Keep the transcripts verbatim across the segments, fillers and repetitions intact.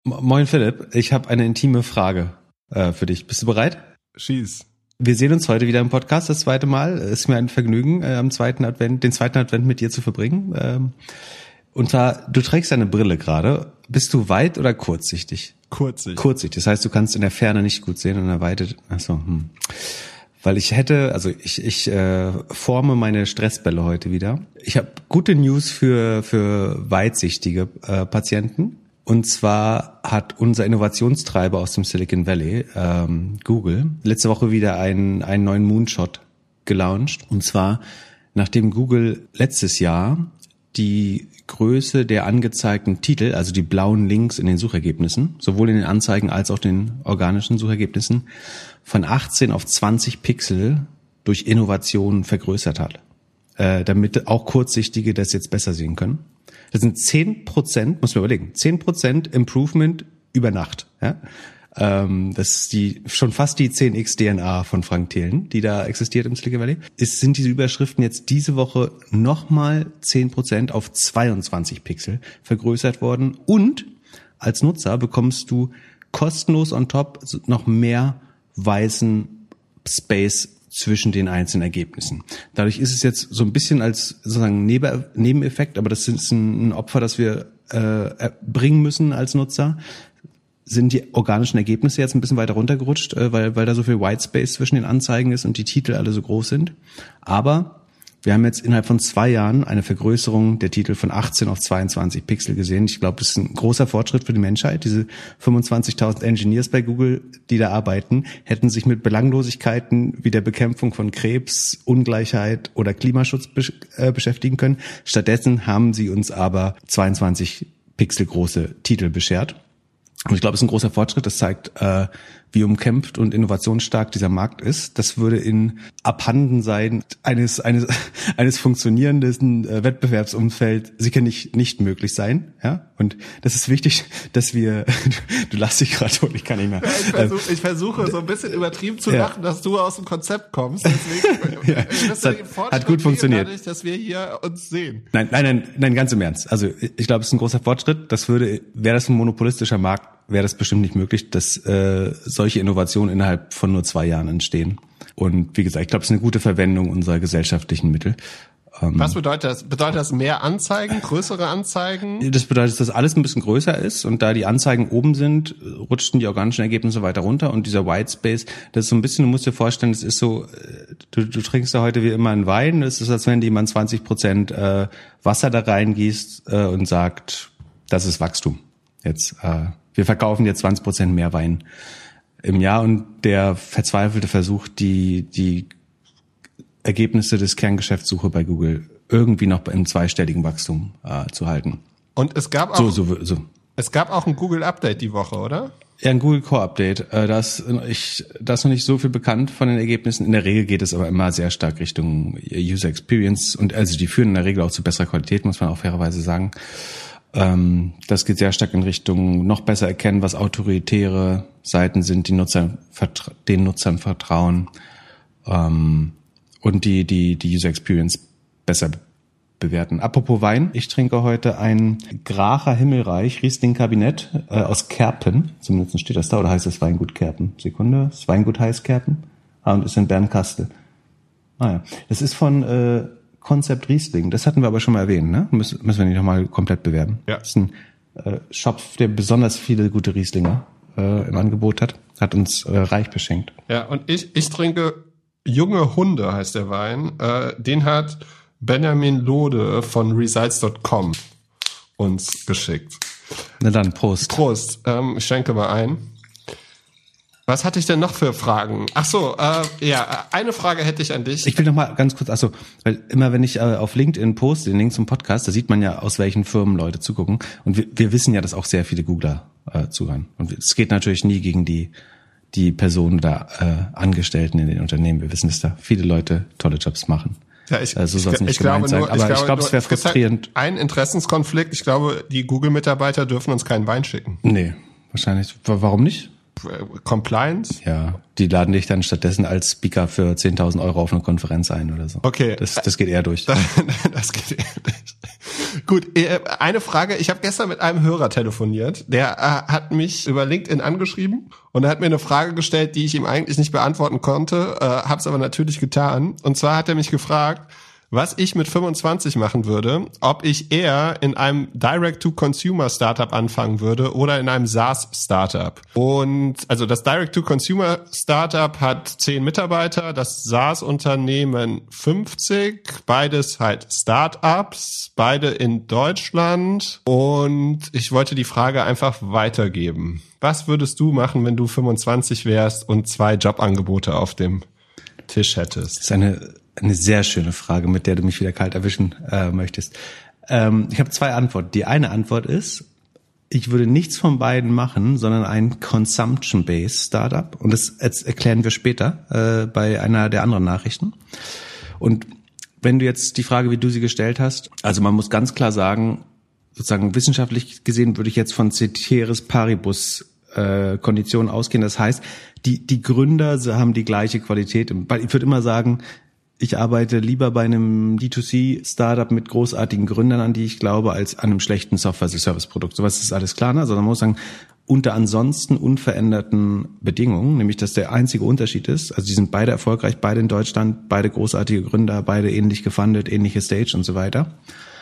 Moin Philipp, ich habe eine intime Frage äh, für dich. Bist du bereit? Schieß. Wir sehen uns heute wieder im Podcast, das zweite Mal. Es ist mir ein Vergnügen, äh, am zweiten Advent, den zweiten Advent mit dir zu verbringen. Ähm, und zwar, du trägst eine Brille gerade. Bist du weit- oder kurzsichtig? Kurzsichtig. Kurzsichtig, das heißt, du kannst in der Ferne nicht gut sehen und in der Weite. Achso, hm. Weil ich hätte, also ich ich äh, forme meine Stressbälle heute wieder. Ich habe gute News für für weitsichtige äh, Patienten. Und zwar hat unser Innovationstreiber aus dem Silicon Valley, ähm, Google, letzte Woche wieder einen, einen neuen Moonshot gelauncht. Und zwar, nachdem Google letztes Jahr die Größe der angezeigten Titel, also die blauen Links in den Suchergebnissen, sowohl in den Anzeigen als auch den organischen Suchergebnissen, von achtzehn auf zwanzig Pixel durch Innovation vergrößert hat, äh, damit auch Kurzsichtige das jetzt besser sehen können. Das sind zehn Prozent, muss man überlegen, zehn Prozent Improvement über Nacht. Ja? Ähm, das ist die schon fast die zehn x D N A von Frank Thelen, die da existiert im Silicon Valley. Es sind diese Überschriften jetzt diese Woche nochmal zehn Prozent auf zweiundzwanzig Pixel vergrößert worden. Und als Nutzer bekommst du kostenlos on top noch mehr weißen Space zwischen den einzelnen Ergebnissen. Dadurch ist es jetzt so ein bisschen als sozusagen Nebeneffekt, aber das ist ein Opfer, das wir äh, bringen müssen als Nutzer. Sind die organischen Ergebnisse jetzt ein bisschen weiter runtergerutscht, äh, weil weil da so viel Whitespace zwischen den Anzeigen ist und die Titel alle so groß sind. Aber wir haben jetzt innerhalb von zwei Jahren eine Vergrößerung der Titel von achtzehn auf zweiundzwanzig Pixel gesehen. Ich glaube, das ist ein großer Fortschritt für die Menschheit. Diese fünfundzwanzigtausend Engineers bei Google, die da arbeiten, hätten sich mit Belanglosigkeiten wie der Bekämpfung von Krebs, Ungleichheit oder Klimaschutz besch- äh, beschäftigen können. Stattdessen haben sie uns aber zweiundzwanzig Pixel große Titel beschert. Und ich glaube, es ist ein großer Fortschritt. Das zeigt, äh, wie umkämpft und innovationsstark dieser Markt ist. Das würde in Abhandensein eines eines eines funktionierenden äh, Wettbewerbsumfeld sicher nicht nicht möglich sein. Ja, und das ist wichtig, dass wir. Du lachst dich gerade tot, ich kann nicht mehr. Ja, ich, versuch, ich versuche so ein bisschen übertrieben zu lachen, ja. Dass du aus dem Konzept kommst. Deswegen ja, das hat, hat gut funktioniert, dadurch, dass wir hier uns sehen. Nein, nein, nein, nein, ganz im Ernst. Also ich glaube, es ist ein großer Fortschritt. Das würde, wäre das ein monopolistischer Markt, wäre das bestimmt nicht möglich, dass äh, solche Innovationen innerhalb von nur zwei Jahren entstehen. Und wie gesagt, ich glaube, es ist eine gute Verwendung unserer gesellschaftlichen Mittel. Ähm, Was bedeutet das? Bedeutet das mehr Anzeigen, größere Anzeigen? Das bedeutet, dass alles ein bisschen größer ist und da die Anzeigen oben sind, rutschten die organischen Ergebnisse weiter runter und dieser Whitespace, das ist so ein bisschen, du musst dir vorstellen, das ist so, du, du trinkst da heute wie immer einen Wein, das ist, als wenn jemand zwanzig Prozent äh, Wasser da reingießt äh, und sagt, das ist Wachstum. Jetzt, äh, wir verkaufen jetzt zwanzig Prozent mehr Wein im Jahr und der verzweifelte Versuch, die die Ergebnisse des Kerngeschäftssuche bei Google irgendwie noch im zweistelligen Wachstum äh, zu halten. Und es gab auch so, so, so. es gab auch ein Google Update die Woche, oder? Ja, ein Google Core Update. Äh, das ich das noch nicht so viel bekannt von den Ergebnissen. In der Regel geht es aber immer sehr stark Richtung User Experience und also die führen in der Regel auch zu besserer Qualität, muss man auch fairerweise sagen. Ähm, das geht sehr stark in Richtung noch besser erkennen, was autoritäre Seiten sind, die Nutzer den Nutzern vertrauen. Ähm, und die die die User Experience besser bewerten. Apropos Wein, ich trinke heute ein Gracher Himmelreich Riesling Kabinett äh, aus Kerpen, zumindest steht das da, oder heißt das Weingut Kerpen? Sekunde, das Weingut heißt Kerpen ah, und ist in Bernkastel. Ah ja, das ist von äh, Konzept Riesling, das hatten wir aber schon mal erwähnt, ne? Müssen, müssen wir nicht nochmal komplett bewerben. Ja. Das ist ein äh, Shop, der besonders viele gute Rieslinger äh, im Angebot hat, hat uns äh, reich beschenkt. Ja, und ich ich trinke Junge Hunde heißt der Wein. Äh, den hat Benjamin Lode von Results Punkt com uns geschickt. Na dann, Prost. Prost. Ähm, ich schenke mal ein. Was hatte ich denn noch für Fragen? Ach so, äh, ja, eine Frage hätte ich an dich. Ich will noch mal ganz kurz, ach so, weil immer wenn ich äh, auf LinkedIn poste, den Link zum Podcast, da sieht man ja, aus welchen Firmen Leute zugucken. Und wir, wir wissen ja, dass auch sehr viele Googler äh, zuhören. Und es geht natürlich nie gegen die die Personen oder äh, Angestellten in den Unternehmen. Wir wissen, dass da viele Leute tolle Jobs machen. Ja, ich, also soll es nicht ich gemeint sein. Nur, aber ich glaube, glaub, es wäre frustrierend. Ein Interessenskonflikt. Ich glaube, die Google-Mitarbeiter dürfen uns keinen Wein schicken. Nee, wahrscheinlich. Warum nicht? Compliance? Ja, die laden dich dann stattdessen als Speaker für zehntausend Euro auf eine Konferenz ein oder so. Okay. Das, das geht eher durch. Das, das geht eher durch. Gut, eine Frage. Ich habe gestern mit einem Hörer telefoniert. Der äh, hat mich über LinkedIn angeschrieben und er hat mir eine Frage gestellt, die ich ihm eigentlich nicht beantworten konnte, äh, habe es aber natürlich getan. Und zwar hat er mich gefragt, was ich mit fünfundzwanzig machen würde, ob ich eher in einem Direct-to-Consumer-Startup anfangen würde oder in einem SaaS-Startup. Und also das Direct-to-Consumer-Startup hat zehn Mitarbeiter, das SaaS-Unternehmen fünfzig, beides halt Startups, beide in Deutschland. Und ich wollte die Frage einfach weitergeben. Was würdest du machen, wenn du fünfundzwanzig wärst und zwei Jobangebote auf dem Tisch hättest? Das ist eine Eine sehr schöne Frage, mit der du mich wieder kalt erwischen äh, möchtest. Ähm, ich habe zwei Antworten. Die eine Antwort ist, ich würde nichts von beiden machen, sondern ein Consumption-Based Startup. Und das jetzt erklären wir später äh, bei einer der anderen Nachrichten. Und wenn du jetzt die Frage, wie du sie gestellt hast, also man muss ganz klar sagen, sozusagen wissenschaftlich gesehen würde ich jetzt von Ceteris Paribus äh, Konditionen ausgehen. Das heißt, die die Gründer haben die gleiche Qualität. Ich würde immer sagen, ich arbeite lieber bei einem D zwei C-Startup mit großartigen Gründern, an die ich glaube, als an einem schlechten Software-as-a-Service-Produkt. Sowas ist alles klar, ne? Also man muss sagen, unter ansonsten unveränderten Bedingungen, nämlich dass der einzige Unterschied ist, also die sind beide erfolgreich, beide in Deutschland, beide großartige Gründer, beide ähnlich gefundet, ähnliche Stage und so weiter,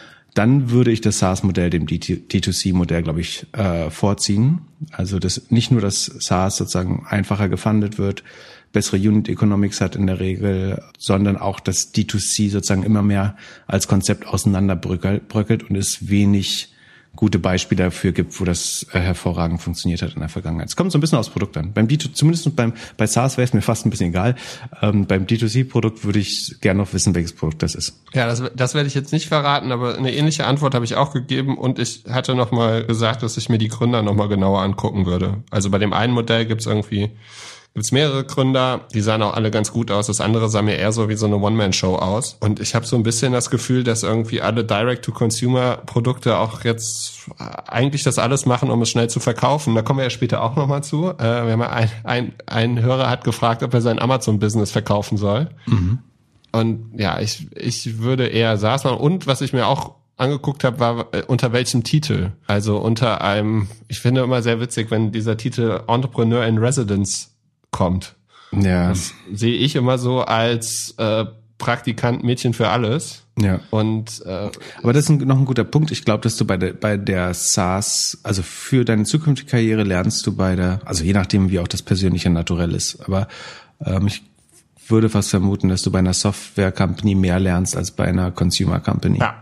dann würde ich das SaaS-Modell dem D zwei C-Modell, glaube ich, äh, vorziehen. Also dass nicht nur das SaaS sozusagen einfacher gefundet wird, bessere Unit Economics hat in der Regel, sondern auch das D zwei C sozusagen immer mehr als Konzept auseinanderbröckelt und es wenig gute Beispiele dafür gibt, wo das äh, hervorragend funktioniert hat in der Vergangenheit. Es kommt so ein bisschen aufs Produkt an. Beim D zwei C, zumindest beim bei SaaS wäre es mir fast ein bisschen egal. Ähm, beim D zwei C-Produkt würde ich gerne noch wissen, welches Produkt das ist. Ja, das, das werde ich jetzt nicht verraten, aber eine ähnliche Antwort habe ich auch gegeben und ich hatte noch mal gesagt, dass ich mir die Gründer noch mal genauer angucken würde. Also bei dem einen Modell gibt es irgendwie gibt's mehrere Gründer, die sahen auch alle ganz gut aus. Das andere sah mir eher so wie so eine One-Man-Show aus. Und ich habe so ein bisschen das Gefühl, dass irgendwie alle Direct-to-Consumer-Produkte auch jetzt eigentlich das alles machen, um es schnell zu verkaufen. Da kommen wir ja später auch nochmal zu. Äh, wir haben ein, ein, ein Hörer hat gefragt, ob er sein Amazon-Business verkaufen soll. Mhm. Und ja, ich, ich würde eher SaaS machen. Und was ich mir auch angeguckt habe, war unter welchem Titel. Also unter einem, ich finde immer sehr witzig, wenn dieser Titel Entrepreneur in Residence kommt. Ja. Das sehe ich immer so als äh, Praktikant Mädchen für alles. Ja. Und äh, aber das ist noch ein guter Punkt. Ich glaube, dass du bei der bei der SaaS, also für deine zukünftige Karriere lernst du bei der, also je nachdem wie auch das persönliche Naturell ist, aber ähm, ich würde fast vermuten, dass du bei einer Software Company mehr lernst als bei einer Consumer Company. Ja,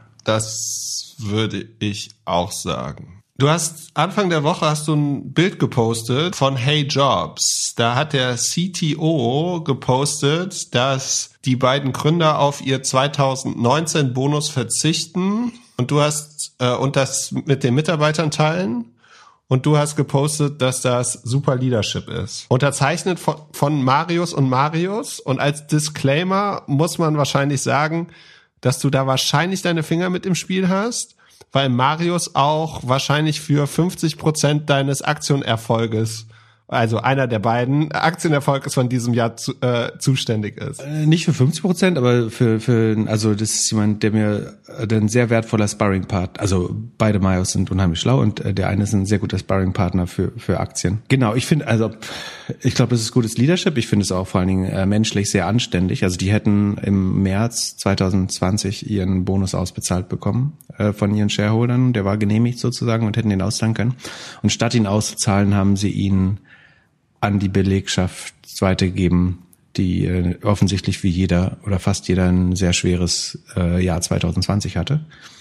das würde ich auch sagen. Du hast Anfang der Woche hast du ein Bild gepostet von Hey Jobs. Da hat der C T O gepostet, dass die beiden Gründer auf ihr zwanzig neunzehn Bonus verzichten und du hast äh, und das mit den Mitarbeitern teilen. Und du hast gepostet, dass das super Leadership ist. Unterzeichnet von, von Marius und Marius. Und als Disclaimer muss man wahrscheinlich sagen, dass du da wahrscheinlich deine Finger mit im Spiel hast, weil Marius auch wahrscheinlich für fünfzig Prozent deines Aktienerfolges, also einer der beiden Aktienerfolges von diesem Jahr zu, äh, zuständig ist. Äh, nicht für fünfzig Prozent, aber für, für, also das ist jemand, der mir äh, ein sehr wertvoller Sparring-Part, also beide Marius sind unheimlich schlau und äh, der eine ist ein sehr guter Sparring-Partner für, für Aktien. Genau, ich finde, also ich glaube, das ist gutes Leadership. Ich finde es auch vor allen Dingen äh, menschlich sehr anständig. Also die hätten im März zwanzig zwanzig ihren Bonus ausbezahlt bekommen äh, von ihren Shareholdern. Der war genehmigt sozusagen und hätten den auszahlen können. Und statt ihn auszuzahlen, haben sie ihn an die Belegschaft weitergegeben, die äh, offensichtlich wie jeder oder fast jeder ein sehr schweres äh, Jahr zwanzig zwanzig hatte.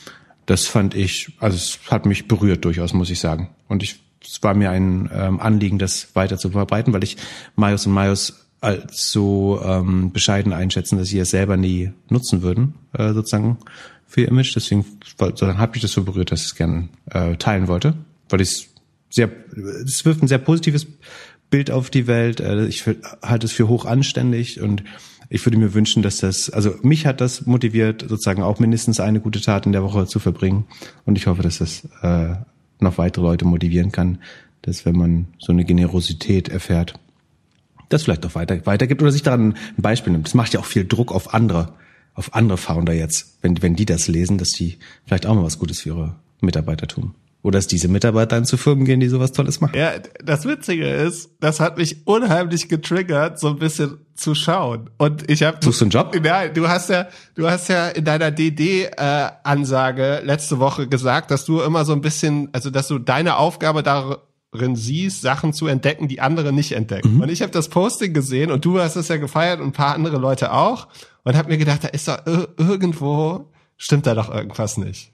Das fand ich, also es hat mich berührt durchaus, muss ich sagen. Und ich, es war mir ein ähm, Anliegen, das weiter zu verbreiten, weil ich Marius und Marius als so ähm, bescheiden einschätzen, dass sie es selber nie nutzen würden, äh, sozusagen für ihr Image. Deswegen dann habe ich das so berührt, dass ich es gerne äh, teilen wollte, weil ich sehr, es wirft ein sehr positives Bild auf die Welt. Ich halte es für hoch anständig und ich würde mir wünschen, dass das, also mich hat das motiviert, sozusagen auch mindestens eine gute Tat in der Woche zu verbringen und ich hoffe, dass das äh, noch weitere Leute motivieren kann, dass wenn man so eine Generosität erfährt, das vielleicht noch weiter weitergibt oder sich daran ein Beispiel nimmt. Das macht ja auch viel Druck auf andere, auf andere Founder jetzt, wenn, wenn die das lesen, dass die vielleicht auch mal was Gutes für ihre Mitarbeiter tun. Oder dass diese Mitarbeiter dann zu Firmen gehen, die sowas Tolles machen. Ja, das Witzige ist, das hat mich unheimlich getriggert, so ein bisschen zu schauen. Und ich habe Suchst du einen Job? Ja, du hast ja, du hast ja in deiner D D-Ansage äh, letzte Woche gesagt, dass du immer so ein bisschen, also dass du deine Aufgabe darin siehst, Sachen zu entdecken, die andere nicht entdecken. Mhm. Und ich habe das Posting gesehen und du hast es ja gefeiert und ein paar andere Leute auch und habe mir gedacht, da ist doch ir- irgendwo stimmt da doch irgendwas nicht.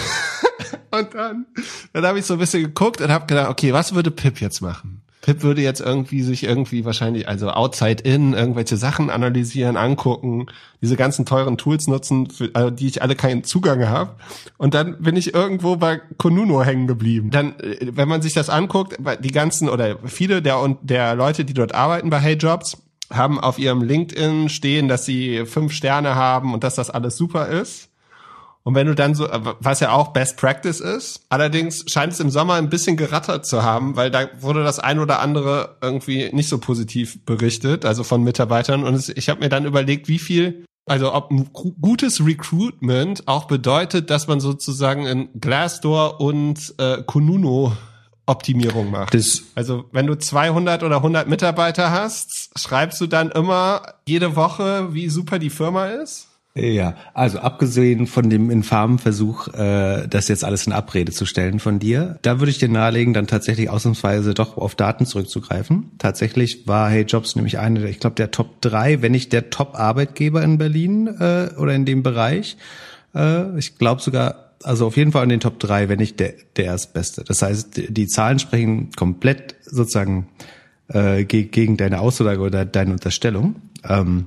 Und dann, dann habe ich so ein bisschen geguckt und habe gedacht, okay, was würde Pip jetzt machen? Pip würde jetzt irgendwie sich irgendwie wahrscheinlich, also outside in, irgendwelche Sachen analysieren, angucken, diese ganzen teuren Tools nutzen, für also die ich alle keinen Zugang habe. Und dann bin ich irgendwo bei Kununu hängen geblieben. Dann, wenn man sich das anguckt, die ganzen oder viele der und der Leute, die dort arbeiten bei HeyJobs, haben auf ihrem LinkedIn stehen, dass sie fünf Sterne haben und dass das alles super ist. Und wenn du dann so, was ja auch Best Practice ist, allerdings scheint es im Sommer ein bisschen gerattert zu haben, weil da wurde das ein oder andere irgendwie nicht so positiv berichtet, also von Mitarbeitern. Und ich habe mir dann überlegt, wie viel, also ob ein gutes Recruitment auch bedeutet, dass man sozusagen in Glassdoor und äh, Kununu Optimierung macht. Das also wenn du zweihundert oder hundert Mitarbeiter hast, schreibst du dann immer jede Woche, wie super die Firma ist? Ja, also abgesehen von dem infamen Versuch, äh, das jetzt alles in Abrede zu stellen von dir, da würde ich dir nahelegen, dann tatsächlich ausnahmsweise doch auf Daten zurückzugreifen. Tatsächlich war HeyJobs nämlich eine der, ich glaube, der Top drei, wenn nicht der Top-Arbeitgeber in Berlin äh, oder in dem Bereich. Äh, ich glaube sogar, also auf jeden Fall in den Top drei, wenn nicht der, der erstbeste. Das heißt, die, die Zahlen sprechen komplett sozusagen äh, ge- gegen deine Aussage oder deine Unterstellung. Ähm,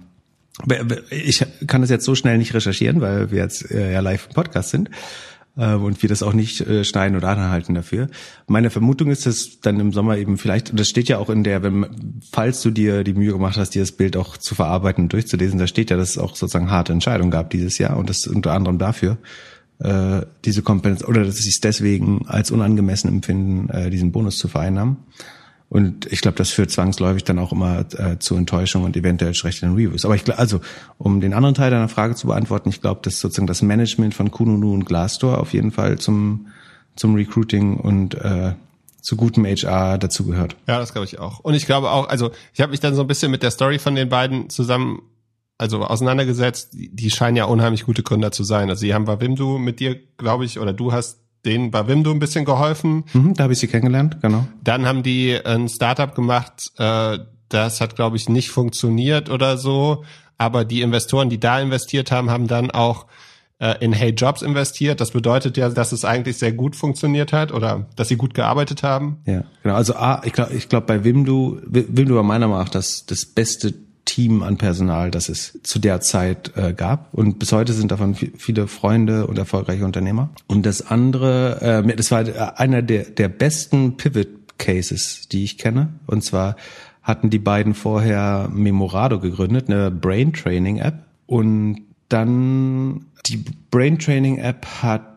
Ich kann das jetzt so schnell nicht recherchieren, weil wir jetzt äh, ja live im Podcast sind äh, und wir das auch nicht äh, schneiden oder anhalten dafür. Meine Vermutung ist, dass dann im Sommer eben vielleicht, und das steht ja auch in der, wenn, falls du dir die Mühe gemacht hast, dir das Bild auch zu verarbeiten und durchzulesen, da steht ja, dass es auch sozusagen harte Entscheidungen gab dieses Jahr und das unter anderem dafür äh, diese Kompensation, oder dass sie es deswegen als unangemessen empfinden, äh, diesen Bonus zu vereinnahmen. Und ich glaube, das führt zwangsläufig dann auch immer äh, zu Enttäuschung und eventuell schlechteren Reviews. Aber ich glaube, also um den anderen Teil deiner Frage zu beantworten, ich glaube, dass sozusagen das Management von Kununu und Glassdoor auf jeden Fall zum zum Recruiting und äh, zu gutem H R dazugehört. Ja, das glaube ich auch. Und ich glaube auch, also ich habe mich dann so ein bisschen mit der Story von den beiden zusammen, also auseinandergesetzt. Die, die scheinen ja unheimlich gute Gründer zu sein. Also sie haben bei Wimdu mit dir, glaube ich, oder du hast denen bei Wimdu ein bisschen geholfen. Mhm, da habe ich sie kennengelernt, genau. Dann haben die ein Startup gemacht, äh, das hat, glaube ich, nicht funktioniert oder so. Aber die Investoren, die da investiert haben, haben dann auch äh, in HeyJobs investiert. Das bedeutet ja, dass es eigentlich sehr gut funktioniert hat oder dass sie gut gearbeitet haben. Ja, genau. Also A, ich glaube, ich glaube bei Wimdu, Wimdu war meiner Meinung nach das, das beste Team an Personal, das es zu der Zeit äh, gab. Und bis heute sind davon v- viele Freunde und erfolgreiche Unternehmer. Und das andere, äh, das war einer der, der besten Pivot-Cases, die ich kenne. Und zwar hatten die beiden vorher Memorado gegründet, eine Brain-Training-App. Und dann die Brain-Training-App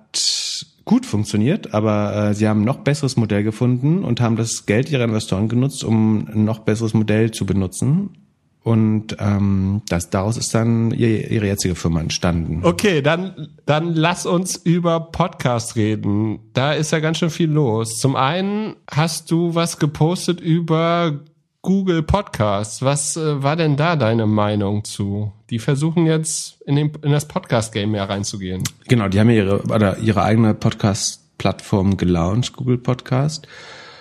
hat gut funktioniert, aber äh, sie haben ein noch besseres Modell gefunden und haben das Geld ihrer Investoren genutzt, um ein noch besseres Modell zu benutzen. Und ähm, das, daraus ist dann ihre, ihre jetzige Firma entstanden. Okay, dann, dann lass uns über Podcast reden. Da ist ja ganz schön viel los. Zum einen hast du was gepostet über Google Podcasts. Was äh, war denn da deine Meinung zu? Die versuchen jetzt in, den, in das Podcast-Game mehr reinzugehen. Genau, die haben ihre, oder ihre eigene Podcast-Plattform gelauncht, Google Podcast.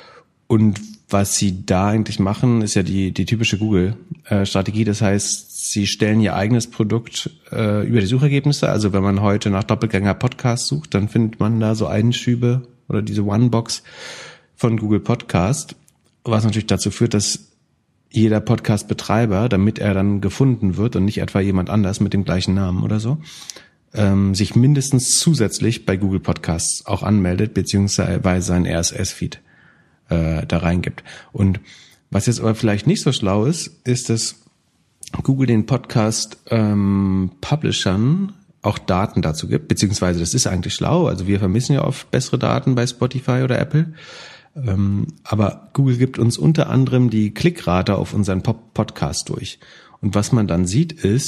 Und was sie da eigentlich machen, ist ja die die typische Google-Strategie. Das heißt, sie stellen ihr eigenes Produkt äh, über die Suchergebnisse. Also wenn man heute nach Doppelgänger-Podcast sucht, dann findet man da so Einschübe oder diese One-Box von Google Podcast, was natürlich dazu führt, dass jeder Podcast-Betreiber, damit er dann gefunden wird und nicht etwa jemand anders mit dem gleichen Namen oder so, ähm, sich mindestens zusätzlich bei Google Podcasts auch anmeldet, beziehungsweise seinen R S S-Feed äh, da reingibt. Und was jetzt aber vielleicht nicht so schlau ist, ist, dass Google den Podcast ähm, Publishern auch Daten dazu gibt, beziehungsweise das ist eigentlich schlau, also wir vermissen ja oft bessere Daten bei Spotify oder Apple, ähm, aber Google gibt uns unter anderem die Klickrate auf unseren Pop- Podcast durch. Und was man dann sieht, ist, dass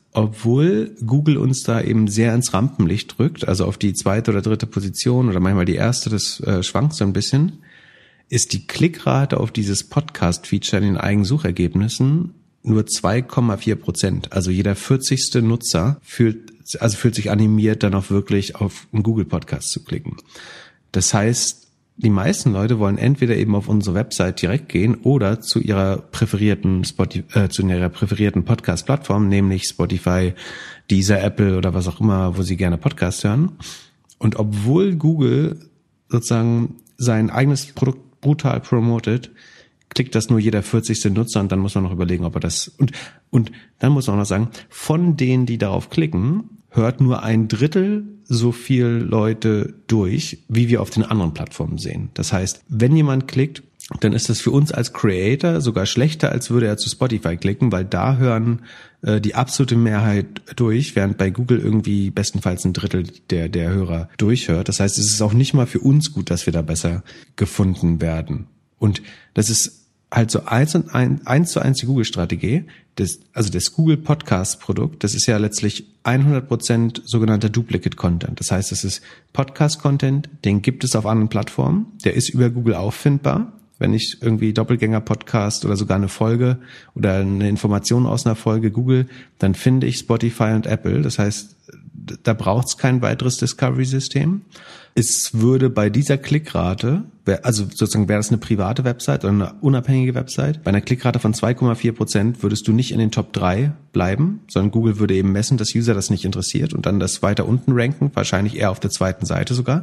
obwohl Google uns da eben sehr ins Rampenlicht drückt, also auf die zweite oder dritte Position oder manchmal die erste, das äh, schwankt so ein bisschen, ist die Klickrate auf dieses Podcast-Feature in den eigenen Suchergebnissen nur zwei Komma vier Prozent. Also jeder vierzigste Nutzer fühlt, also fühlt sich animiert, dann auch wirklich auf einen Google-Podcast zu klicken. Das heißt, die meisten Leute wollen entweder eben auf unsere Website direkt gehen oder zu ihrer präferierten Spotify, äh, zu ihrer präferierten Podcast-Plattform, nämlich Spotify, Deezer, Apple oder was auch immer, wo sie gerne Podcast hören. Und obwohl Google sozusagen sein eigenes Produkt brutal promotet, klickt das nur jeder vierzigste Nutzer und dann muss man noch überlegen, ob er das, und, und dann muss man auch noch sagen, von denen, die darauf klicken, hört nur ein Drittel so viel Leute durch, wie wir auf den anderen Plattformen sehen. Das heißt, wenn jemand klickt, dann ist das für uns als Creator sogar schlechter, als würde er zu Spotify klicken, weil da hören äh, die absolute Mehrheit durch, während bei Google irgendwie bestenfalls ein Drittel der, der Hörer durchhört. Das heißt, es ist auch nicht mal für uns gut, dass wir da besser gefunden werden. Und das ist halt so eins und ein, eins zu eins die Google-Strategie, das, also das Google-Podcast-Produkt, das ist ja letztlich hundert Prozent sogenannter Duplicate-Content. Das heißt, es ist Podcast-Content, den gibt es auf anderen Plattformen, der ist über Google auffindbar. Wenn ich irgendwie Doppelgänger-Podcast oder sogar eine Folge oder eine Information aus einer Folge google, dann finde ich Spotify und Apple. Das heißt, da braucht es kein weiteres Discovery-System. Es würde bei dieser Klickrate, also sozusagen wäre das eine private Website oder eine unabhängige Website, bei einer Klickrate von zwei Komma vier Prozent würdest du nicht in den Top drei bleiben, sondern Google würde eben messen, dass User das nicht interessiert und dann das weiter unten ranken, wahrscheinlich eher auf der zweiten Seite sogar.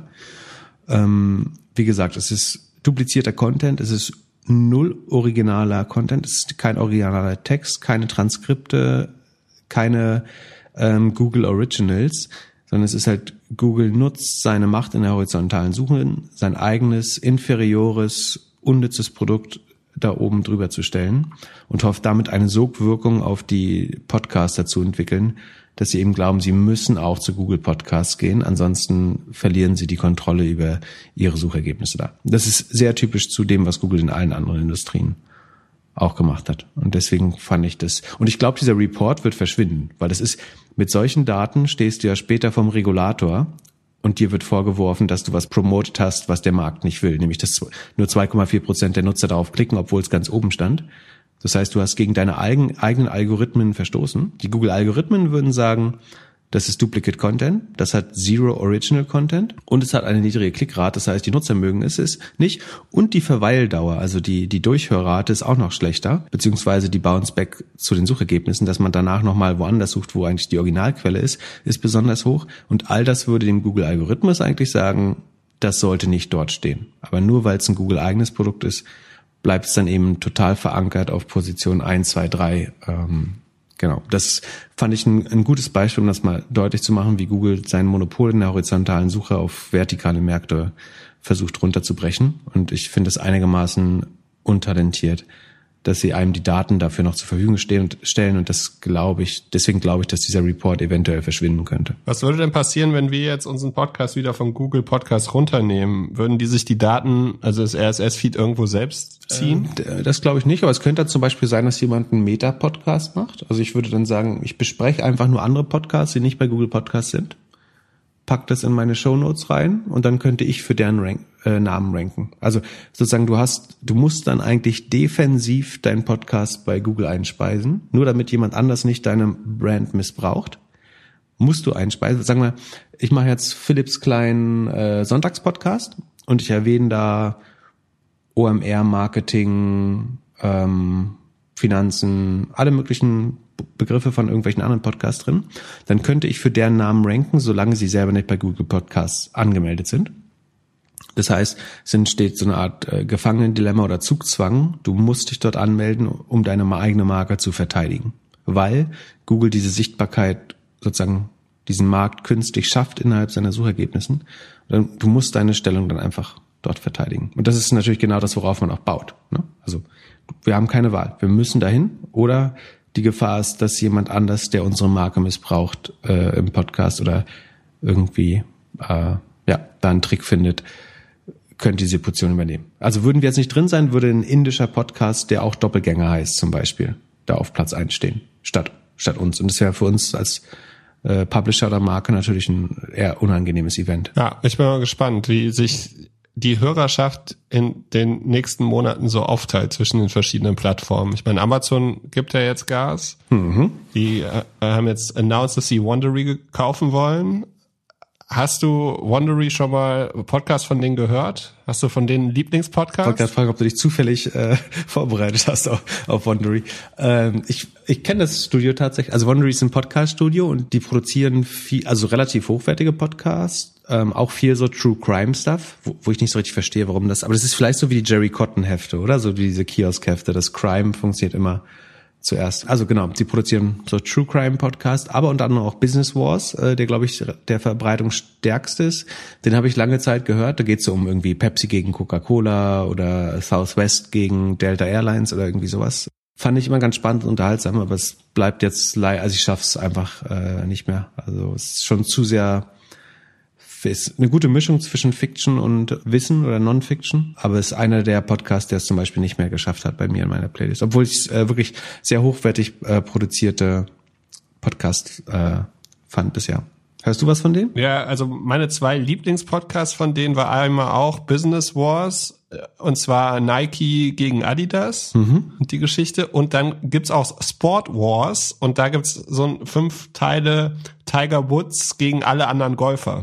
Ähm, wie gesagt, es ist duplizierter Content, es ist null originaler Content, es ist kein originaler Text, keine Transkripte, keine ähm, Google Originals, sondern es ist halt, Google nutzt seine Macht in der horizontalen Suche, sein eigenes, inferiores, unnützes Produkt da oben drüber zu stellen und hofft damit eine Sogwirkung auf die Podcaster zu entwickeln, dass sie eben glauben, sie müssen auch zu Google Podcasts gehen, ansonsten verlieren sie die Kontrolle über ihre Suchergebnisse da. Das ist sehr typisch zu dem, was Google in allen anderen Industrien auch gemacht hat. Und deswegen fand ich das, und ich glaube, dieser Report wird verschwinden, weil das ist, mit solchen Daten stehst du ja später vom Regulator und dir wird vorgeworfen, dass du was promotet hast, was der Markt nicht will, nämlich dass nur zwei Komma vier Prozent der Nutzer darauf klicken, obwohl es ganz oben stand. Das heißt, du hast gegen deine eigen, eigenen Algorithmen verstoßen. Die Google-Algorithmen würden sagen, das ist Duplicate Content, das hat Zero Original Content und es hat eine niedrige Klickrate, das heißt, die Nutzer mögen es ist nicht. Und die Verweildauer, also die die Durchhörrate ist auch noch schlechter, beziehungsweise die Bounce Back zu den Suchergebnissen, dass man danach nochmal woanders sucht, wo eigentlich die Originalquelle ist, ist besonders hoch. Und all das würde dem Google-Algorithmus eigentlich sagen, das sollte nicht dort stehen. Aber nur weil es ein Google-eigenes Produkt ist, bleibt es dann eben total verankert auf Position eins, zwei, drei. Ähm, genau, das fand ich ein, ein gutes Beispiel, um das mal deutlich zu machen, wie Google sein Monopol in der horizontalen Suche auf vertikale Märkte versucht runterzubrechen. Und ich finde es einigermaßen untalentiert, dass sie einem die Daten dafür noch zur Verfügung stehen und stellen. Und das glaube ich, deswegen glaube ich, dass dieser Report eventuell verschwinden könnte. Was würde denn passieren, wenn wir jetzt unseren Podcast wieder vom Google Podcast runternehmen? Würden die sich die Daten, also das R S S-Feed irgendwo selbst ziehen? Äh, das glaube ich nicht, aber es könnte zum Beispiel sein, dass jemand einen Meta-Podcast macht. Also ich würde dann sagen, ich bespreche einfach nur andere Podcasts, die nicht bei Google Podcasts sind, pack das in meine Shownotes rein und dann könnte ich für deren Rank, äh, Namen ranken. Also sozusagen, du hast, du musst dann eigentlich defensiv deinen Podcast bei Google einspeisen, nur damit jemand anders nicht deine Brand missbraucht, musst du einspeisen. Sagen wir, ich mache jetzt Philipps kleinen äh, Sonntagspodcast und ich erwähne da O M R-Marketing, ähm, Finanzen, alle möglichen Begriffe von irgendwelchen anderen Podcasts drin, dann könnte ich für deren Namen ranken, solange sie selber nicht bei Google Podcasts angemeldet sind. Das heißt, es entsteht so eine Art äh, Gefangenendilemma oder Zugzwang. Du musst dich dort anmelden, um deine eigene Marke zu verteidigen, weil Google diese Sichtbarkeit, sozusagen diesen Markt künstlich schafft innerhalb seiner Suchergebnissen. Du musst deine Stellung dann einfach dort verteidigen. Und das ist natürlich genau das, worauf man auch baut. Ne? Also wir haben keine Wahl. Wir müssen dahin oder die Gefahr ist, dass jemand anders, der unsere Marke missbraucht äh, im Podcast oder irgendwie äh, ja da einen Trick findet, könnte diese Position übernehmen. Also würden wir jetzt nicht drin sein, würde ein indischer Podcast, der auch Doppelgänger heißt zum Beispiel, da auf Platz eins stehen, statt statt uns. Und das wäre für uns als äh, Publisher oder Marke natürlich ein eher unangenehmes Event. Ja, ich bin mal gespannt, wie sich die Hörerschaft in den nächsten Monaten so aufteilt zwischen den verschiedenen Plattformen. Ich meine, Amazon gibt ja jetzt Gas. Mhm. Die äh, haben jetzt announced, dass sie Wondery kaufen wollen. Hast du Wondery schon mal Podcast von denen gehört? Hast du von denen Lieblingspodcast? Ich wollte gerade fragen, ob du dich zufällig äh, vorbereitet hast auf, auf Wondery. Ähm, ich ich kenne das Studio tatsächlich. Also Wondery ist ein Podcast-Studio und die produzieren viel, also relativ hochwertige Podcasts. Ähm, auch viel so True Crime Stuff, wo, wo ich nicht so richtig verstehe, warum das, aber das ist vielleicht so wie die Jerry Cotton Hefte, oder? So wie diese Kiosk-Hefte. Das Crime funktioniert immer zuerst. Also genau, die produzieren so True Crime Podcast, aber unter anderem auch Business Wars, äh, der glaube ich der verbreitungsstärkste ist. Den habe ich lange Zeit gehört. Da geht es so um irgendwie Pepsi gegen Coca-Cola oder Southwest gegen Delta Airlines oder irgendwie sowas. Fand ich immer ganz spannend und unterhaltsam, aber es bleibt jetzt leider, also ich schaff's einfach äh, nicht mehr. Also es ist schon zu sehr, ist eine gute Mischung zwischen Fiction und Wissen oder Non-Fiction, aber es ist einer der Podcasts, der es zum Beispiel nicht mehr geschafft hat bei mir in meiner Playlist, obwohl ich äh, wirklich sehr hochwertig äh, produzierte Podcast äh, fand bisher. Hörst du was von denen? Ja, also meine zwei Lieblingspodcasts von denen war einmal auch Business Wars, und zwar Nike gegen Adidas, mhm. und die Geschichte. Und dann gibt's auch Sport Wars und da gibt's so ein fünf Teile Tiger Woods gegen alle anderen Golfer.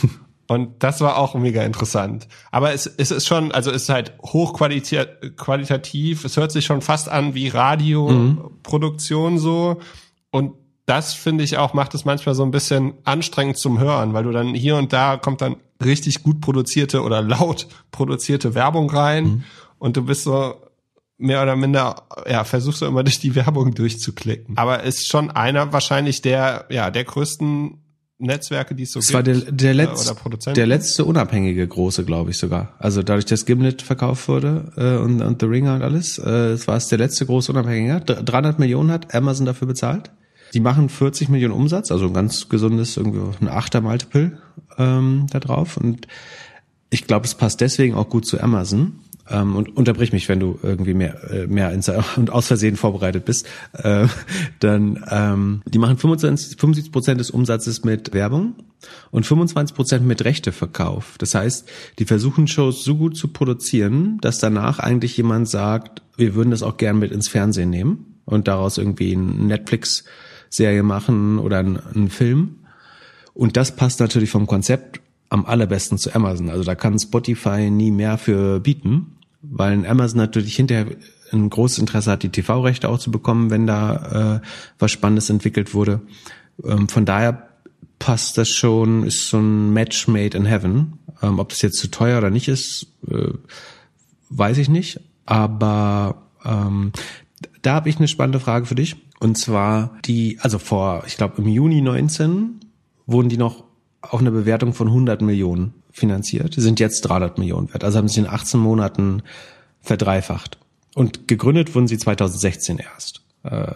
Und das war auch mega interessant. Aber es, es ist schon, also es ist halt hochqualitativ. Es hört sich schon fast an wie Radioproduktion mhm. so. Und das finde ich auch, macht es manchmal so ein bisschen anstrengend zum Hören, weil du dann hier und da kommt dann richtig gut produzierte oder laut produzierte Werbung rein mhm. und du bist so mehr oder minder, ja, versuchst du immer durch die Werbung durchzuklicken. Aber ist schon einer wahrscheinlich der, ja, der größten Netzwerke, die es so das gibt. Das war der, der, Letz-, der letzte unabhängige große, glaube ich sogar. Also dadurch, dass Gimlet verkauft wurde äh, und, und The Ringer und alles, äh, es war es der letzte große unabhängige. dreihundert Millionen hat Amazon dafür bezahlt. Die machen vierzig Millionen Umsatz, also ein ganz gesundes, irgendwie ein Achter-Multiple ähm, da drauf. Und ich glaube, es passt deswegen auch gut zu Amazon. Ähm, und unterbrich mich, wenn du irgendwie mehr äh, mehr ins, und aus Versehen vorbereitet bist. Äh, dann ähm, die machen fünfundsiebzig Prozent des Umsatzes mit Werbung und fünfundzwanzig Prozent mit Rechteverkauf. Das heißt, die versuchen Shows so gut zu produzieren, dass danach eigentlich jemand sagt, wir würden das auch gern mit ins Fernsehen nehmen und daraus irgendwie ein Netflix Serie machen oder einen Film. Und das passt natürlich vom Konzept am allerbesten zu Amazon. Also da kann Spotify nie mehr für bieten, weil Amazon natürlich hinterher ein großes Interesse hat, die T V-Rechte auch zu bekommen, wenn da äh, was Spannendes entwickelt wurde. Ähm, von daher passt das schon, ist so ein Match made in heaven. Ähm, ob das jetzt zu teuer oder nicht ist, äh, weiß ich nicht. Aber ähm, da habe ich eine spannende Frage für dich. Und zwar die, also vor, ich glaube im Juni neunzehn wurden die noch auf eine Bewertung von hundert Millionen finanziert. Die sind jetzt dreihundert Millionen wert. Also haben sich in achtzehn Monaten verdreifacht. Und gegründet wurden sie zweitausendsechzehn erst. Äh,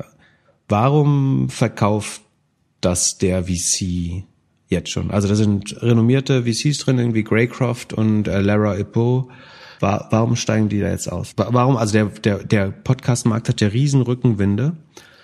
warum verkauft das der V C jetzt schon? Also da sind renommierte V Cs drin, irgendwie Greycroft und äh, Lara Eppo. War, warum steigen die da jetzt aus? Warum? Also der, der, der Podcast-Markt hat ja riesen Rückenwinde.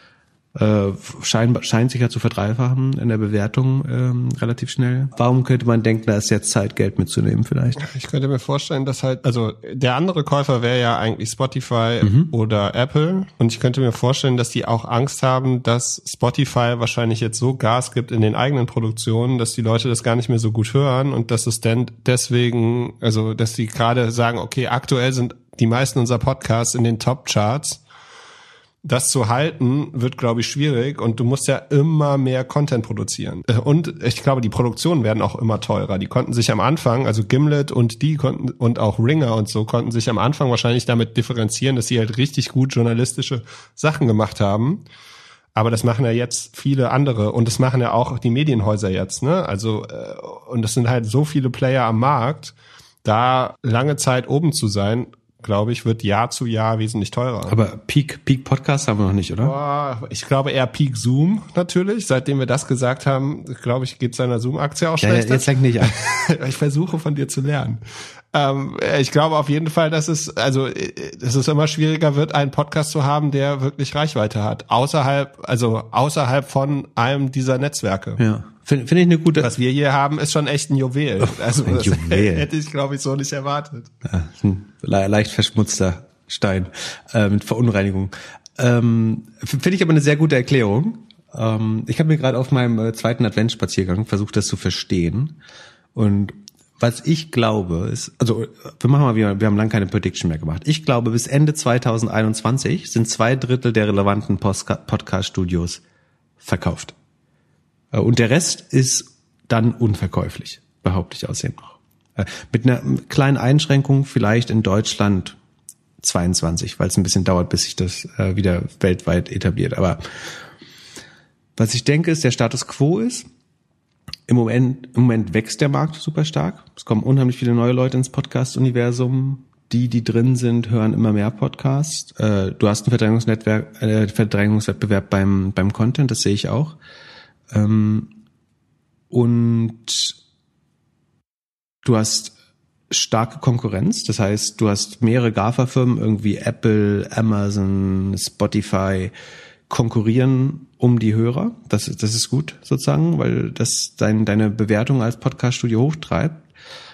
Äh, scheint, scheint sich ja zu verdreifachen in der Bewertung ähm, relativ schnell. Warum könnte man denken, da ist jetzt Zeit, Geld mitzunehmen vielleicht? Ich könnte mir vorstellen, dass halt, also der andere Käufer wäre ja eigentlich Spotify mhm. oder Apple und ich könnte mir vorstellen, dass die auch Angst haben, dass Spotify wahrscheinlich jetzt so Gas gibt in den eigenen Produktionen, dass die Leute das gar nicht mehr so gut hören und dass es dann deswegen, also dass die gerade sagen, okay, aktuell sind die meisten unserer Podcasts in den Top-Charts. Das zu halten, wird, glaube ich, schwierig und du musst ja immer mehr Content produzieren. Und ich glaube, die Produktionen werden auch immer teurer. Die konnten sich am Anfang, also Gimlet und die konnten und auch Ringer und so, konnten sich am Anfang wahrscheinlich damit differenzieren, dass sie halt richtig gut journalistische Sachen gemacht haben. Aber das machen ja jetzt viele andere und das machen ja auch die Medienhäuser jetzt, ne? Also, und das sind halt so viele Player am Markt, da lange Zeit oben zu sein, glaube ich, wird Jahr zu Jahr wesentlich teurer. Aber Peak, Peak Podcast haben wir noch nicht, oder? Boah, ich glaube eher Peak Zoom natürlich. Seitdem wir das gesagt haben, glaube ich, geht seiner Zoom-Aktie auch schlechter. Ja, jetzt fängt nicht an. Ich versuche von dir zu lernen. Ähm, ich glaube auf jeden Fall, dass es, also, dass es immer schwieriger wird, einen Podcast zu haben, der wirklich Reichweite hat. Außerhalb, also außerhalb von einem dieser Netzwerke. Ja. Finde find ich eine gute. Was wir hier haben, ist schon echt ein Juwel. Also ein das Juwel. hätte ich, glaube ich, so nicht erwartet. Ja, ein le leicht verschmutzter Stein äh, mit Verunreinigung. Ähm, Finde ich aber eine sehr gute Erklärung. Ähm, ich habe mir gerade auf meinem äh, zweiten Adventsspaziergang versucht, das zu verstehen. Und was ich glaube ist, also wir machen mal, wir, wir haben lange keine Prediction mehr gemacht. Ich glaube, bis Ende zwanzig einundzwanzig sind zwei Drittel der relevanten Podcast-Studios verkauft. Und der Rest ist dann unverkäuflich, behaupte ich aussehen. Mit einer kleinen Einschränkung vielleicht in Deutschland zweiundzwanzig, weil es ein bisschen dauert, bis sich das wieder weltweit etabliert. Aber was ich denke, ist, der Status quo ist, im Moment, im Moment wächst der Markt super stark. Es kommen unheimlich viele neue Leute ins Podcast-Universum. Die, die drin sind, hören immer mehr Podcasts. Du hast einen Verdrängungsnetzwerk, äh, Verdrängungswettbewerb beim, beim Content, das sehe ich auch. Und du hast starke Konkurrenz, das heißt, du hast mehrere GAFA-Firmen, irgendwie Apple, Amazon, Spotify, konkurrieren um die Hörer. Das, das ist gut sozusagen, weil das dein, deine Bewertung als Podcast-Studio hochtreibt.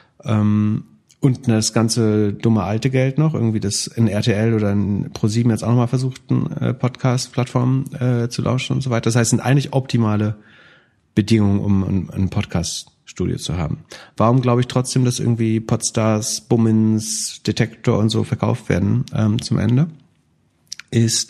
Und das ganze dumme alte Geld noch, irgendwie das in R T L oder in ProSieben jetzt auch nochmal versuchten äh, Podcast-Plattformen äh, zu launchen und so weiter. Das heißt, es sind eigentlich optimale Bedingungen, um ein, ein Podcast-Studio zu haben. Warum glaube ich trotzdem, dass irgendwie Podstars, Bummins, Detektor und so verkauft werden ähm, zum Ende? Ist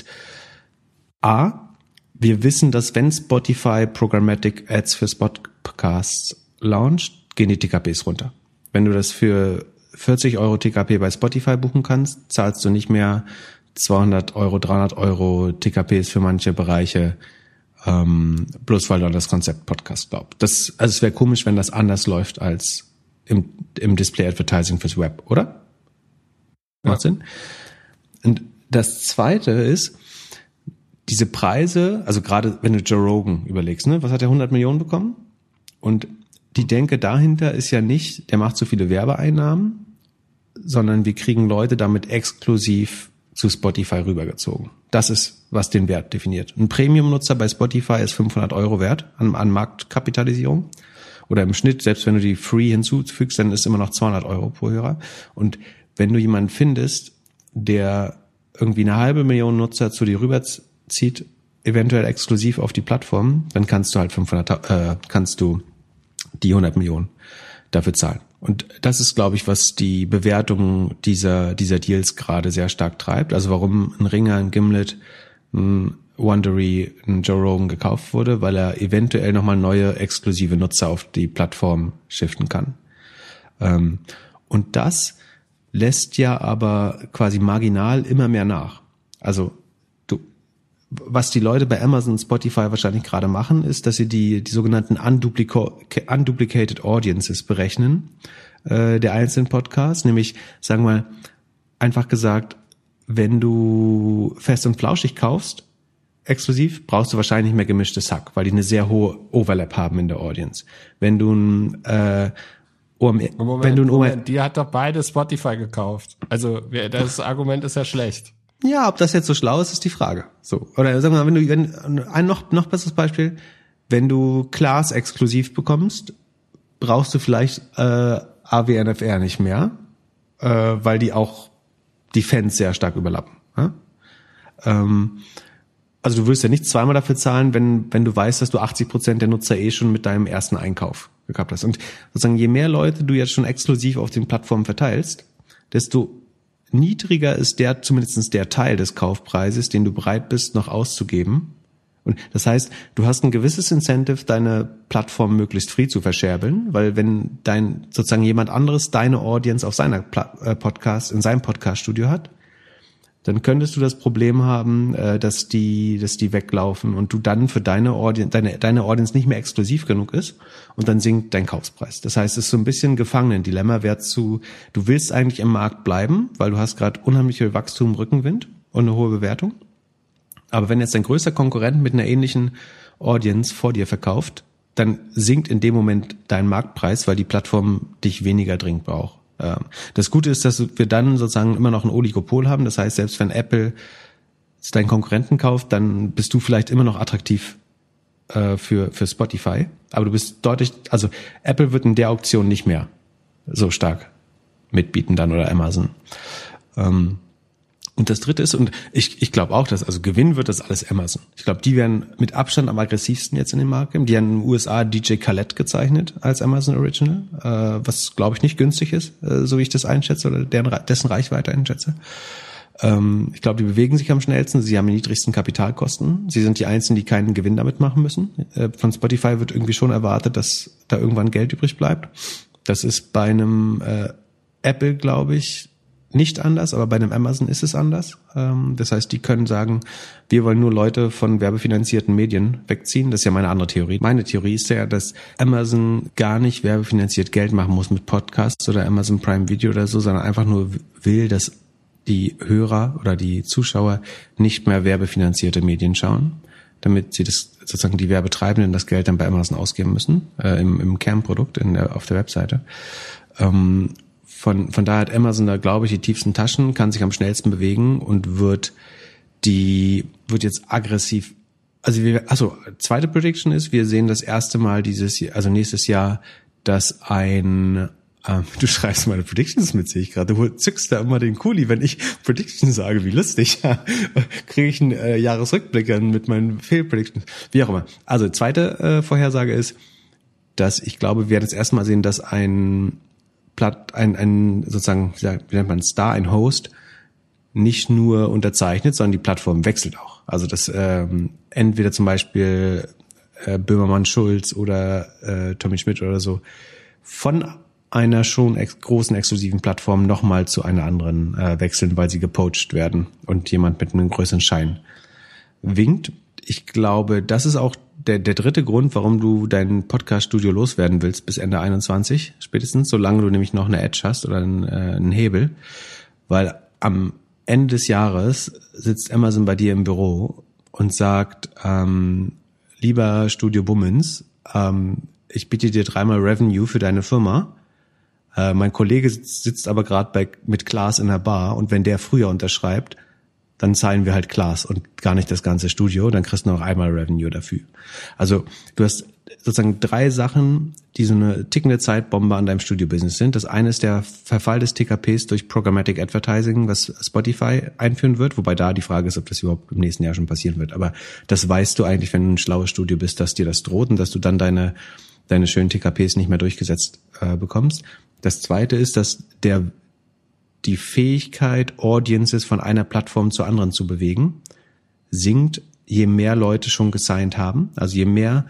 A, wir wissen, dass wenn Spotify Programmatic Ads für Podcasts launcht, gehen die T K Ps runter. Wenn du das für vierzig Euro T K P bei Spotify buchen kannst, zahlst du nicht mehr zweihundert Euro, dreihundert Euro T K Ps für manche Bereiche, ähm, bloß weil du an das Konzept Podcast glaubst. Das, also es wäre komisch, wenn das anders läuft als im, im Display Advertising fürs Web, oder? Macht Sinn? Und das Zweite ist, diese Preise, also gerade wenn du Joe Rogan überlegst, ne, was hat er, hundert Millionen bekommen? Und die Denke dahinter ist ja nicht, der macht so viele Werbeeinnahmen, sondern wir kriegen Leute damit exklusiv zu Spotify rübergezogen. Das ist, was den Wert definiert. Ein Premium-Nutzer bei Spotify ist fünfhundert Euro wert an, an Marktkapitalisierung. Oder im Schnitt, selbst wenn du die Free hinzufügst, dann ist immer noch zweihundert Euro pro Hörer. Und wenn du jemanden findest, der irgendwie eine halbe Million Nutzer zu dir rüberzieht, eventuell exklusiv auf die Plattform, dann kannst du halt fünfhundert, äh, kannst du die hundert Millionen dafür zahlen. Und das ist, glaube ich, was die Bewertung dieser dieser Deals gerade sehr stark treibt. Also warum ein Ringer, ein Gimlet, ein Wondery, ein Joe Rogan gekauft wurde, weil er eventuell nochmal neue exklusive Nutzer auf die Plattform shiften kann. Und das lässt ja aber quasi marginal immer mehr nach. Also was die Leute bei Amazon und Spotify wahrscheinlich gerade machen, ist, dass sie die, die sogenannten Unduplicated Audiences berechnen, äh, der einzelnen Podcasts. Nämlich, sagen wir mal, einfach gesagt, wenn du Fest und Flauschig kaufst, exklusiv, brauchst du wahrscheinlich nicht mehr gemischtes Hack, weil die eine sehr hohe Overlap haben in der Audience. Wenn du ein, äh, Moment, wenn du ein Moment, die hat doch beide Spotify gekauft. Also, das Argument ist ja schlecht. Ja, ob das jetzt so schlau ist, ist die Frage. So. Oder sagen wir mal, wenn du, wenn, ein noch, noch besseres Beispiel, wenn du Klaas exklusiv bekommst, brauchst du vielleicht, äh, A W N F R nicht mehr, äh, weil die auch die Fans sehr stark überlappen. Ja? Ähm, also du würdest ja nicht zweimal dafür zahlen, wenn, wenn du weißt, dass du achtzig Prozent der Nutzer eh schon mit deinem ersten Einkauf gehabt hast. Und sozusagen, je mehr Leute du jetzt schon exklusiv auf den Plattformen verteilst, desto niedriger ist der, zumindest der Teil des Kaufpreises, den du bereit bist, noch auszugeben. Und das heißt, du hast ein gewisses Incentive, deine Plattform möglichst free zu verscherbeln, weil wenn dein, sozusagen jemand anderes deine Audience auf seiner Pla- äh, Podcast, in seinem Podcast-Studio hat, dann könntest du das Problem haben, äh, dass die, dass die weglaufen und du dann für deine Audience, deine, deine Audience nicht mehr exklusiv genug ist und dann sinkt dein Kaufpreis. Das heißt, es ist so ein bisschen Gefangenen-Dilemma, wer zu, du willst eigentlich im Markt bleiben, weil du hast gerade unheimlich viel Wachstum, Rückenwind und eine hohe Bewertung. Aber wenn jetzt ein größer Konkurrent mit einer ähnlichen Audience vor dir verkauft, dann sinkt in dem Moment dein Marktpreis, weil die Plattform dich weniger dringend braucht. Ähm, das Gute ist, dass wir dann sozusagen immer noch ein Oligopol haben. Das heißt, selbst wenn Apple deinen Konkurrenten kauft, dann bist du vielleicht immer noch attraktiv äh, für für Spotify. Aber du bist deutlich, also Apple wird in der Auktion nicht mehr so stark mitbieten dann oder Amazon. Ähm, und das Dritte ist, und ich ich glaube auch, dass also gewinnen wird das alles Amazon. Ich glaube, die werden mit Abstand am aggressivsten jetzt in den Markt gehen. Die haben in den U S A D J Khaled gezeichnet als Amazon Original, äh, was glaube ich nicht günstig ist, äh, so wie ich das einschätze oder deren, dessen Reichweite einschätze. Ähm, ich glaube, die bewegen sich am schnellsten. Sie haben die niedrigsten Kapitalkosten. Sie sind die Einzigen, die keinen Gewinn damit machen müssen. Äh, von Spotify wird irgendwie schon erwartet, dass da irgendwann Geld übrig bleibt. Das ist bei einem äh, Apple, glaube ich, nicht anders, aber bei einem Amazon ist es anders. Ähm, das heißt, die können sagen, wir wollen nur Leute von werbefinanzierten Medien wegziehen. Das ist ja meine andere Theorie. Meine Theorie ist ja, dass Amazon gar nicht werbefinanziert Geld machen muss mit Podcasts oder Amazon Prime Video oder so, sondern einfach nur will, dass die Hörer oder die Zuschauer nicht mehr werbefinanzierte Medien schauen, damit sie das sozusagen die Werbetreibenden das Geld dann bei Amazon ausgeben müssen, äh, im, im Kernprodukt in der, auf der Webseite. Ähm, Von, von daher hat Amazon da, glaube ich, die tiefsten Taschen, kann sich am schnellsten bewegen und wird die, wird jetzt aggressiv, also wir, also zweite Prediction ist, wir sehen das erste Mal dieses Jahr, also nächstes Jahr, dass ein, ähm, du schreibst meine Predictions mit, sehe ich gerade, du zückst da immer den Kuli, wenn ich Predictions sage, wie lustig, kriege ich einen äh, Jahresrückblick an mit meinen Fehlpredictions, wie auch immer. Also zweite äh, Vorhersage ist, dass ich glaube, wir werden jetzt erstmal sehen, dass ein Platt, ein, ein sozusagen, wie nennt man, Star, ein Host, nicht nur unterzeichnet, sondern die Plattform wechselt auch. Also dass ähm, entweder zum Beispiel äh, Böhmermann, Schulz oder äh, Tommy Schmidt oder so von einer schon ex- großen exklusiven Plattform nochmal zu einer anderen äh, wechseln, weil sie gepoacht werden und jemand mit einem größeren Schein winkt. Ich glaube, das ist auch der, der dritte Grund, warum du dein Podcast-Studio loswerden willst bis Ende einundzwanzig, spätestens, solange du nämlich noch eine Edge hast oder einen, äh, einen Hebel. Weil am Ende des Jahres sitzt Amazon bei dir im Büro und sagt, ähm, lieber Studio Bummens, ähm, ich biete dir dreimal Revenue für deine Firma. Äh, mein Kollege sitzt, sitzt aber gerade bei mit Klaas in der Bar und wenn der früher unterschreibt, dann zahlen wir halt Klaas und gar nicht das ganze Studio, dann kriegst du noch einmal Revenue dafür. Also du hast sozusagen drei Sachen, die so eine tickende Zeitbombe an deinem Studio-Business sind. Das eine ist der Verfall des T K Ps durch Programmatic Advertising, was Spotify einführen wird, wobei da die Frage ist, ob das überhaupt im nächsten Jahr schon passieren wird. Aber das weißt du eigentlich, wenn du ein schlaues Studio bist, dass dir das droht und dass du dann deine deine schönen T K Ps nicht mehr durchgesetzt äh, bekommst. Das zweite ist, dass der die Fähigkeit, Audiences von einer Plattform zur anderen zu bewegen, sinkt, je mehr Leute schon gesigned haben. Also je mehr,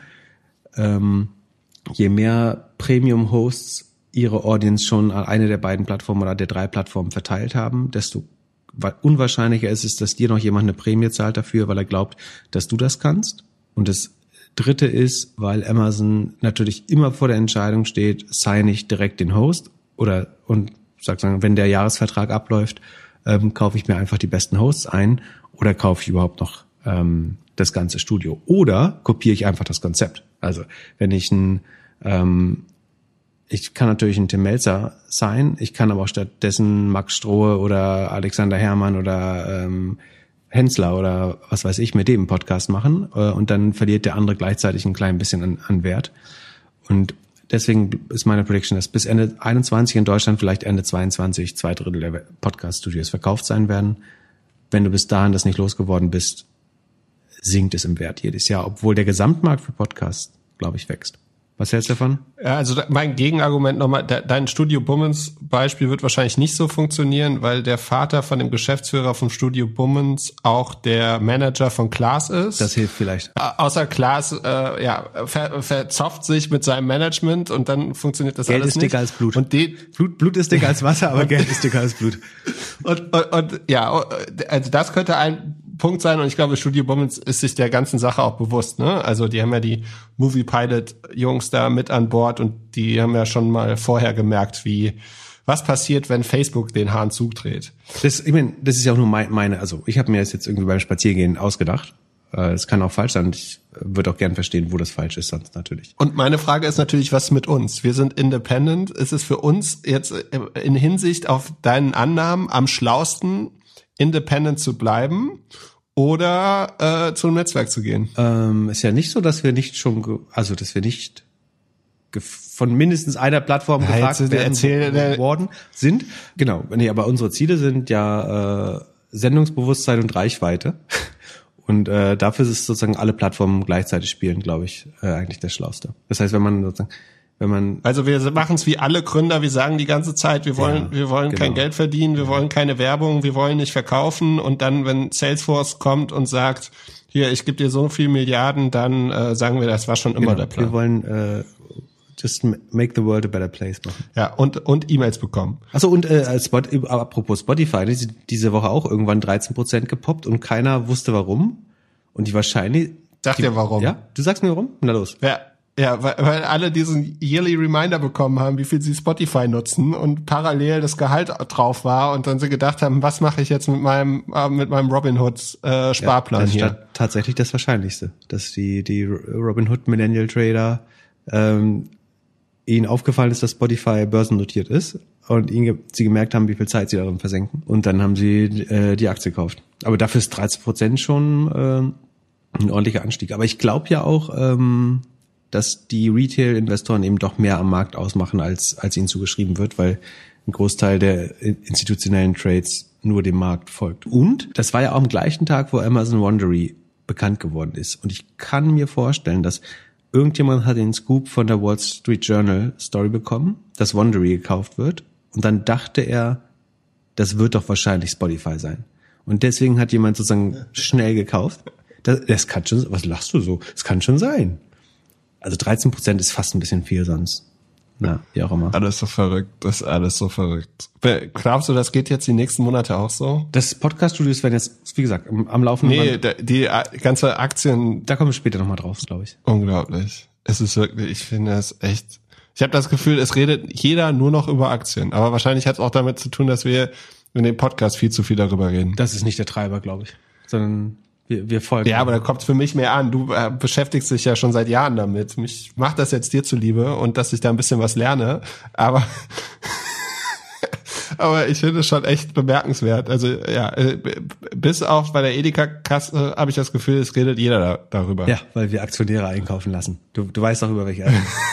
ähm, je mehr Premium-Hosts ihre Audience schon an eine der beiden Plattformen oder der drei Plattformen verteilt haben, desto unwahrscheinlicher ist es, dass dir noch jemand eine Prämie zahlt dafür, weil er glaubt, dass du das kannst. Und das Dritte ist, weil Amazon natürlich immer vor der Entscheidung steht, sign ich direkt den Host oder und sag sagen, wenn der Jahresvertrag abläuft, ähm, kaufe ich mir einfach die besten Hosts ein oder kaufe ich überhaupt noch ähm, das ganze Studio oder kopiere ich einfach das Konzept. Also wenn ich ein, ähm, ich kann natürlich einen Tim Melzer sein, ich kann aber auch stattdessen Max Strohe oder Alexander Herrmann oder ähm, Hensler oder was weiß ich mit dem Podcast machen äh, und dann verliert der andere gleichzeitig ein klein bisschen an, an Wert. Und deswegen ist meine Prediction, dass bis Ende einundzwanzig in Deutschland, vielleicht Ende zweiundzwanzig, zwei Drittel der Podcast-Studios verkauft sein werden. Wenn du bis dahin das nicht losgeworden bist, sinkt es im Wert jedes Jahr, obwohl der Gesamtmarkt für Podcasts, glaube ich, wächst. Was hältst du davon? Ja, also mein Gegenargument nochmal, dein Studio Bummens Beispiel wird wahrscheinlich nicht so funktionieren, weil der Vater von dem Geschäftsführer vom Studio Bummens auch der Manager von Klaas ist. Das hilft vielleicht. Außer Klaas äh, ja, ver, verzopft sich mit seinem Management und dann funktioniert das Geld alles nicht. Geld ist dicker als Blut. Und die, Blut, Blut ist dicker als Wasser, aber Geld ist dicker als Blut. Und, und, und ja, also das könnte ein Punkt sein und ich glaube, Studio Bummens ist sich der ganzen Sache auch bewusst, ne? Also die haben ja die Movie Pilot Jungs da mit an Bord und die haben ja schon mal vorher gemerkt, wie was passiert, wenn Facebook den Hahn zudreht. Das, ich meine, das ist ja auch nur mein, meine, also ich habe mir das jetzt irgendwie beim Spaziergehen ausgedacht. Es kann auch falsch sein. Ich würde auch gern verstehen, wo das falsch ist sonst natürlich. Und meine Frage ist natürlich, was mit uns? Wir sind independent. Ist es für uns jetzt in Hinsicht auf deinen Annahmen am schlausten, independent zu bleiben oder äh, zum Netzwerk zu gehen? Ähm, ist ja nicht so, dass wir nicht schon, ge- also dass wir nicht ge- von mindestens einer Plattform Ja, gefragt jetzt werden erzähl- worden sind. Genau. Nee, aber unsere Ziele sind ja äh, Sendungsbewusstsein und Reichweite. Und äh, dafür ist es sozusagen alle Plattformen gleichzeitig spielen, glaube ich, äh, eigentlich das Schlauste. Das heißt, wenn man sozusagen, wenn man Also wir machen es wie alle Gründer, wir sagen die ganze Zeit, wir wollen, Ja, wir wollen genau. kein Geld verdienen, wir wollen keine Werbung, wir wollen nicht verkaufen und dann, wenn Salesforce kommt und sagt, hier, ich gebe dir so viel Milliarden, dann äh, sagen wir, das war schon immer genau, der Plan. wir wollen äh, just make the world a better place machen. Ja, und und E-Mails bekommen. Achso, und äh, Spot, apropos Spotify, die sind diese Woche auch irgendwann dreizehn Prozent gepoppt und keiner wusste warum. Und die wahrscheinlich... Sag die, dir warum. Ja? Du sagst mir warum? Na los. Ja, ja, weil, weil alle diesen yearly Reminder bekommen haben, wie viel sie Spotify nutzen und parallel das Gehalt drauf war und dann sie gedacht haben, was mache ich jetzt mit meinem äh, mit meinem Robinhood äh, Sparplan ja, das ist hier? ta- tatsächlich das Wahrscheinlichste, dass die die Robinhood Millennial Trader ähm, ihnen aufgefallen ist, dass Spotify börsennotiert ist und ihnen ge- sie gemerkt haben, wie viel Zeit sie darin versenken und dann haben sie äh, die Aktie gekauft. Aber dafür ist dreizehn Prozent schon äh, ein ordentlicher Anstieg. Aber ich glaube ja auch, ähm, dass die Retail-Investoren eben doch mehr am Markt ausmachen, als als ihnen zugeschrieben wird, weil ein Großteil der institutionellen Trades nur dem Markt folgt. Und das war ja auch am gleichen Tag, wo Amazon Wondery bekannt geworden ist. Und ich kann mir vorstellen, dass irgendjemand hat den Scoop von der Wall Street Journal Story bekommen, dass Wondery gekauft wird. Und dann dachte er, das wird doch wahrscheinlich Spotify sein. Und deswegen hat jemand sozusagen schnell gekauft. Das, das kann schon, was lachst du so? Das kann schon sein. Also dreizehn Prozent ist fast ein bisschen viel sonst. Na, wie auch immer. Alles so verrückt, das ist alles so verrückt. Glaubst du, das geht jetzt die nächsten Monate auch so? Das Podcast-Studios werden jetzt, wie gesagt, am, am laufenden Nee, Band. da- die äh, ganze Aktien, Da kommen wir später nochmal drauf, glaube ich. unglaublich. Es ist wirklich, ich finde es echt, ich habe das Gefühl, es redet jeder nur noch über Aktien. Aber wahrscheinlich hat es auch damit zu tun, dass wir in dem Podcast viel zu viel darüber reden. Das ist nicht der Treiber, glaube ich. Sondern wir, wir folgen. Ja, aber da kommt es für mich mehr an. Du äh, beschäftigst dich ja schon seit Jahren damit. Mich macht das jetzt dir zuliebe und dass ich da ein bisschen was lerne. Aber aber ich finde es schon echt bemerkenswert. Also ja, äh, b- bis auf bei der Edeka-Kasse habe ich das Gefühl, es redet jeder da, darüber. Ja, weil wir Aktionäre einkaufen lassen. Du, du weißt auch über welche.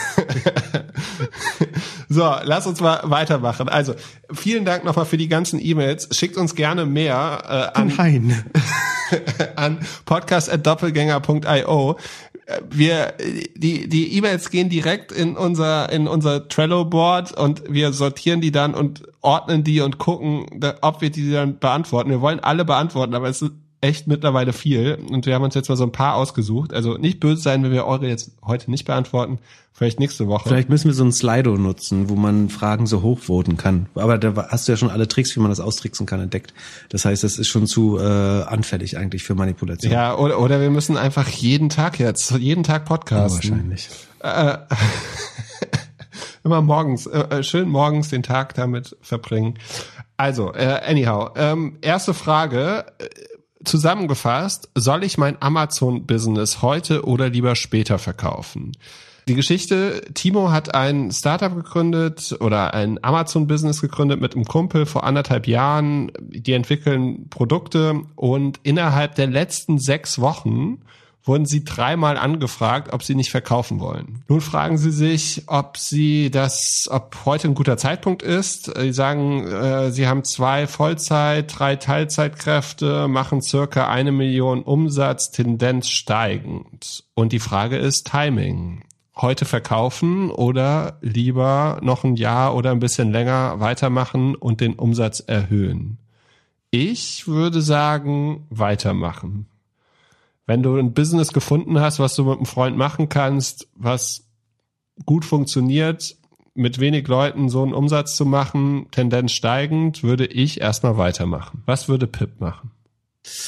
So, lass uns mal weitermachen. Also, vielen Dank nochmal für die ganzen E-Mails. Schickt uns gerne mehr äh, an, Nein. an podcast at doppelgänger punkt io. Wir, die, die E-Mails gehen direkt in unser, in unser Trello-Board und wir sortieren die dann und ordnen die und gucken, da, ob wir die dann beantworten. Wir wollen alle beantworten, aber es ist echt mittlerweile viel und wir haben uns jetzt mal so ein paar ausgesucht. Also nicht böse sein, wenn wir eure jetzt heute nicht beantworten. Vielleicht nächste Woche. Vielleicht müssen wir so ein Slido nutzen, wo man Fragen so hochvoten kann. Aber da hast du ja schon alle Tricks, wie man das austricksen kann, entdeckt. Das heißt, das ist schon zu äh, anfällig eigentlich für Manipulation. Ja, oder, oder wir müssen einfach jeden Tag jetzt, jeden Tag Ja, podcasten. wahrscheinlich. Äh, immer morgens, äh, schön morgens den Tag damit verbringen. Also, äh, anyhow, ähm, erste Frage, äh, zusammengefasst, soll ich mein Amazon-Business heute oder lieber später verkaufen? Die Geschichte, Timo hat ein Startup gegründet oder ein Amazon-Business gegründet mit einem Kumpel vor anderthalb Jahren. Die entwickeln Produkte und innerhalb der letzten sechs Wochen wurden sie dreimal angefragt, ob sie nicht verkaufen wollen. Nun fragen sie sich, ob sie das, ob heute ein guter Zeitpunkt ist. Sie sagen, äh, sie haben zwei Vollzeit, drei Teilzeitkräfte, machen circa eine Million Umsatz, Tendenz steigend. Und die Frage ist Timing. Heute verkaufen oder lieber noch ein Jahr oder ein bisschen länger weitermachen und den Umsatz erhöhen? Ich würde sagen, weitermachen. Wenn du ein Business gefunden hast, was du mit einem Freund machen kannst, was gut funktioniert, mit wenig Leuten so einen Umsatz zu machen, Tendenz steigend, würde ich erstmal weitermachen. Was würde Pip machen?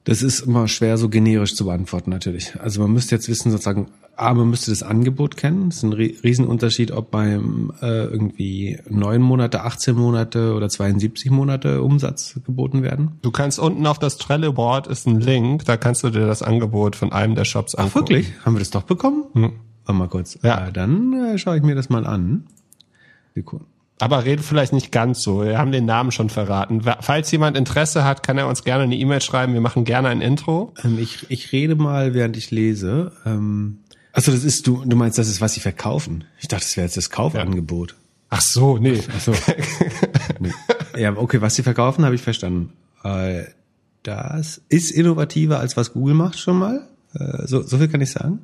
Das ist immer schwer so generisch zu beantworten natürlich. Also man müsste jetzt wissen sozusagen, A, man müsste das Angebot kennen. Das ist ein Riesenunterschied, ob beim äh, irgendwie neun Monate, achtzehn Monate oder zweiundsiebzig Monate Umsatz geboten werden. Du kannst unten auf das Trello-Board ist ein Link, da kannst du dir das Angebot von einem der Shops angucken. Ach wirklich? Haben wir das doch bekommen? Hm. Warte mal kurz. Ja. Äh, dann äh, schaue ich mir das mal an. Sekunde. Aber rede vielleicht nicht ganz so. Wir haben den Namen schon verraten. Falls jemand Interesse hat, kann er uns gerne eine E-Mail schreiben. Wir machen gerne ein Intro. Ähm, ich, ich rede mal, während ich lese. Ähm, achso, das ist, du, du meinst, das ist, was sie verkaufen. Ich dachte, das wäre jetzt das Kaufangebot. Ja. Ach so, nee. Ach so. nee. Ja, okay, was sie verkaufen, habe ich verstanden. Äh, das ist innovativer, als was Google macht schon mal. Äh, so, so viel kann ich sagen.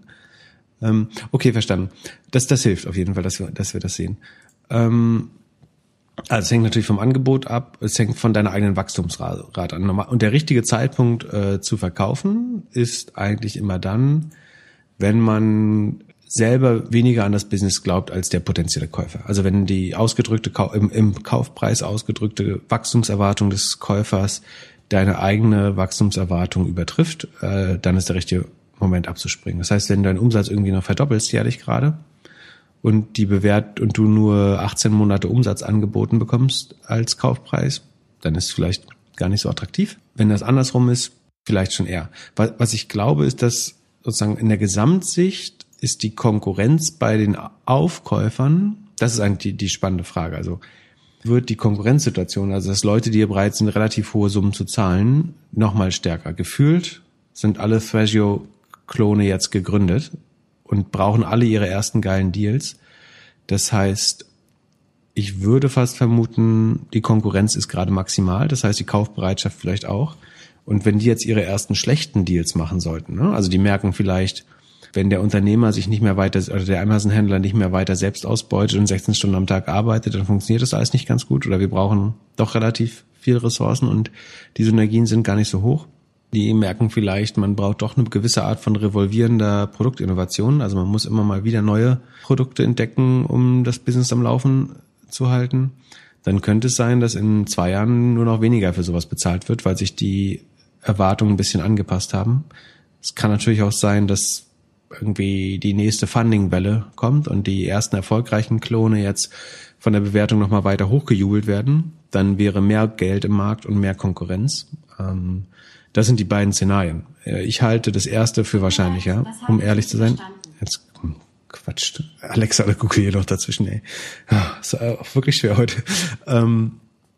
Ähm, okay, verstanden. Das, das hilft auf jeden Fall, dass wir, dass wir das sehen. Ähm, Also es hängt natürlich vom Angebot ab, es hängt von deiner eigenen Wachstumsrate an. Und der richtige Zeitpunkt äh, zu verkaufen ist eigentlich immer dann, wenn man selber weniger an das Business glaubt als der potenzielle Käufer. Also wenn die ausgedrückte im, im Kaufpreis ausgedrückte Wachstumserwartung des Käufers deine eigene Wachstumserwartung übertrifft, äh, dann ist der richtige Moment abzuspringen. Das heißt, wenn du deinen Umsatz irgendwie noch verdoppelst jährlich gerade, und die bewährt und du nur achtzehn Monate Umsatz angeboten bekommst als Kaufpreis, dann ist es vielleicht gar nicht so attraktiv. Wenn das andersrum ist, vielleicht schon eher. Was ich glaube, ist, dass sozusagen in der Gesamtsicht ist die Konkurrenz bei den Aufkäufern, das ist eigentlich die, die spannende Frage. Also wird die Konkurrenzsituation, also dass Leute, die hier bereit sind, relativ hohe Summen zu zahlen, nochmal stärker. Gefühlt sind alle Thrasio-Klone jetzt gegründet und brauchen alle ihre ersten geilen Deals. Das heißt, ich würde fast vermuten, die Konkurrenz ist gerade maximal. Das heißt, die Kaufbereitschaft vielleicht auch. Und wenn die jetzt ihre ersten schlechten Deals machen sollten, ne? Also die merken vielleicht, wenn der Unternehmer sich nicht mehr weiter, oder der Amazon-Händler nicht mehr weiter selbst ausbeutet und sechzehn Stunden am Tag arbeitet, dann funktioniert das alles nicht ganz gut. Oder wir brauchen doch relativ viel Ressourcen und die Synergien sind gar nicht so hoch. Die merken vielleicht, man braucht doch eine gewisse Art von revolvierender Produktinnovation. Also man muss immer mal wieder neue Produkte entdecken, um das Business am Laufen zu halten. Dann könnte es sein, dass in zwei Jahren nur noch weniger für sowas bezahlt wird, weil sich die Erwartungen ein bisschen angepasst haben. Es kann natürlich auch sein, dass irgendwie die nächste Funding-Welle kommt und die ersten erfolgreichen Klone jetzt von der Bewertung nochmal weiter hochgejubelt werden. Dann wäre mehr Geld im Markt und mehr Konkurrenz. Ähm, Das sind die beiden Szenarien. Ich halte das erste für wahrscheinlicher, um ehrlich zu sein. Jetzt Quatsch. Alexa oder Google hier noch dazwischen, ey. Das ist auch wirklich schwer heute. Ähm,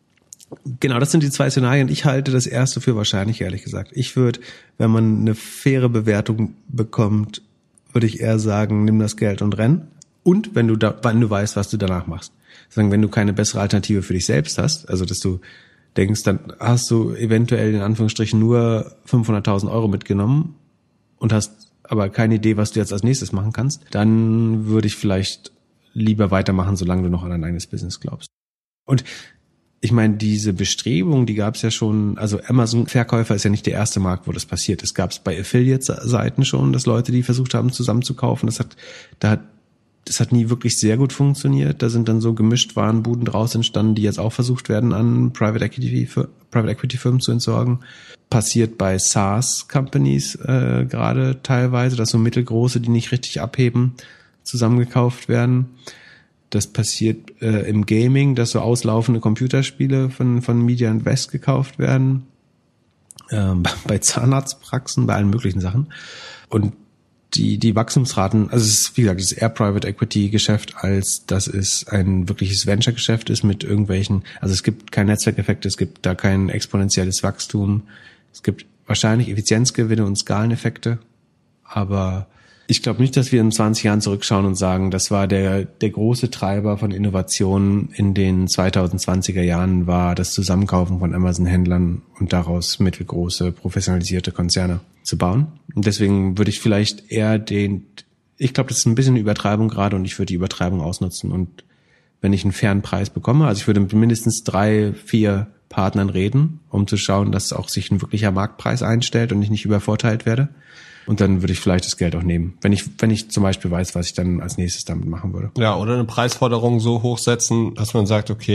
genau, das sind die zwei Szenarien. Ich halte das erste für wahrscheinlich, ehrlich gesagt. Ich würde, wenn man eine faire Bewertung bekommt, würde ich eher sagen, nimm das Geld und renn. Und wenn du da, wenn du weißt, was du danach machst. Sagen, wenn du keine bessere Alternative für dich selbst hast, also dass du denkst, dann hast du eventuell in Anführungsstrichen nur fünfhunderttausend Euro mitgenommen und hast aber keine Idee, was du jetzt als nächstes machen kannst, dann würde ich vielleicht lieber weitermachen, solange du noch an dein eigenes Business glaubst. Und ich meine, diese Bestrebung, die gab es ja schon, also Amazon-Verkäufer ist ja nicht der erste Markt, wo das passiert. Es gab es bei Affiliate-Seiten schon, dass Leute, die versucht haben, zusammenzukaufen, das hat, da hat Das hat nie wirklich sehr gut funktioniert. Da sind dann so Gemischtwarenbuden draus entstanden, die jetzt auch versucht werden, an Private Equity, Private Equity Firmen zu entsorgen. Passiert bei SaaS-Companies äh, gerade teilweise, dass so mittelgroße, die nicht richtig abheben, zusammengekauft werden. Das passiert äh, im Gaming, dass so auslaufende Computerspiele von von Media Invest gekauft werden. Ähm, bei Zahnarztpraxen, bei allen möglichen Sachen. Und Die, die Wachstumsraten, also es ist, wie gesagt, es ist eher Private Equity Geschäft, als dass es ein wirkliches Venture Geschäft ist mit irgendwelchen, also es gibt keinen Netzwerkeffekt, es gibt da kein exponentielles Wachstum, es gibt wahrscheinlich Effizienzgewinne und Skaleneffekte, aber ich glaube nicht, dass wir in zwanzig Jahren zurückschauen und sagen, das war der, der große Treiber von Innovationen in den zweitausendzwanziger Jahren war das Zusammenkaufen von Amazon-Händlern und daraus mittelgroße, professionalisierte Konzerne zu bauen. Und deswegen würde ich vielleicht eher den, ich glaube, das ist ein bisschen eine Übertreibung gerade und ich würde die Übertreibung ausnutzen. Und wenn ich einen fairen Preis bekomme, also ich würde mit mindestens drei, vier Partnern reden, um zu schauen, dass auch sich ein wirklicher Marktpreis einstellt und ich nicht übervorteilt werde. Und dann würde ich vielleicht das Geld auch nehmen, wenn ich wenn ich zum Beispiel weiß, was ich dann als nächstes damit machen würde. Ja, oder eine Preisforderung so hochsetzen, dass man sagt, okay,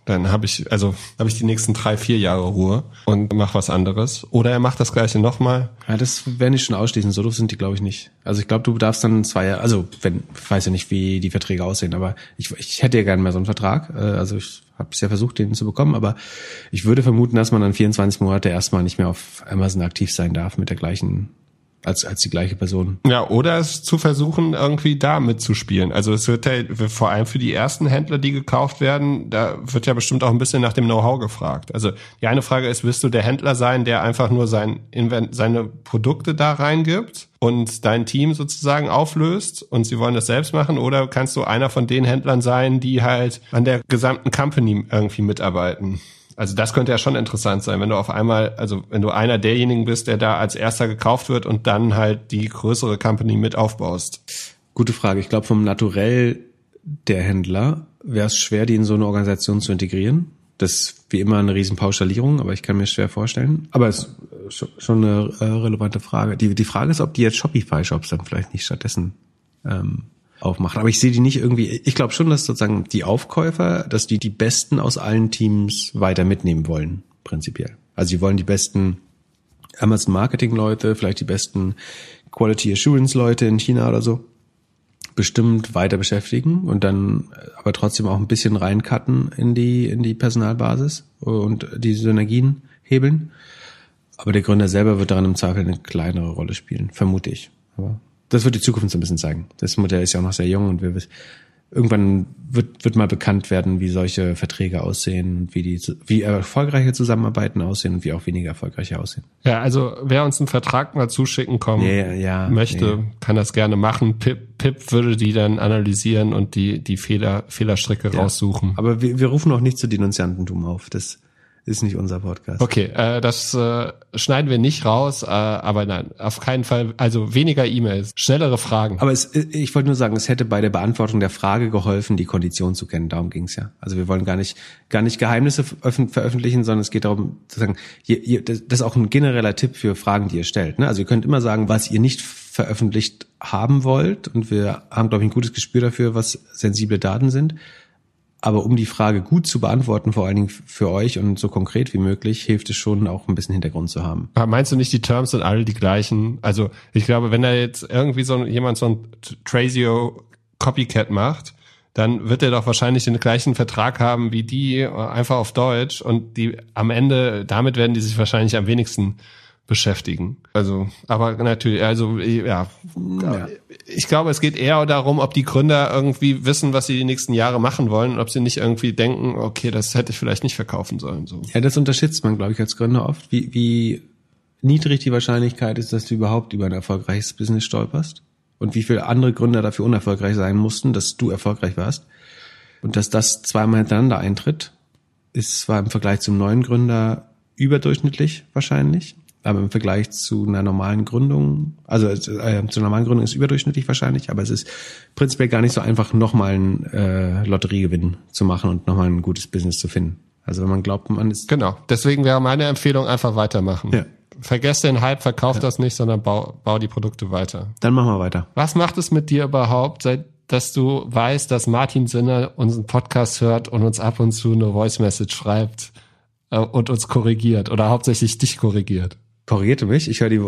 Dann habe ich, also habe ich die nächsten drei, vier Jahre Ruhe und mache was anderes. Oder er macht das Gleiche nochmal. Ja, das werden ich schon ausschließen. So doof sind die, glaube ich, nicht. Also ich glaube, du darfst dann zwei Jahre, also wenn, ich weiß ja nicht, wie die Verträge aussehen, aber ich, ich hätte ja gerne mal so einen Vertrag. Also ich habe es ja versucht, den zu bekommen, aber ich würde vermuten, dass man dann vierundzwanzig Monate erstmal nicht mehr auf Amazon aktiv sein darf mit der gleichen als als die gleiche Person. Ja, oder es zu versuchen, irgendwie da mitzuspielen. Also es wird ja vor allem für die ersten Händler, die gekauft werden, da wird ja bestimmt auch ein bisschen nach dem Know-how gefragt. Also die eine Frage ist, willst du der Händler sein, der einfach nur sein Invent, seine Produkte da reingibt und dein Team sozusagen auflöst und sie wollen das selbst machen, oder kannst du einer von den Händlern sein, die halt an der gesamten Company irgendwie mitarbeiten? Also das könnte ja schon interessant sein, wenn du auf einmal, also wenn du einer derjenigen bist, der da als erster gekauft wird und dann halt die größere Company mit aufbaust. Gute Frage. Ich glaube, vom Naturell der Händler wäre es schwer, die in so eine Organisation zu integrieren. Das ist wie immer eine riesen Pauschalierung, aber ich kann mir schwer vorstellen. Aber es ist schon eine äh, relevante Frage. Die, die Frage ist, ob die jetzt Shopify-Shops dann vielleicht nicht stattdessen ähm, aufmachen. Aber ich sehe die nicht irgendwie, ich glaube schon, dass sozusagen die Aufkäufer, dass die die Besten aus allen Teams weiter mitnehmen wollen, prinzipiell. Also sie wollen die besten Amazon Marketing Leute, vielleicht die besten Quality Assurance Leute in China oder so, bestimmt weiter beschäftigen und dann aber trotzdem auch ein bisschen reincutten in die, in die Personalbasis und die Synergien hebeln. Aber der Gründer selber wird daran im Zweifel eine kleinere Rolle spielen, vermute ich. Aber das wird die Zukunft so ein bisschen zeigen. Das Modell ist ja auch noch sehr jung und wir irgendwann wird wird mal bekannt werden, wie solche Verträge aussehen, wie die wie erfolgreiche Zusammenarbeiten aussehen und wie auch weniger erfolgreiche aussehen. Ja, also wer uns einen Vertrag mal zuschicken kommen ja, ja, möchte, nee. kann das gerne machen. Pip, Pip würde die dann analysieren und die die Fehler Fehlerstricke ja, raussuchen. Aber wir, wir rufen auch nicht zu Denunziantentum auf. Das ist nicht unser Podcast. Okay, äh, das äh, schneiden wir nicht raus, äh, aber nein, auf keinen Fall, also weniger E-Mails, schnellere Fragen. Aber es, ich wollte nur sagen, es hätte bei der Beantwortung der Frage geholfen, die Kondition zu kennen, darum ging's ja. Also wir wollen gar nicht gar nicht Geheimnisse veröffentlichen, sondern es geht darum, zu sagen, je, je, das ist auch ein genereller Tipp für Fragen, die ihr stellt. Ne? Also ihr könnt immer sagen, was ihr nicht veröffentlicht haben wollt, und wir haben, glaube ich, ein gutes Gespür dafür, was sensible Daten sind. Aber um die Frage gut zu beantworten, vor allen Dingen für euch und so konkret wie möglich, hilft es schon, auch ein bisschen Hintergrund zu haben. Meinst du nicht, die Terms sind alle die gleichen? Also ich glaube, wenn da jetzt irgendwie so jemand so ein Thrasio Copycat macht, dann wird er doch wahrscheinlich den gleichen Vertrag haben wie die, einfach auf Deutsch. Und die am Ende, damit werden die sich wahrscheinlich am wenigsten beschäftigen. Also, aber natürlich, also ja, ja, ich glaube, es geht eher darum, ob die Gründer irgendwie wissen, was sie die nächsten Jahre machen wollen und ob sie nicht irgendwie denken, okay, das hätte ich vielleicht nicht verkaufen sollen. So. Ja, das unterschätzt man, glaube ich, als Gründer oft, wie, wie niedrig die Wahrscheinlichkeit ist, dass du überhaupt über ein erfolgreiches Business stolperst und wie viele andere Gründer dafür unerfolgreich sein mussten, dass du erfolgreich warst. Und dass das zweimal hintereinander eintritt, ist zwar im Vergleich zum neuen Gründer überdurchschnittlich wahrscheinlich, aber im Vergleich zu einer normalen Gründung, also äh, zu einer normalen Gründung ist überdurchschnittlich wahrscheinlich, aber es ist prinzipiell gar nicht so einfach, nochmal einen äh, Lotteriegewinn zu machen und nochmal ein gutes Business zu finden. Also wenn man glaubt, man ist... Genau, deswegen wäre meine Empfehlung, einfach weitermachen. Ja. Vergesst den Hype, verkauft ja. das nicht, sondern bau, bau die Produkte weiter. Dann machen wir weiter. Was macht es mit dir überhaupt, seit dass du weißt, dass Martin Sinner unseren Podcast hört und uns ab und zu eine Voice-Message schreibt äh, und uns korrigiert oder hauptsächlich dich korrigiert? Korrigierte mich? Ich höre die...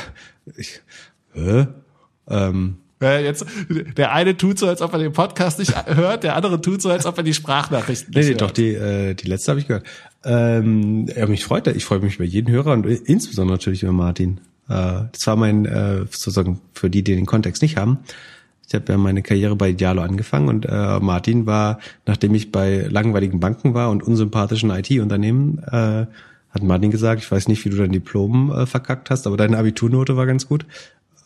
Ich, äh, ähm, Jetzt, der eine tut so, als ob er den Podcast nicht hört, der andere tut so, als ob er die Sprachnachrichten nicht nee, nee, hört. Doch, die, äh, die letzte habe ich gehört. Ähm, ja, mich freut er. Ich freue mich über jeden Hörer und insbesondere natürlich über Martin. Äh, das war mein, äh, sozusagen für die, die den Kontext nicht haben. Ich habe ja meine Karriere bei Idealo angefangen und äh, Martin war, nachdem ich bei langweiligen Banken war und unsympathischen I T-Unternehmen, äh, hat Martin gesagt, ich weiß nicht, wie du dein Diplom äh, verkackt hast, aber deine Abiturnote war ganz gut.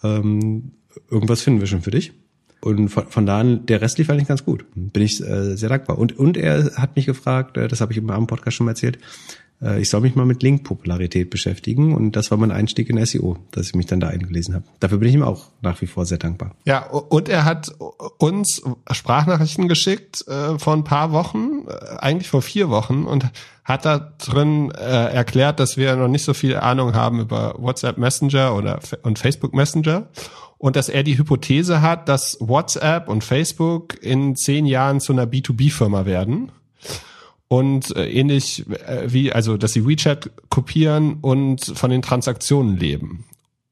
Ähm, irgendwas finden wir schon für dich. Und von, von da an, der Rest lief eigentlich ganz gut. Bin ich äh, sehr dankbar. Und und er hat mich gefragt, äh, das habe ich im Abend-Podcast schon mal erzählt, äh, ich soll mich mal mit Link-Popularität beschäftigen. Und das war mein Einstieg in S E O, dass ich mich dann da eingelesen habe. Dafür bin ich ihm auch nach wie vor sehr dankbar. Ja, und er hat uns Sprachnachrichten geschickt äh, vor ein paar Wochen, äh, eigentlich vor vier Wochen, und hat da drin äh, erklärt, dass wir noch nicht so viel Ahnung haben über WhatsApp Messenger oder und Facebook Messenger und dass er die Hypothese hat, dass WhatsApp und Facebook in zehn Jahren zu einer B zwei B Firma werden und äh, ähnlich äh, wie, also dass sie WeChat kopieren und von den Transaktionen leben.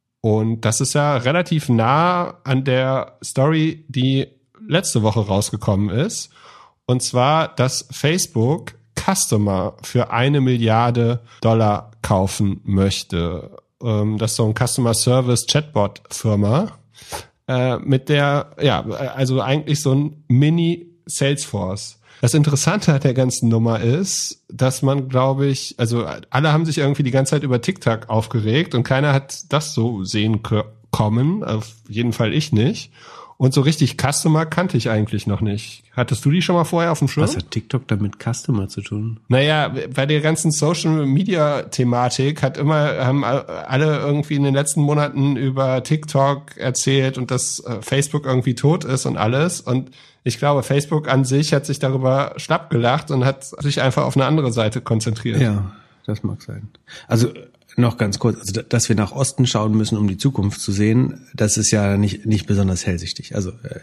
Und das ist ja relativ nah an der Story, die letzte Woche rausgekommen ist. Und zwar, dass Facebook Customer für eine Milliarde Dollar kaufen möchte. Ähm, das ist so ein Customer Service Chatbot Firma, äh, mit der, ja, also eigentlich so ein Mini Salesforce. Das Interessante an der ganzen Nummer ist, dass man, glaube ich, also alle haben sich irgendwie die ganze Zeit über TikTok aufgeregt und keiner hat das so sehen kommen, auf jeden Fall ich nicht. Und so richtig Customer kannte ich eigentlich noch nicht. Hattest du die schon mal vorher auf dem Schirm? Was hat TikTok damit Customer zu tun? Naja, bei der ganzen Social-Media-Thematik hat immer, haben alle irgendwie in den letzten Monaten über TikTok erzählt und dass Facebook irgendwie tot ist und alles. Und ich glaube, Facebook an sich hat sich darüber schlapp gelacht und hat sich einfach auf eine andere Seite konzentriert. Ja, das mag sein. Also noch ganz kurz, also dass wir nach Osten schauen müssen, um die Zukunft zu sehen, das ist ja nicht nicht besonders hellsichtig. Also äh,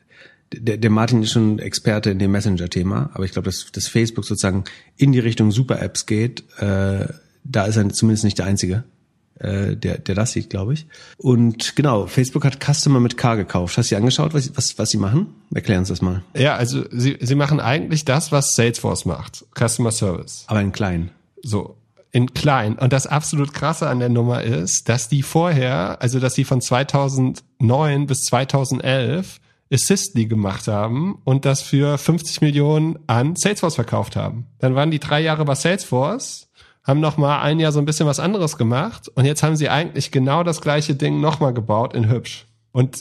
der, der Martin ist schon Experte in dem Messenger-Thema, aber ich glaube, dass, dass Facebook sozusagen in die Richtung Super-Apps geht, äh, da ist er zumindest nicht der Einzige, äh, der der das sieht, glaube ich. Und genau, Facebook hat Customer mit K gekauft. Hast du dir angeschaut, was was was sie machen? Erklär uns das mal. Ja, also sie sie machen eigentlich das, was Salesforce macht, Customer Service. Aber in klein. So. In klein. Und das absolut Krasse an der Nummer ist, dass die vorher, also dass sie von zweitausendneun bis zweitausendelf Assistly gemacht haben und das für fünfzig Millionen an Salesforce verkauft haben. Dann waren die drei Jahre bei Salesforce, haben nochmal ein Jahr so ein bisschen was anderes gemacht und jetzt haben sie eigentlich genau das gleiche Ding nochmal gebaut in hübsch. Und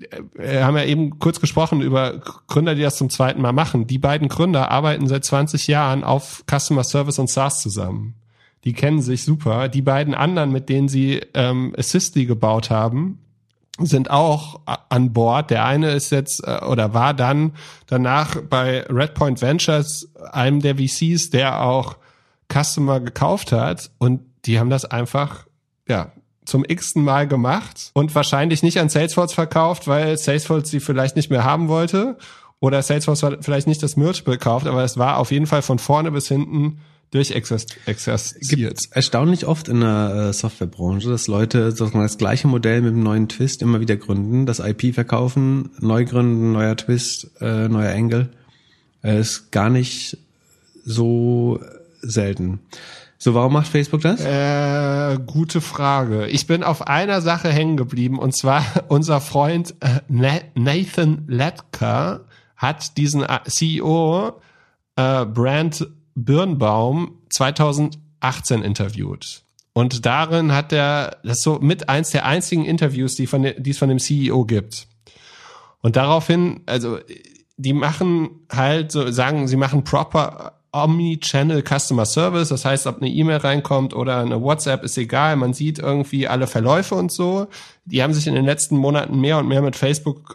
wir haben ja eben kurz gesprochen über Gründer, die das zum zweiten Mal machen. Die beiden Gründer arbeiten seit zwanzig Jahren auf Customer Service und SaaS zusammen. Die kennen sich super. Die beiden anderen, mit denen sie ähm, Assistly gebaut haben, sind auch an Bord. Der eine ist jetzt äh, oder war dann danach bei Redpoint Ventures, einem der V Cs, der auch Customer gekauft hat. Und die haben das einfach, ja, zum x-ten Mal gemacht und wahrscheinlich nicht an Salesforce verkauft, weil Salesforce sie vielleicht nicht mehr haben wollte oder Salesforce vielleicht nicht das Multiple kauft, aber es war auf jeden Fall von vorne bis hinten durchexerziert. Erstaunlich oft in der Softwarebranche, dass Leute sozusagen das gleiche Modell mit einem neuen Twist immer wieder gründen, das I P verkaufen, neu gründen, neuer Twist, äh, neuer Angle. Äh, ist gar nicht so selten. So, warum macht Facebook das? Äh, gute Frage. Ich bin auf einer Sache hängen geblieben und zwar unser Freund äh, Nathan Latka hat diesen C E O äh, Brand Birnbaum zweitausendachtzehn interviewt. Und darin hat er, das ist so mit eins der einzigen Interviews, die von die es von dem C E O gibt. Und daraufhin, also die machen halt so, sagen, sie machen proper Omni-Channel Customer Service, das heißt, ob eine E-Mail reinkommt oder eine WhatsApp, ist egal, man sieht irgendwie alle Verläufe und so. Die haben sich in den letzten Monaten mehr und mehr mit Facebook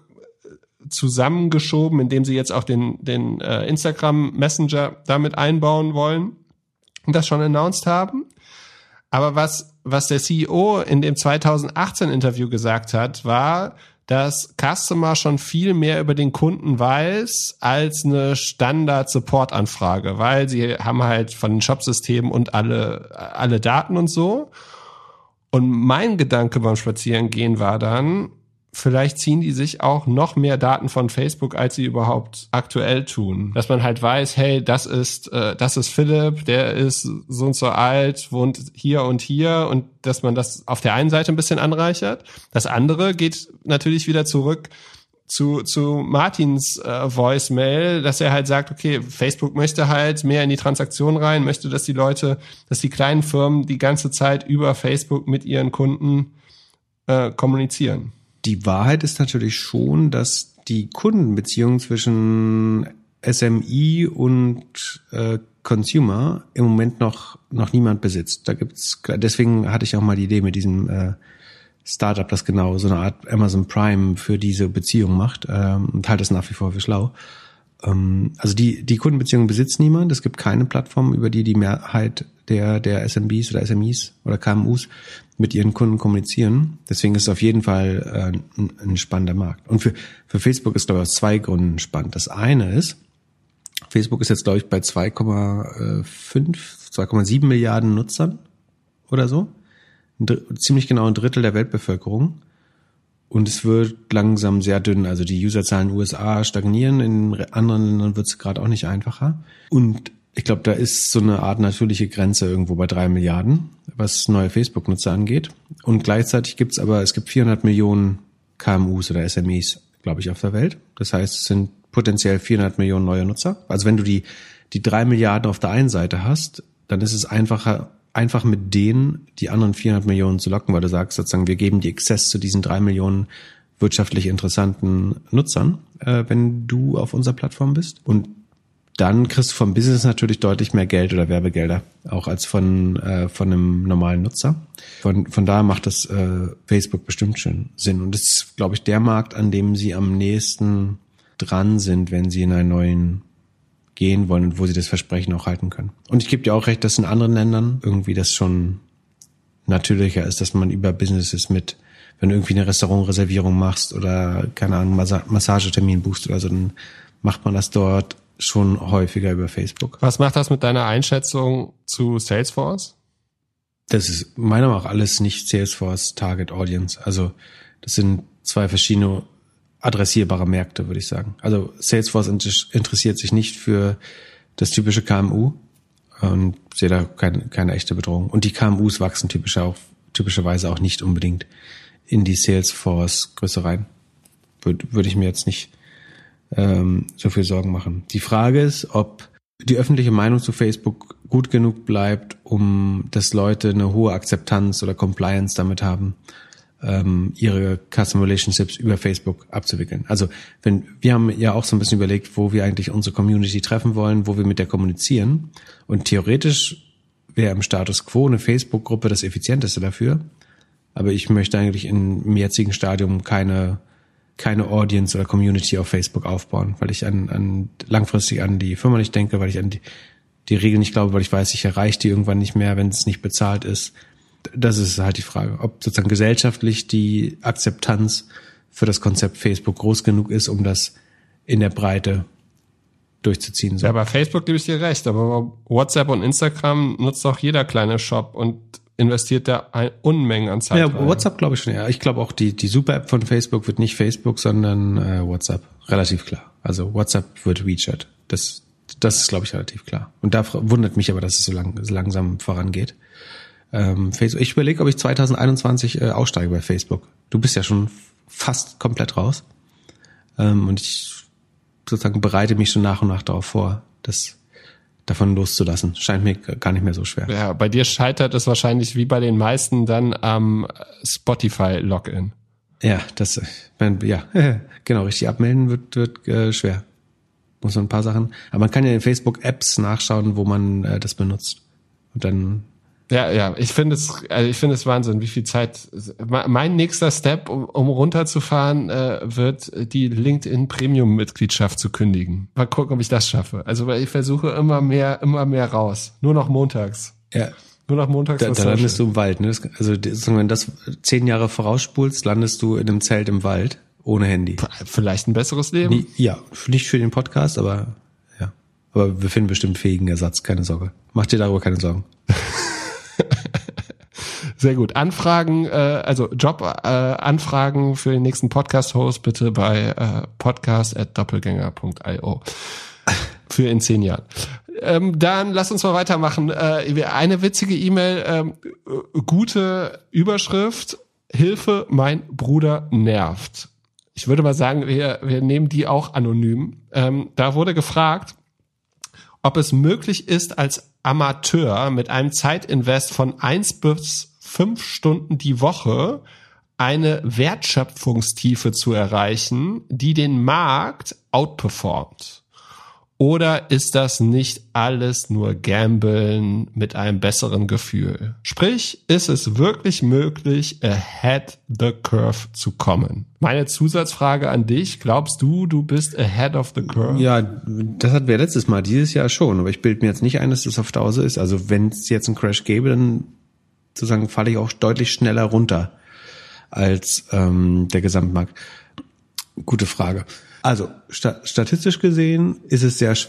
zusammengeschoben, indem sie jetzt auch den den äh, Instagram Messenger damit einbauen wollen und das schon announced haben. Aber was was der C E O in dem zweitausendachtzehn Interview gesagt hat, war, dass Customer schon viel mehr über den Kunden weiß als eine Standard-Support-Anfrage, weil sie haben halt von den Shop-Systemen und alle alle Daten und so. Und mein Gedanke beim Spazierengehen war dann, vielleicht ziehen die sich auch noch mehr Daten von Facebook, als sie überhaupt aktuell tun. Dass man halt weiß, hey, das ist äh, das ist Philipp, der ist so und so alt, wohnt hier und hier und dass man das auf der einen Seite ein bisschen anreichert. Das andere geht natürlich wieder zurück zu zu Martins äh, Voicemail, dass er halt sagt, okay, Facebook möchte halt mehr in die Transaktion rein, möchte, dass die Leute, dass die kleinen Firmen die ganze Zeit über Facebook mit ihren Kunden äh, kommunizieren. Die Wahrheit ist natürlich schon, dass die Kundenbeziehung zwischen S M I und äh, Consumer im Moment noch noch niemand besitzt. Da gibt's, deswegen hatte ich auch mal die Idee mit diesem äh, Startup, das genau so eine Art Amazon Prime für diese Beziehung macht, ähm, und halte es nach wie vor für schlau. Ähm, also die die Kundenbeziehung besitzt niemand. Es gibt keine Plattform, über die die Mehrheit der der S M Bs oder S M Is oder K M Us mit ihren Kunden kommunizieren. Deswegen ist es auf jeden Fall äh, ein, ein spannender Markt. Und für für Facebook ist, glaube ich, aus zwei Gründen spannend. Das eine ist, Facebook ist jetzt, glaube ich, bei zwei Komma fünf, zwei Komma sieben Milliarden Nutzern oder so. Ein Dr- ziemlich genau ein Drittel der Weltbevölkerung. Und es wird langsam sehr dünn. Also die Userzahlen in den U S A stagnieren, in anderen Ländern wird es gerade auch nicht einfacher. Und ich glaube, da ist so eine Art natürliche Grenze irgendwo bei drei Milliarden, was neue Facebook-Nutzer angeht. Und gleichzeitig gibt's aber, es gibt vierhundert Millionen K M Us oder S M Es, glaube ich, auf der Welt. Das heißt, es sind potenziell vierhundert Millionen neue Nutzer. Also wenn du die, die drei Milliarden auf der einen Seite hast, dann ist es einfacher, einfach mit denen die anderen vierhundert Millionen zu locken, weil du sagst sozusagen, wir geben die Access zu diesen drei Millionen wirtschaftlich interessanten Nutzern, äh, wenn du auf unserer Plattform bist. Und dann kriegst du vom Business natürlich deutlich mehr Geld oder Werbegelder, auch als von äh, von einem normalen Nutzer. Von von daher macht das äh, Facebook bestimmt schon Sinn. Und das ist, glaube ich, der Markt, an dem sie am nächsten dran sind, wenn sie in einen neuen gehen wollen und wo sie das Versprechen auch halten können. Und ich gebe dir auch recht, dass in anderen Ländern irgendwie das schon natürlicher ist, dass man über Businesses mit, wenn du irgendwie eine Restaurantreservierung machst oder, keine Ahnung, Massa- Massagetermin buchst oder so, dann macht man das dort schon häufiger über Facebook. Was macht das mit deiner Einschätzung zu Salesforce? Das ist meiner Meinung nach alles nicht Salesforce Target Audience. Also das sind zwei verschiedene adressierbare Märkte, würde ich sagen. Also Salesforce interessiert sich nicht für das typische K M U und sehe da keine, keine echte Bedrohung. Und die K M Us wachsen typisch auch, typischerweise auch nicht unbedingt in die Salesforce-Größe rein. Würde, würde ich mir jetzt nicht ähm, so viel Sorgen machen. Die Frage ist, ob die öffentliche Meinung zu Facebook gut genug bleibt, um dass Leute eine hohe Akzeptanz oder Compliance damit haben, ihre Customer Relationships über Facebook abzuwickeln. Also wenn wir haben ja auch so ein bisschen überlegt, wo wir eigentlich unsere Community treffen wollen, wo wir mit der kommunizieren. Und theoretisch wäre im Status quo eine Facebook-Gruppe das effizienteste dafür. Aber ich möchte eigentlich in, im jetzigen Stadium keine keine Audience oder Community auf Facebook aufbauen, weil ich an, an langfristig an die Firma nicht denke, weil ich an die, die Regeln nicht glaube, weil ich weiß, ich erreiche die irgendwann nicht mehr, wenn es nicht bezahlt ist. Das ist halt die Frage, ob sozusagen gesellschaftlich die Akzeptanz für das Konzept Facebook groß genug ist, um das in der Breite durchzuziehen. So. Ja, bei Facebook gebe ich dir recht, aber WhatsApp und Instagram nutzt auch jeder kleine Shop und investiert da ein Unmengen an Zeit. Ja, rein. WhatsApp glaube ich schon, ja. Ich glaube auch, die die Super-App von Facebook wird nicht Facebook, sondern äh, WhatsApp. Relativ klar. Also WhatsApp wird WeChat. Das das ist, glaube ich, relativ klar. Und da wundert mich aber, dass es so, lang, so langsam vorangeht. Ähm, Facebook. Ich überlege, ob ich zwanzig einundzwanzig äh, aussteige bei Facebook. Du bist ja schon fast komplett raus. Ähm, und ich sozusagen bereite mich schon nach und nach darauf vor, das davon loszulassen. Scheint mir gar nicht mehr so schwer. Ja, bei dir scheitert es wahrscheinlich wie bei den meisten dann am Spotify-Login. Ja, das, ja, genau, richtig abmelden wird, wird äh, schwer. Muss man ein paar Sachen, aber man kann ja in Facebook-Apps nachschauen, wo man äh, das benutzt. Und dann Ja, ja, ich finde es, also ich finde es Wahnsinn, wie viel Zeit. Mein nächster Step, um, um runterzufahren, äh, wird die LinkedIn-Premium-Mitgliedschaft zu kündigen. Mal gucken, ob ich das schaffe. Also weil ich versuche immer mehr, immer mehr raus. Nur noch montags. Ja. Nur noch montags. Da, da landest du im Wald. Ne? Das, also wenn das zehn Jahre vorausspulst, landest du in einem Zelt im Wald ohne Handy. Vielleicht ein besseres Leben. Nie, ja, nicht für den Podcast, aber ja. Aber wir finden bestimmt fähigen Ersatz. Keine Sorge. Mach dir darüber keine Sorgen. Sehr gut. Anfragen, äh, also Job-Anfragen äh, für den nächsten Podcast-Host bitte bei äh, podcast at doppelgänger punkt io für in zehn Jahren. Ähm, dann lass uns mal weitermachen. Äh, eine witzige E-Mail, ähm, gute Überschrift, Hilfe, mein Bruder nervt. Ich würde mal sagen, wir, wir nehmen die auch anonym. Ähm, da wurde gefragt, ob es möglich ist, als Amateur mit einem Zeitinvest von eins bis fünf Stunden die Woche eine Wertschöpfungstiefe zu erreichen, die den Markt outperformt. Oder ist das nicht alles nur Gamblen mit einem besseren Gefühl? Sprich, ist es wirklich möglich, ahead the curve zu kommen? Meine Zusatzfrage an dich, glaubst du, du bist ahead of the curve? Ja, das hatten wir letztes Mal, dieses Jahr schon, aber ich bilde mir jetzt nicht ein, dass das auf Dauer so ist. Also wenn es jetzt einen Crash gäbe, dann sozusagen falle ich auch deutlich schneller runter als ähm, der Gesamtmarkt. Gute Frage. Also sta- statistisch gesehen ist es sehr schwer,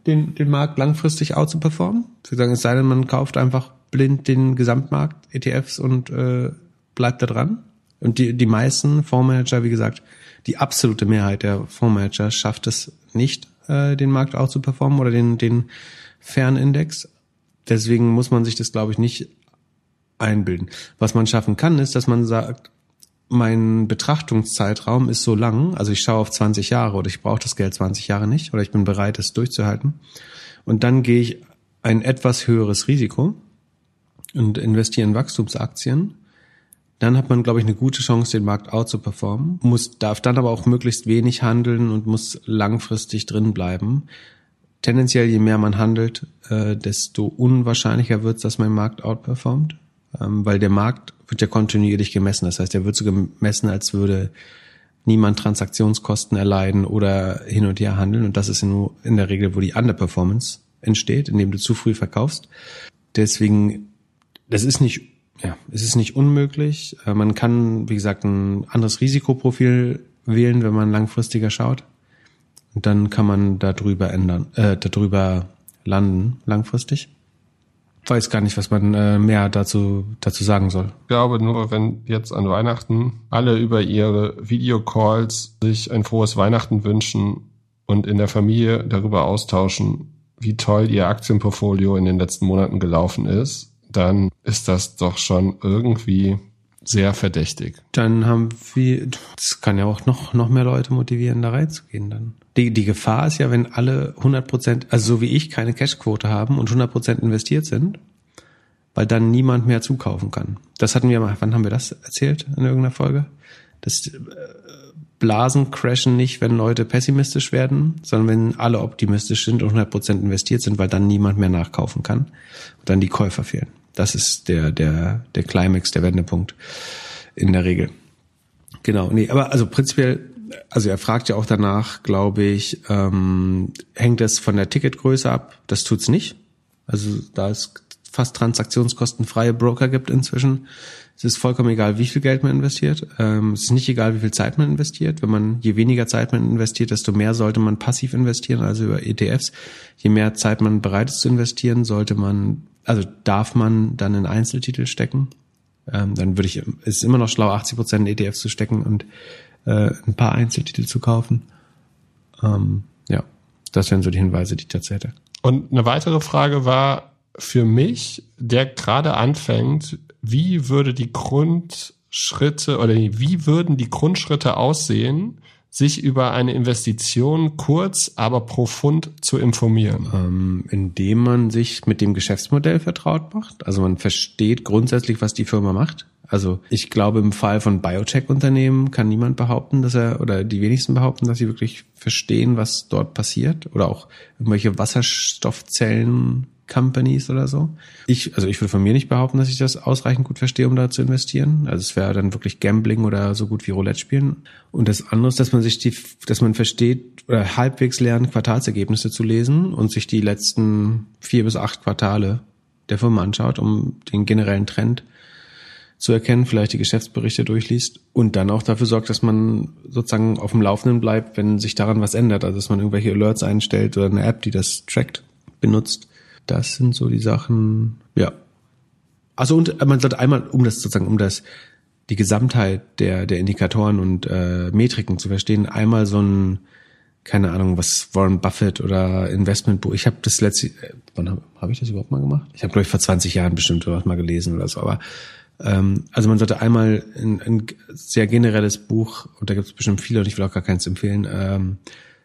den, den Markt langfristig out zu performen. Wir sagen, es sei denn, man kauft einfach blind den Gesamtmarkt, E T Fs und äh, bleibt da dran. Und die, die meisten Fondsmanager, wie gesagt, die absolute Mehrheit der Fondsmanager schafft es nicht, äh, den Markt out zu performen oder den, den Fernindex. Deswegen muss man sich das, glaube ich, nicht einbilden. Was man schaffen kann, ist, dass man sagt, mein Betrachtungszeitraum ist so lang, also ich schaue auf zwanzig Jahre oder ich brauche das Geld zwanzig Jahre nicht oder ich bin bereit, es durchzuhalten. Und dann gehe ich ein etwas höheres Risiko und investiere in Wachstumsaktien. Dann hat man, glaube ich, eine gute Chance, den Markt out zu performen, muss, darf dann aber auch möglichst wenig handeln und muss langfristig drin bleiben. Tendenziell, je mehr man handelt, äh, desto unwahrscheinlicher wird es, dass mein Markt outperformt, ähm, weil der Markt wird ja kontinuierlich gemessen. Das heißt, er wird so gemessen, als würde niemand Transaktionskosten erleiden oder hin und her handeln. Und das ist in, in der Regel, wo die Underperformance entsteht, indem du zu früh verkaufst. Deswegen, das ist nicht, ja, es ist nicht unmöglich. Äh, man kann, wie gesagt, ein anderes Risikoprofil wählen, wenn man langfristiger schaut. Und dann kann man darüber ändern, äh, darüber landen, langfristig. Ich weiß gar nicht, was man äh, mehr dazu, dazu sagen soll. Ich glaube nur, wenn jetzt an Weihnachten alle über ihre Videocalls sich ein frohes Weihnachten wünschen und in der Familie darüber austauschen, wie toll ihr Aktienportfolio in den letzten Monaten gelaufen ist, dann ist das doch schon irgendwie sehr verdächtig. Dann haben wir, das kann ja auch noch, noch mehr Leute motivieren, da reinzugehen dann. Die, die Gefahr ist ja, wenn alle hundert Prozent, also so wie ich, keine Cashquote haben und hundert Prozent investiert sind, weil dann niemand mehr zukaufen kann. Das hatten wir mal, wann haben wir das erzählt in irgendeiner Folge? Das Blasen crashen nicht, wenn Leute pessimistisch werden, sondern wenn alle optimistisch sind und hundert Prozent investiert sind, weil dann niemand mehr nachkaufen kann und dann die Käufer fehlen. Das ist der, der, der Climax, der Wendepunkt in der Regel. Genau, nee, aber also prinzipiell, also er fragt ja auch danach, glaube ich, ähm, hängt das von der Ticketgröße ab? Das tut's nicht. Also da es fast transaktionskostenfreie Broker gibt inzwischen, es ist vollkommen egal, wie viel Geld man investiert. Ähm, es ist nicht egal, wie viel Zeit man investiert. Wenn man, je weniger Zeit man investiert, desto mehr sollte man passiv investieren, also über E T Fs. Je mehr Zeit man bereit ist zu investieren, sollte man, also darf man dann in Einzeltitel stecken. Ähm, dann würde ich, es ist immer noch schlau, achtzig Prozent in E T Fs zu stecken und äh, ein paar Einzeltitel zu kaufen. Ähm, ja, das wären so die Hinweise, die ich dazu hätte. Und eine weitere Frage war für mich, der gerade anfängt, wie würde die Grundschritte oder wie würden die Grundschritte aussehen, sich über eine Investition kurz, aber profund zu informieren? Ähm, indem man sich mit dem Geschäftsmodell vertraut macht. Also man versteht grundsätzlich, was die Firma macht. Also ich glaube, im Fall von Biotech-Unternehmen kann niemand behaupten, dass er, oder die wenigsten behaupten, dass sie wirklich verstehen, was dort passiert. Oder auch irgendwelche Wasserstoffzellen Companies oder so. Ich, also ich würde von mir nicht behaupten, dass ich das ausreichend gut verstehe, um da zu investieren. Also es wäre dann wirklich Gambling oder so gut wie Roulette spielen. Und das andere ist, dass man sich die, dass man versteht oder halbwegs lernt, Quartalsergebnisse zu lesen und sich die letzten vier bis acht Quartale der Firma anschaut, um den generellen Trend zu erkennen, vielleicht die Geschäftsberichte durchliest und dann auch dafür sorgt, dass man sozusagen auf dem Laufenden bleibt, wenn sich daran was ändert. Also dass man irgendwelche Alerts einstellt oder eine App, die das trackt, benutzt. Das sind so die Sachen, ja. Also und man sollte einmal, um das sozusagen, um das, die Gesamtheit der der Indikatoren und äh, Metriken zu verstehen, einmal so ein, keine Ahnung, was Warren Buffett oder Investmentbuch. Ich habe das letzte, äh, wann habe hab ich das überhaupt mal gemacht? Ich habe glaube ich vor zwanzig Jahren bestimmt was mal gelesen oder so. Aber ähm, also man sollte einmal ein, ein sehr generelles Buch, und da gibt es bestimmt viele und ich will auch gar keins empfehlen, ähm,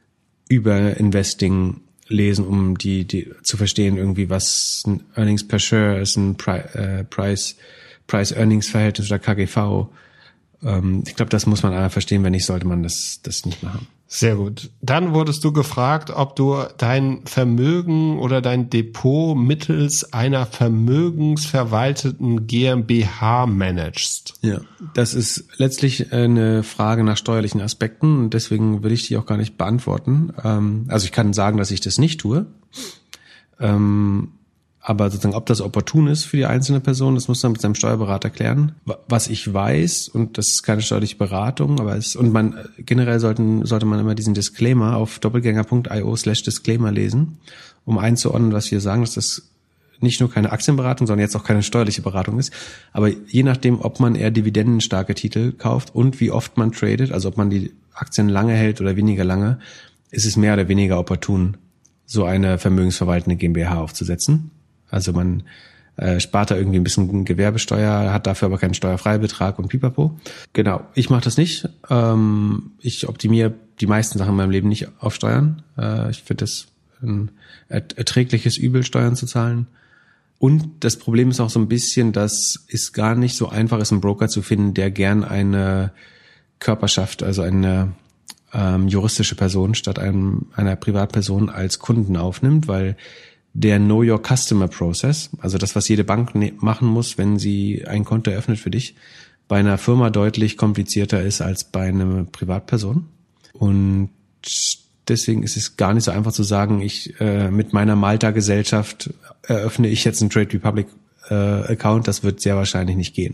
über Investing lesen, um die, die zu verstehen, irgendwie was ein Earnings per Share ist, ein Pri- äh, Price, Price-Earnings-Verhältnis oder K G V. Ähm, ich glaube, das muss man einmal verstehen, wenn nicht, sollte man das, das nicht machen. Sehr gut. Dann wurdest du gefragt, ob du dein Vermögen oder dein Depot mittels einer vermögensverwalteten GmbH managst. Ja, das ist letztlich eine Frage nach steuerlichen Aspekten und deswegen will ich die auch gar nicht beantworten. Also ich kann sagen, dass ich das nicht tue. Aber sozusagen, ob das opportun ist für die einzelne Person, das muss man mit seinem Steuerberater klären. Was ich weiß, und das ist keine steuerliche Beratung, aber es, und man, generell sollten, sollte man immer diesen Disclaimer auf doppelgänger.io slash Disclaimer lesen, um einzuordnen, was wir sagen, dass das nicht nur keine Aktienberatung, sondern jetzt auch keine steuerliche Beratung ist. Aber je nachdem, ob man eher dividendenstarke Titel kauft und wie oft man tradet, also ob man die Aktien lange hält oder weniger lange, ist es mehr oder weniger opportun, so eine vermögensverwaltende GmbH aufzusetzen. Also man äh, spart da irgendwie ein bisschen Gewerbesteuer, hat dafür aber keinen Steuerfreibetrag und pipapo. Genau, ich mache das nicht. Ähm, ich optimiere die meisten Sachen in meinem Leben nicht auf Steuern. Äh, ich finde es ein erträgliches Übel, Steuern zu zahlen. Und das Problem ist auch so ein bisschen, dass es gar nicht so einfach ist, einen Broker zu finden, der gern eine Körperschaft, also eine ähm, juristische Person statt einem, einer Privatperson als Kunden aufnimmt, weil der Know Your Customer Process, also das, was jede Bank ne- machen muss, wenn sie ein Konto eröffnet für dich, bei einer Firma deutlich komplizierter ist als bei einer Privatperson. Und deswegen ist es gar nicht so einfach zu sagen, ich äh, mit meiner Malta-Gesellschaft eröffne ich jetzt einen Trade Republic äh, Account. Das wird sehr wahrscheinlich nicht gehen.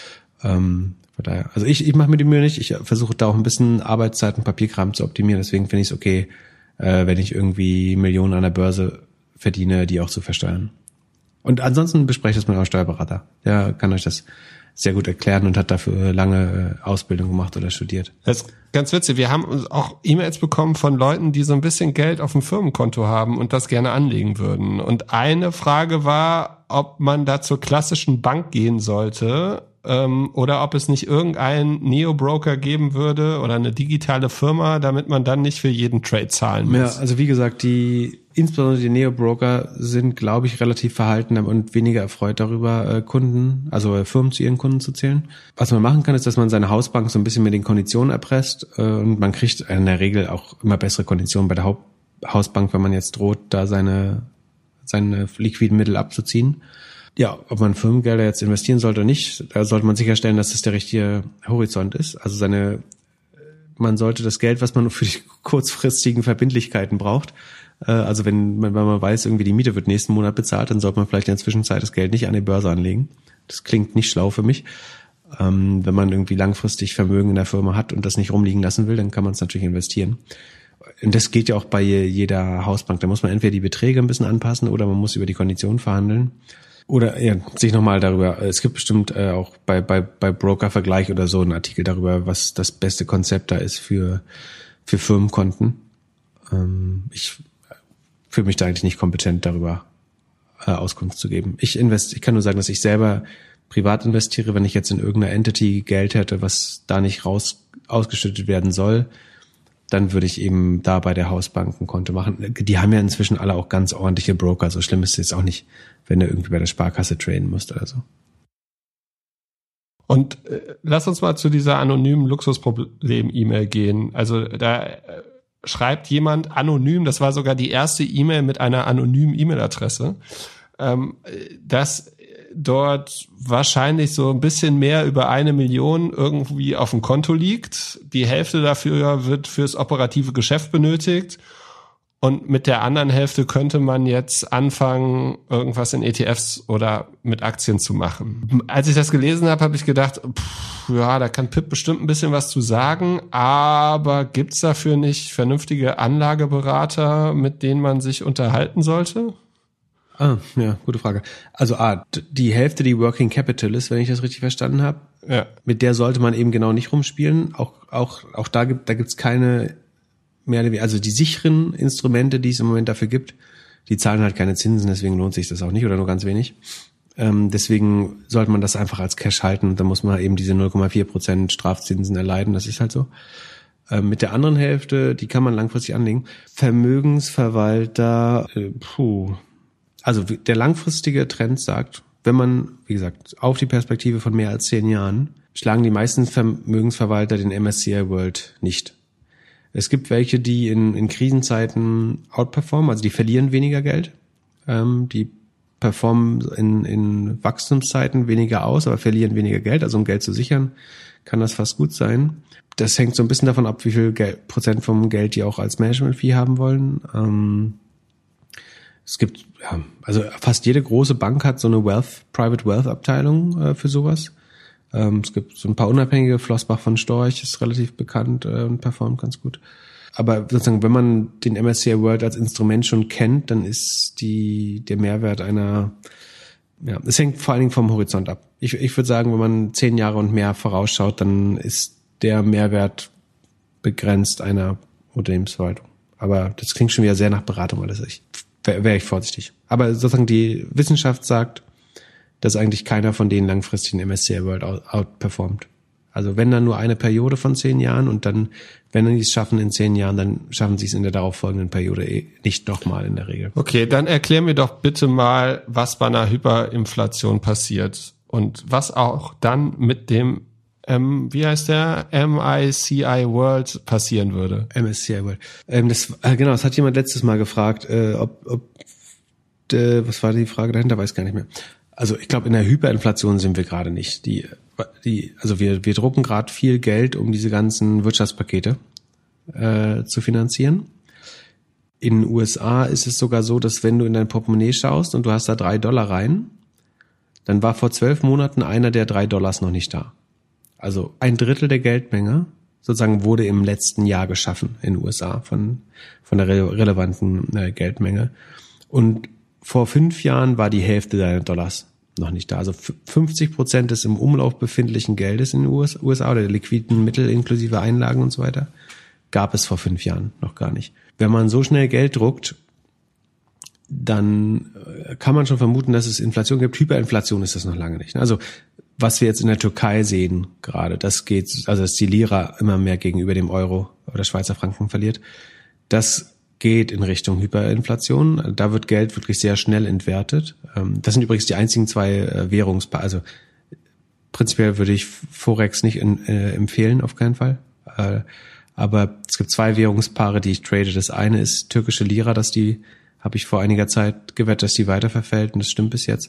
Ähm, von daher, also ich, ich mache mir die Mühe nicht. Ich versuche da auch ein bisschen Arbeitszeit und Papierkram zu optimieren. Deswegen finde ich es okay, äh, wenn ich irgendwie Millionen an der Börse verdiene, die auch zu versteuern. Und ansonsten bespreche ich das mit eurem Steuerberater. Der kann euch das sehr gut erklären und hat dafür lange Ausbildung gemacht oder studiert. Das ist ganz witzig. Wir haben auch E-Mails bekommen von Leuten, die so ein bisschen Geld auf dem Firmenkonto haben und das gerne anlegen würden. Und eine Frage war, ob man da zur klassischen Bank gehen sollte ähm, oder ob es nicht irgendeinen Neo-Broker geben würde oder eine digitale Firma, damit man dann nicht für jeden Trade zahlen muss. Ja, also wie gesagt, die insbesondere die Neo-Broker sind, glaube ich, relativ verhalten und weniger erfreut darüber, Kunden, also Firmen zu ihren Kunden zu zählen. Was man machen kann, ist, dass man seine Hausbank so ein bisschen mit den Konditionen erpresst und man kriegt in der Regel auch immer bessere Konditionen bei der Haupt- Hausbank, wenn man jetzt droht, da seine, seine liquiden Mittel abzuziehen. Ja, ob man Firmengelder jetzt investieren sollte oder nicht, da sollte man sicherstellen, dass das der richtige Horizont ist. Also seine, man sollte das Geld, was man für die kurzfristigen Verbindlichkeiten braucht, also wenn man, wenn man weiß, irgendwie die Miete wird nächsten Monat bezahlt, dann sollte man vielleicht in der Zwischenzeit das Geld nicht an die Börse anlegen. Das klingt nicht schlau für mich. Ähm, wenn man irgendwie langfristig Vermögen in der Firma hat und das nicht rumliegen lassen will, dann kann man es natürlich investieren. Und das geht ja auch bei jeder Hausbank. Da muss man entweder die Beträge ein bisschen anpassen oder man muss über die Konditionen verhandeln. Oder ja, sich nochmal darüber, es gibt bestimmt äh, auch bei, bei, bei Broker-Vergleich oder so einen Artikel darüber, was das beste Konzept da ist für, für Firmenkonten. Ähm, ich fühle mich da eigentlich nicht kompetent, darüber äh, Auskunft zu geben. Ich invest, ich kann nur sagen, dass ich selber privat investiere, wenn ich jetzt in irgendeiner Entity Geld hätte, was da nicht raus ausgeschüttet werden soll, dann würde ich eben da bei der Hausbank ein Konto machen. Die haben ja inzwischen alle auch ganz ordentliche Broker. So schlimm ist es jetzt auch nicht, wenn du irgendwie bei der Sparkasse traden musst oder so. Und äh, lass uns mal zu dieser anonymen Luxusproblem-E-Mail gehen. Also da äh, schreibt jemand anonym, das war sogar die erste E-Mail mit einer anonymen E-Mail-Adresse, ähm, dass dort wahrscheinlich so ein bisschen mehr über eine Million irgendwie auf dem Konto liegt. Die Hälfte dafür wird fürs operative Geschäft benötigt. Und mit der anderen Hälfte könnte man jetzt anfangen, irgendwas in E T Fs oder mit Aktien zu machen. Als ich das gelesen habe, habe ich gedacht, pff, ja, da kann Pip bestimmt ein bisschen was zu sagen, aber gibt's dafür nicht vernünftige Anlageberater, mit denen man sich unterhalten sollte? Ah, ja, gute Frage. Also ah, die Hälfte, die Working Capital ist, wenn ich das richtig verstanden habe, ja. Mit der sollte man eben genau nicht rumspielen. Auch auch auch da gibt da gibt's keine mehr oder weniger, also die sicheren Instrumente, die es im Moment dafür gibt, die zahlen halt keine Zinsen, deswegen lohnt sich das auch nicht oder nur ganz wenig. Ähm, deswegen sollte man das einfach als Cash halten und dann muss man eben diese null Komma vier Prozent Strafzinsen erleiden, das ist halt so. Ähm, mit der anderen Hälfte, die kann man langfristig anlegen. Vermögensverwalter, äh, puh. Also der langfristige Trend sagt, wenn man, wie gesagt, auf die Perspektive von mehr als zehn Jahren, schlagen die meisten Vermögensverwalter den M S C I World nicht. Es gibt welche, die in, in Krisenzeiten outperformen, also die verlieren weniger Geld. Ähm, die performen in, in Wachstumszeiten weniger aus, aber verlieren weniger Geld. Also um Geld zu sichern, kann das fast gut sein. Das hängt so ein bisschen davon ab, wie viel Geld, Prozent vom Geld die auch als Management-Fee haben wollen. Ähm, es gibt, ja, also fast jede große Bank hat so eine Wealth, Private Wealth Abteilung äh, für sowas. Ähm, es gibt so ein paar unabhängige, Flossbach von Storch ist relativ bekannt äh, und performt ganz gut. Aber sozusagen, wenn man den M S C I World als Instrument schon kennt, dann ist die der Mehrwert einer, ja, es hängt vor allen Dingen vom Horizont ab. Ich, ich würde sagen, wenn man zehn Jahre und mehr vorausschaut, dann ist der Mehrwert begrenzt einer Unternehmensverwaltung. Aber das klingt schon wieder sehr nach Beratung alles. Ich wäre wär ich vorsichtig. Aber sozusagen die Wissenschaft sagt, dass eigentlich keiner von denen langfristig den M S C I World outperformt. Also wenn dann nur eine Periode von zehn Jahren und dann, wenn die es schaffen in zehn Jahren, dann schaffen sie es in der darauffolgenden Periode eh nicht nochmal in der Regel. Okay, dann erklär mir doch bitte mal, was bei einer Hyperinflation passiert und was auch dann mit dem, ähm, wie heißt der, M S C I World passieren würde. M S C I World. Ähm, das, äh, genau, das hat jemand letztes Mal gefragt, äh, ob, ob äh, was war die Frage dahinter, weiß gar nicht mehr. Also ich glaube, in der Hyperinflation sind wir gerade nicht. Die, die, also wir, wir drucken gerade viel Geld, um diese ganzen Wirtschaftspakete äh, zu finanzieren. In den U S A ist es sogar so, dass wenn du in dein Portemonnaie schaust und du hast da drei Dollar rein, dann war vor zwölf Monaten einer der drei Dollars noch nicht da. Also ein Drittel der Geldmenge sozusagen wurde im letzten Jahr geschaffen in den U S A von, von der re- relevanten äh, Geldmenge. Und vor fünf Jahren war die Hälfte deiner Dollars noch nicht da. Also fünfzig Prozent des im Umlauf befindlichen Geldes in den U S A oder der liquiden Mittel inklusive Einlagen und so weiter gab es vor fünf Jahren noch gar nicht. Wenn man so schnell Geld druckt, dann kann man schon vermuten, dass es Inflation gibt. Hyperinflation ist das noch lange nicht. Also was wir jetzt in der Türkei sehen gerade, das geht, also dass die Lira immer mehr gegenüber dem Euro oder Schweizer Franken verliert, das geht in Richtung Hyperinflation. Da wird Geld wirklich sehr schnell entwertet. Das sind übrigens die einzigen zwei Währungspaare. Also prinzipiell würde ich Forex nicht in, äh, empfehlen, auf keinen Fall. Äh, aber es gibt zwei Währungspaare, die ich trade. Das eine ist türkische Lira, dass die, habe ich vor einiger Zeit gewettet, dass die weiter verfällt und das stimmt bis jetzt.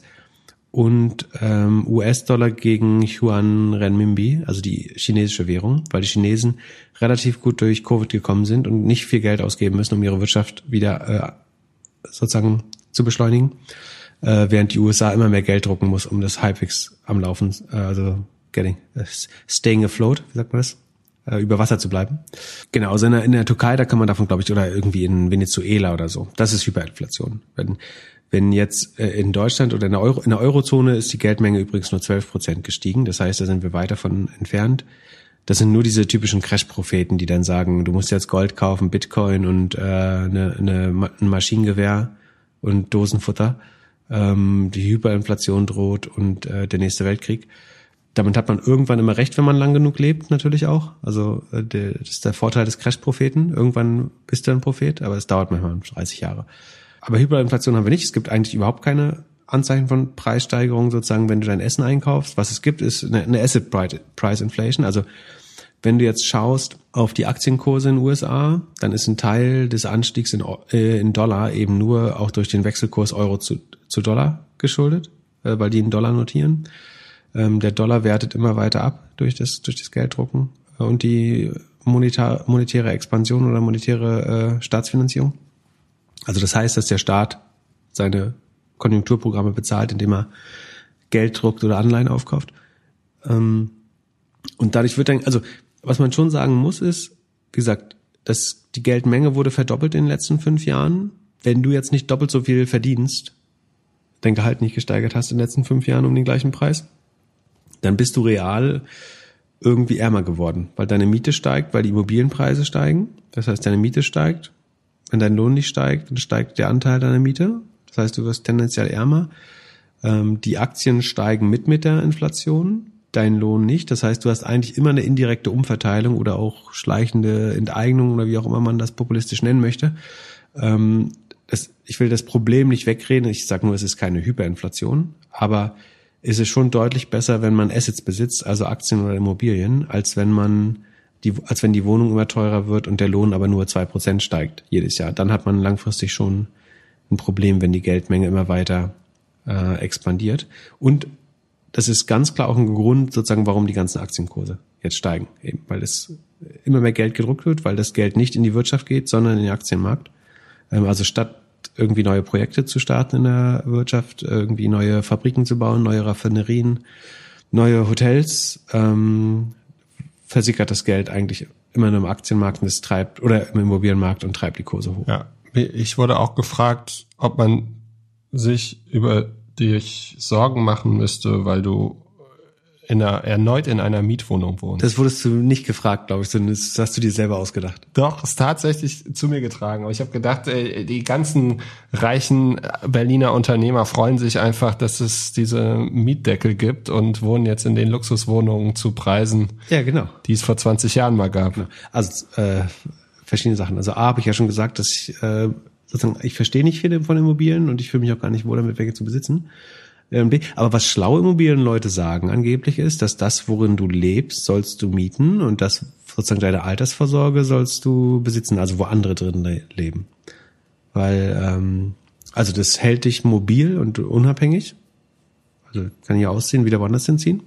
Und ähm, U S-Dollar gegen Yuan Renminbi, also die chinesische Währung, weil die Chinesen relativ gut durch Covid gekommen sind und nicht viel Geld ausgeben müssen, um ihre Wirtschaft wieder äh, sozusagen zu beschleunigen, äh, während die U S A immer mehr Geld drucken muss, um das halbwegs am Laufen, äh, also getting, uh, staying afloat, wie sagt man das, äh, über Wasser zu bleiben. Genau, also in der, in der Türkei, da kann man davon, glaube ich, oder irgendwie in Venezuela oder so, das ist Hyperinflation. Wenn Wenn jetzt äh, in Deutschland oder in der, Euro, in der Eurozone ist die Geldmenge übrigens nur zwölf Prozent gestiegen. Das heißt, da sind wir weit davon entfernt. Das sind nur diese typischen Crash-Propheten, die dann sagen, du musst jetzt Gold kaufen, Bitcoin und äh, eine, eine, ein Maschinengewehr und Dosenfutter. Ähm, die Hyperinflation droht und äh, der nächste Weltkrieg. Damit hat man irgendwann immer recht, wenn man lang genug lebt, natürlich auch. Also äh, der, das ist der Vorteil des Crash-Propheten. Irgendwann bist du ein Prophet, aber es dauert manchmal dreißig Jahre. Aber Hyperinflation haben wir nicht. Es gibt eigentlich überhaupt keine Anzeichen von Preissteigerung, sozusagen, wenn du dein Essen einkaufst. Was es gibt, ist eine, eine Asset Price Inflation. Also wenn du jetzt schaust auf die Aktienkurse in den U S A, dann ist ein Teil des Anstiegs in, äh, in Dollar eben nur auch durch den Wechselkurs Euro zu, zu Dollar geschuldet, äh, weil die in Dollar notieren. Ähm, der Dollar wertet immer weiter ab durch das, durch das Gelddrucken äh, und die monetar, monetäre Expansion oder monetäre äh, Staatsfinanzierung. Also das heißt, dass der Staat seine Konjunkturprogramme bezahlt, indem er Geld druckt oder Anleihen aufkauft. Und dadurch wird dann, also was man schon sagen muss, ist, wie gesagt, dass die Geldmenge wurde verdoppelt in den letzten fünf Jahren. Wenn du jetzt nicht doppelt so viel verdienst, dein Gehalt nicht gesteigert hast in den letzten fünf Jahren um den gleichen Preis, dann bist du real irgendwie ärmer geworden, weil deine Miete steigt, weil die Immobilienpreise steigen. Das heißt, deine Miete steigt. Wenn dein Lohn nicht steigt, dann steigt der Anteil deiner Miete. Das heißt, du wirst tendenziell ärmer. Ähm, die Aktien steigen mit mit der Inflation, dein Lohn nicht. Das heißt, du hast eigentlich immer eine indirekte Umverteilung oder auch schleichende Enteignung oder wie auch immer man das populistisch nennen möchte. Ähm, das, ich will das Problem nicht wegreden. Ich sage nur, es ist keine Hyperinflation. Aber es ist schon deutlich besser, wenn man Assets besitzt, also Aktien oder Immobilien, als wenn man Die, als wenn die Wohnung immer teurer wird und der Lohn aber nur zwei Prozent steigt jedes Jahr. Dann hat man langfristig schon ein Problem, wenn die Geldmenge immer weiter äh, expandiert. Und das ist ganz klar auch ein Grund, sozusagen, warum die ganzen Aktienkurse jetzt steigen. Eben, weil es immer mehr Geld gedruckt wird, weil das Geld nicht in die Wirtschaft geht, sondern in den Aktienmarkt. Ähm, also statt irgendwie neue Projekte zu starten in der Wirtschaft, irgendwie neue Fabriken zu bauen, neue Raffinerien, neue Hotels, ähm, versickert das Geld eigentlich immer nur im Aktienmarkt und es treibt, oder im Immobilienmarkt und treibt die Kurse hoch. Ja, ich wurde auch gefragt, ob man sich über dich Sorgen machen müsste, weil du in einer, erneut in einer Mietwohnung wohnst. Das wurdest du nicht gefragt, glaube ich, sondern das hast du dir selber ausgedacht. Doch, ist tatsächlich zu mir getragen. Aber ich habe gedacht, ey, die ganzen reichen Berliner Unternehmer freuen sich einfach, dass es diese Mietdeckel gibt und wohnen jetzt in den Luxuswohnungen zu Preisen, ja, genau, die es vor zwanzig Jahren mal gab. Genau. Also äh, verschiedene Sachen. Also A, habe ich ja schon gesagt, dass ich äh, sozusagen, ich verstehe nicht viel von Immobilien und ich fühle mich auch gar nicht wohl damit, welche zu besitzen. Aber was schlaue Immobilienleute sagen angeblich ist, dass das, worin du lebst, sollst du mieten und das sozusagen deine Altersvorsorge sollst du besitzen, also wo andere drin leben. Weil, ähm, also das hält dich mobil und unabhängig. Also kann ja aussehen, wieder woanders hinziehen.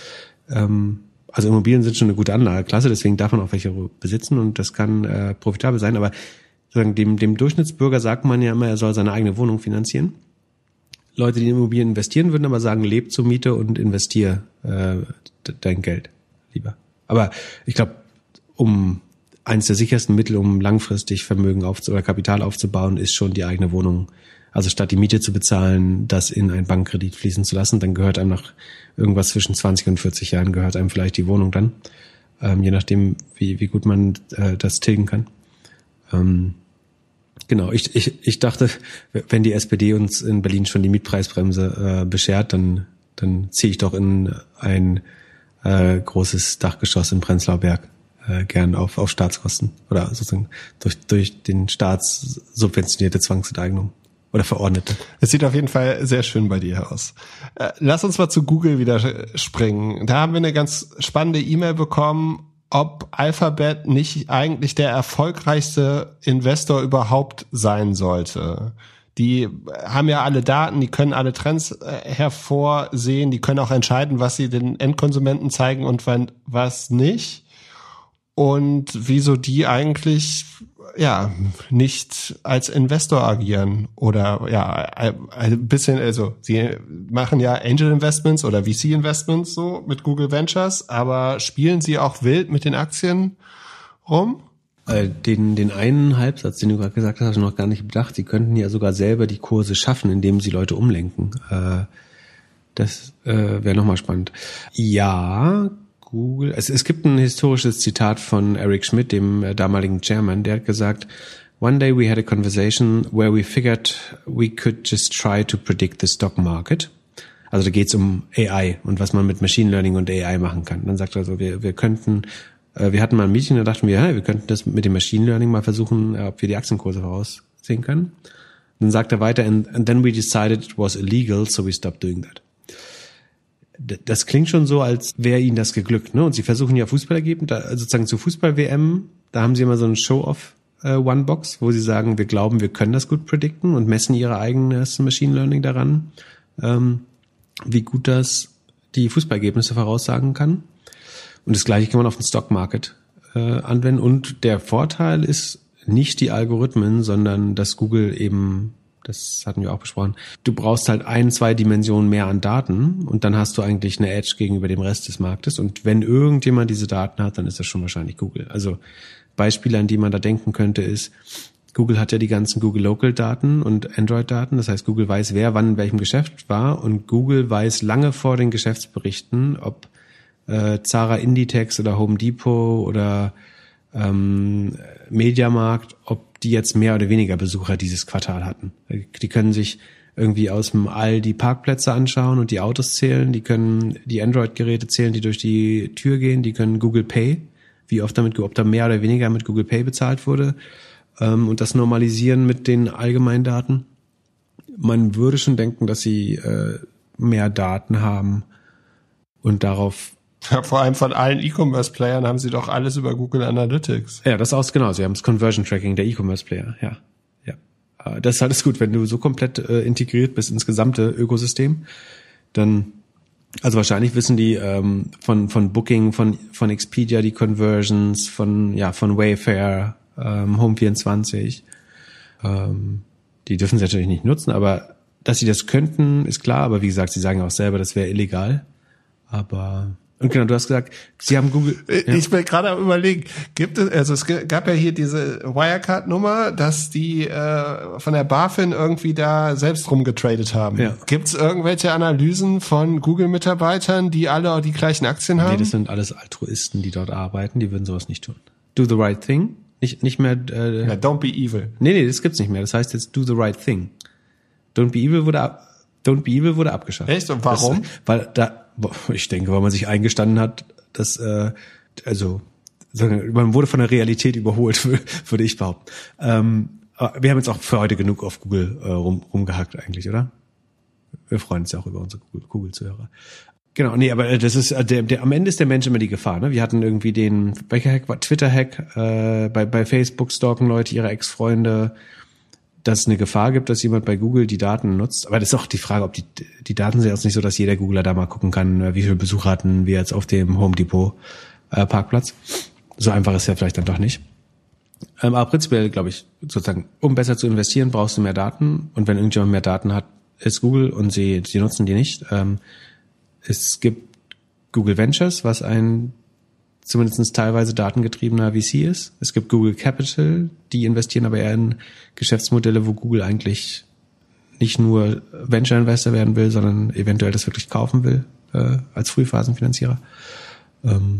Ähm, also Immobilien sind schon eine gute Anlageklasse, deswegen darf man auch welche besitzen und das kann äh, profitabel sein. Aber sozusagen dem, dem Durchschnittsbürger sagt man ja immer, er soll seine eigene Wohnung finanzieren. Leute, die in Immobilien investieren, würden aber sagen, leb zur Miete und investier äh, dein Geld lieber. Aber ich glaube, um eines der sichersten Mittel, um langfristig Vermögen aufzu- oder Kapital aufzubauen, ist schon die eigene Wohnung. Also statt die Miete zu bezahlen, das in einen Bankkredit fließen zu lassen, dann gehört einem nach irgendwas zwischen zwanzig und vierzig Jahren gehört einem vielleicht die Wohnung dann, ähm, je nachdem, wie, wie gut man äh, das tilgen kann. Ähm, Genau, ich, ich, ich dachte, wenn die S P D uns in Berlin schon die Mietpreisbremse äh, beschert, dann, dann ziehe ich doch in ein äh, großes Dachgeschoss in Prenzlauer Berg äh, gern auf, auf Staatskosten oder sozusagen durch, durch den Staats subventionierte Zwangsenteignung oder verordnete. Es sieht auf jeden Fall sehr schön bei dir aus. Äh, lass uns mal zu Google wieder springen. Da haben wir eine ganz spannende E-Mail bekommen, ob Alphabet nicht eigentlich der erfolgreichste Investor überhaupt sein sollte. Die haben ja alle Daten, die können alle Trends äh, hervorsehen, die können auch entscheiden, was sie den Endkonsumenten zeigen und was nicht. Und wieso die eigentlich ja nicht als Investor agieren oder ja ein bisschen, also sie machen ja Angel Investments oder V C Investments so mit Google Ventures, aber spielen sie auch wild mit den Aktien rum? Den, den einen Halbsatz, den du gerade gesagt hast, hast du noch gar nicht bedacht. Sie könnten ja sogar selber die Kurse schaffen, indem sie Leute umlenken. Das wäre nochmal spannend. Ja, Google. Es, es gibt ein historisches Zitat von Eric Schmidt, dem äh, damaligen Chairman, der hat gesagt, "One day we had a conversation where we figured we could just try to predict the stock market." Also da geht's um A I und was man mit Machine Learning und A I machen kann. Dann sagt er so, wir, wir könnten, äh, wir hatten mal ein Meeting, da dachten wir, hey, wir könnten das mit dem Machine Learning mal versuchen, äh, ob wir die Aktienkurse voraussehen können. Und dann sagt er weiter, and, and then we decided it was illegal, so we stopped doing that. Das klingt schon so, als wäre ihnen das geglückt, ne? Und sie versuchen ja Fußballergebnisse, also sozusagen zu Fußball-W M, da haben sie immer so einen Show-off-One-Box, wo sie sagen, wir glauben, wir können das gut predikten und messen ihre eigenes Machine Learning daran, ähm, wie gut das die Fußballergebnisse voraussagen kann. Und das Gleiche kann man auf den Stock-Market äh, anwenden. Und der Vorteil ist nicht die Algorithmen, sondern dass Google eben, das hatten wir auch besprochen, du brauchst halt ein, zwei Dimensionen mehr an Daten und dann hast du eigentlich eine Edge gegenüber dem Rest des Marktes. Und wenn irgendjemand diese Daten hat, dann ist das schon wahrscheinlich Google. Also Beispiele, an die man da denken könnte, ist, Google hat ja die ganzen Google Local Daten und Android Daten. Das heißt, Google weiß, wer wann in welchem Geschäft war und Google weiß lange vor den Geschäftsberichten, ob äh, Zara Inditex oder Home Depot oder ähm, Mediamarkt, ob die jetzt mehr oder weniger Besucher dieses Quartal hatten. Die können sich irgendwie aus dem All die Parkplätze anschauen und die Autos zählen. Die können die Android-Geräte zählen, die durch die Tür gehen. Die können Google Pay, wie oft damit, ob da mehr oder weniger mit Google Pay bezahlt wurde, ähm, und das normalisieren mit den allgemeinen Daten. Man würde schon denken, dass sie äh, mehr Daten haben und darauf. Ja, vor allem von allen E-Commerce-Playern haben sie doch alles über Google Analytics. Ja, das aus, genau. Sie haben das Conversion-Tracking der E-Commerce-Player, ja. Ja. Das ist alles gut, wenn du so komplett äh, integriert bist ins gesamte Ökosystem, dann, also wahrscheinlich wissen die ähm, von, von Booking, von, von Expedia die Conversions, von, ja, von Wayfair, ähm, Home vierundzwanzig, ähm, die dürfen es natürlich nicht nutzen, aber dass sie das könnten, ist klar. Aber wie gesagt, sie sagen auch selber, das wäre illegal. Aber und genau, du hast gesagt, sie haben Google. Ja. Ich bin gerade am Überlegen, gibt es, also es gab ja hier diese Wirecard-Nummer, dass die äh, von der BaFin irgendwie da selbst rumgetradet haben. Ja. Gibt es irgendwelche Analysen von Google-Mitarbeitern, die alle die gleichen Aktien haben? Nee, das sind alles Altruisten, die dort arbeiten, die würden sowas nicht tun. Do the right thing. Nicht, nicht mehr. Äh, ja, don't be evil. Nee, nee, das gibt's nicht mehr. Das heißt jetzt do the right thing. Don't be evil wurde ab, Don't be evil wurde abgeschafft. Echt? Und warum? Das, weil da, ich denke, weil man sich eingestanden hat, dass, äh, also, man wurde von der Realität überholt, würde ich behaupten. Ähm, aber wir haben jetzt auch für heute genug auf Google äh, rum, rumgehackt eigentlich, oder? Wir freuen uns ja auch über unsere Google-Zuhörer. Genau, nee, aber das ist der, der am Ende ist der Mensch immer die Gefahr, ne? Wir hatten irgendwie den welcher Hack war Twitter-Hack, äh, bei bei Facebook stalken Leute ihre Ex-Freunde, dass es eine Gefahr gibt, dass jemand bei Google die Daten nutzt. Aber das ist auch die Frage, ob die die Daten sind jetzt nicht so, dass jeder Googler da mal gucken kann, wie viele Besucher hatten wir jetzt auf dem Home Depot äh, Parkplatz. So einfach ist ja vielleicht dann doch nicht. Ähm, aber prinzipiell glaube ich, sozusagen, um besser zu investieren, brauchst du mehr Daten. Und wenn irgendjemand mehr Daten hat, ist Google und sie sie nutzen die nicht. Ähm, Es gibt Google Ventures, was ein zumindest teilweise datengetriebener V C ist. Es gibt Google Capital, die investieren aber eher in Geschäftsmodelle, wo Google eigentlich nicht nur Venture Investor werden will, sondern eventuell das wirklich kaufen will, äh, als Frühphasenfinanzierer. Ähm,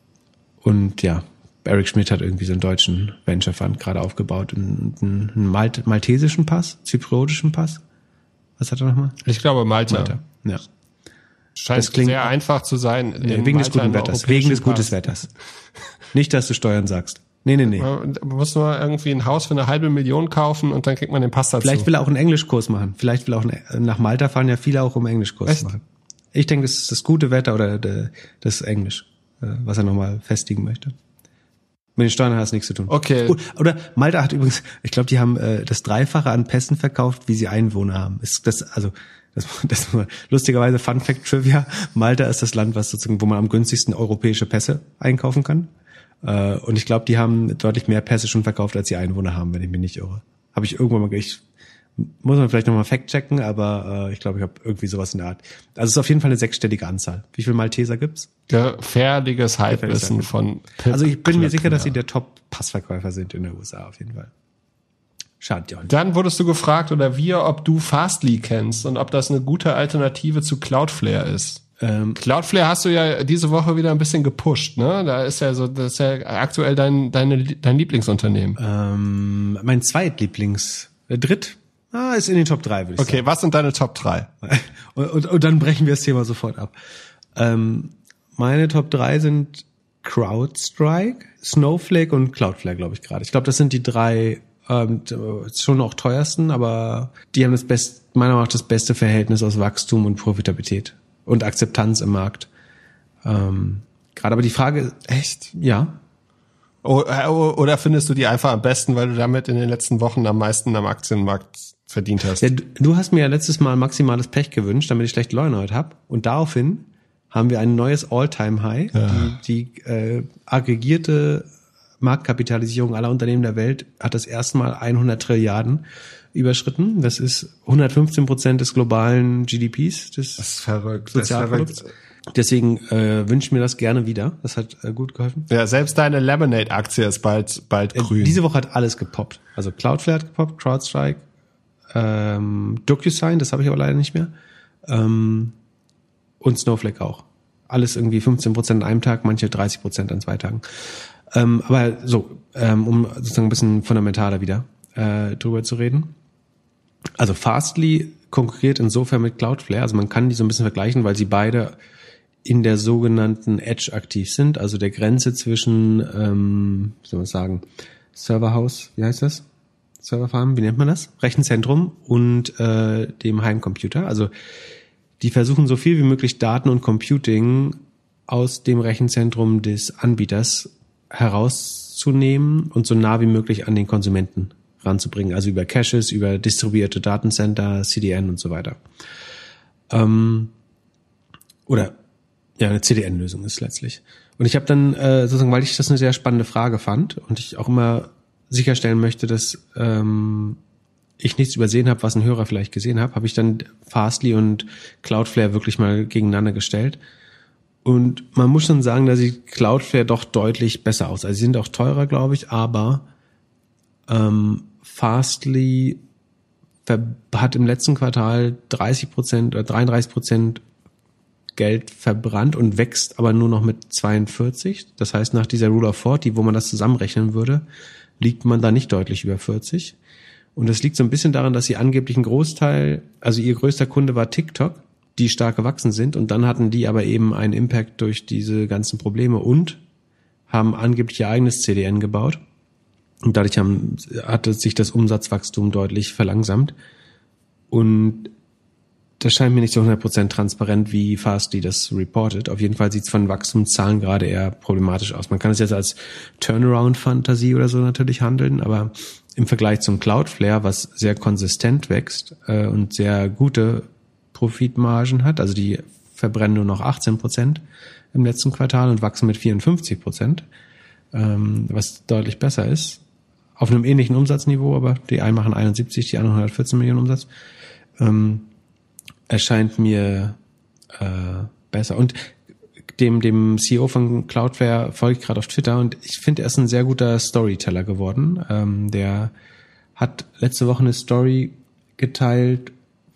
und ja, Eric Schmidt hat irgendwie so einen deutschen Venture Fund gerade aufgebaut, einen, einen Malt- maltesischen Pass, zypriotischen Pass. Was hat er nochmal? Ich glaube Malta. Malta. Ja. Scheint das klingt, sehr einfach zu sein. Nee, wegen des guten Wetters. Wegen des guten Wetters. Nicht, dass du Steuern sagst. Nee, nee, nee. Man muss nur irgendwie ein Haus für eine halbe Million kaufen und dann kriegt man den Pass dazu. Vielleicht will er auch einen Englischkurs machen. Vielleicht will er auch einen, nach Malta fahren ja viele auch, um einen Englischkurs Echt? zu machen. Ich denke, das ist das gute Wetter oder das Englisch, was er nochmal festigen möchte. Mit den Steuern hat das nichts zu tun. Okay. Oder Malta hat übrigens, ich glaube, die haben äh, das Dreifache an Pässen verkauft, wie sie Einwohner haben. Ist das also das, das lustigerweise Fun Fact Trivia: Malta ist das Land, was sozusagen, wo man am günstigsten europäische Pässe einkaufen kann. Äh, und ich glaube, die haben deutlich mehr Pässe schon verkauft, als sie Einwohner haben, wenn ich mich nicht irre. Habe ich irgendwann mal, ich muss man vielleicht nochmal fact checken, aber äh, ich glaube, ich habe irgendwie sowas in der Art. Also es ist auf jeden Fall eine sechsstellige Anzahl. Wie viele Malteser gibt's? Gefährliches Halbwissen von Pip. Also ich bin mir sicher, dass sie der Top-Passverkäufer sind in den U S A auf jeden Fall. Schadet ja auch nicht. Dann wurdest du gefragt, oder wir, ob du Fastly kennst und ob das eine gute Alternative zu Cloudflare ist. Ähm, Cloudflare hast du ja diese Woche wieder ein bisschen gepusht, ne? Da ist ja so, das ist ja aktuell dein deine dein Lieblingsunternehmen. Ähm, mein Zweitlieblings, äh, Dritt. Ah, ist in den Top drei, würde ich okay, sagen. Okay, was sind deine Top drei? und, und, und dann brechen wir das Thema sofort ab. Ähm, meine Top drei sind CrowdStrike, Snowflake und Cloudflare, glaube ich gerade. Ich glaube, das sind die drei ähm, schon auch teuersten, aber die haben das best, meiner Meinung nach das beste Verhältnis aus Wachstum und Profitabilität und Akzeptanz im Markt. Ähm, gerade aber die Frage, echt? Ja. Oder findest du die einfach am besten, weil du damit in den letzten Wochen am meisten am Aktienmarkt verdient hast? Ja, du hast mir ja letztes Mal maximales Pech gewünscht, damit ich schlechte Laune heute habe. Und daraufhin haben wir ein neues All-Time-High. Ja. Die, die äh, aggregierte Marktkapitalisierung aller Unternehmen der Welt hat das erste Mal hundert Trilliarden überschritten. Das ist hundertfünfzehn Prozent des globalen G D Ps, des das ist verrückt. Sozialprodukts. Das ist verrückt. Deswegen äh, wünsche ich mir das gerne wieder. Das hat äh, gut geholfen. Ja, selbst deine Lemonade-Aktie ist bald bald grün. Äh, diese Woche hat alles gepoppt. Also Cloudflare hat gepoppt, CrowdStrike, ähm, DocuSign, das habe ich aber leider nicht mehr. Ähm, und Snowflake auch. Alles irgendwie fünfzehn Prozent an einem Tag, manche dreißig Prozent an zwei Tagen. Ähm, aber so, ähm, um sozusagen ein bisschen fundamentaler wieder äh, drüber zu reden. Also Fastly konkurriert insofern mit Cloudflare. Also man kann die so ein bisschen vergleichen, weil sie beide in der sogenannten Edge aktiv sind, also der Grenze zwischen, ähm, wie soll man sagen, Serverhaus, wie heißt das? Serverfarm, wie nennt man das? Rechenzentrum und äh, dem Heimcomputer. Also die versuchen so viel wie möglich Daten und Computing aus dem Rechenzentrum des Anbieters herauszunehmen und so nah wie möglich an den Konsumenten ranzubringen. Also über Caches, über distribuierte Datencenter, C D N und so weiter. Ähm, oder ja, eine C D N-Lösung ist letztlich. Und ich habe dann äh, sozusagen, weil ich das eine sehr spannende Frage fand und ich auch immer sicherstellen möchte, dass ähm, ich nichts übersehen habe, was ein Hörer vielleicht gesehen hat, habe ich dann Fastly und Cloudflare wirklich mal gegeneinander gestellt. Und man muss schon sagen, da sieht Cloudflare doch deutlich besser aus. Also sie sind auch teurer, glaube ich, aber ähm, Fastly hat im letzten Quartal dreißig Prozent oder dreiunddreißig Prozent Geld verbrannt und wächst aber nur noch mit zweiundvierzig. Das heißt, nach dieser Rule of vierzig, wo man das zusammenrechnen würde, liegt man da nicht deutlich über vierzig. Und das liegt so ein bisschen daran, dass sie angeblich einen Großteil, also ihr größter Kunde war TikTok, die stark gewachsen sind. Und dann hatten die aber eben einen Impact durch diese ganzen Probleme und haben angeblich ihr eigenes C D N gebaut. Und dadurch haben, hatte sich das Umsatzwachstum deutlich verlangsamt. Und das scheint mir nicht so hundert Prozent transparent, wie Fastly das reportet. Auf jeden Fall sieht es von Wachstumszahlen gerade eher problematisch aus. Man kann es jetzt als Turnaround-Fantasie oder so natürlich handeln, aber im Vergleich zum Cloudflare, was sehr konsistent wächst äh, und sehr gute Profitmargen hat, also die verbrennen nur noch achtzehn Prozent im letzten Quartal und wachsen mit vierundfünfzig Prozent, ähm, was deutlich besser ist. Auf einem ähnlichen Umsatzniveau, aber die einen machen einundsiebzig, die anderen hundertvierzehn Millionen Umsatz. Ähm, erscheint mir äh, besser. Und dem dem C E O von Cloudflare folge ich gerade auf Twitter und ich finde, er ist ein sehr guter Storyteller geworden. Ähm, der hat letzte Woche eine Story geteilt,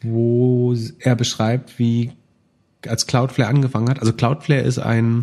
wo er beschreibt, wie als Cloudflare angefangen hat. Also Cloudflare ist ein,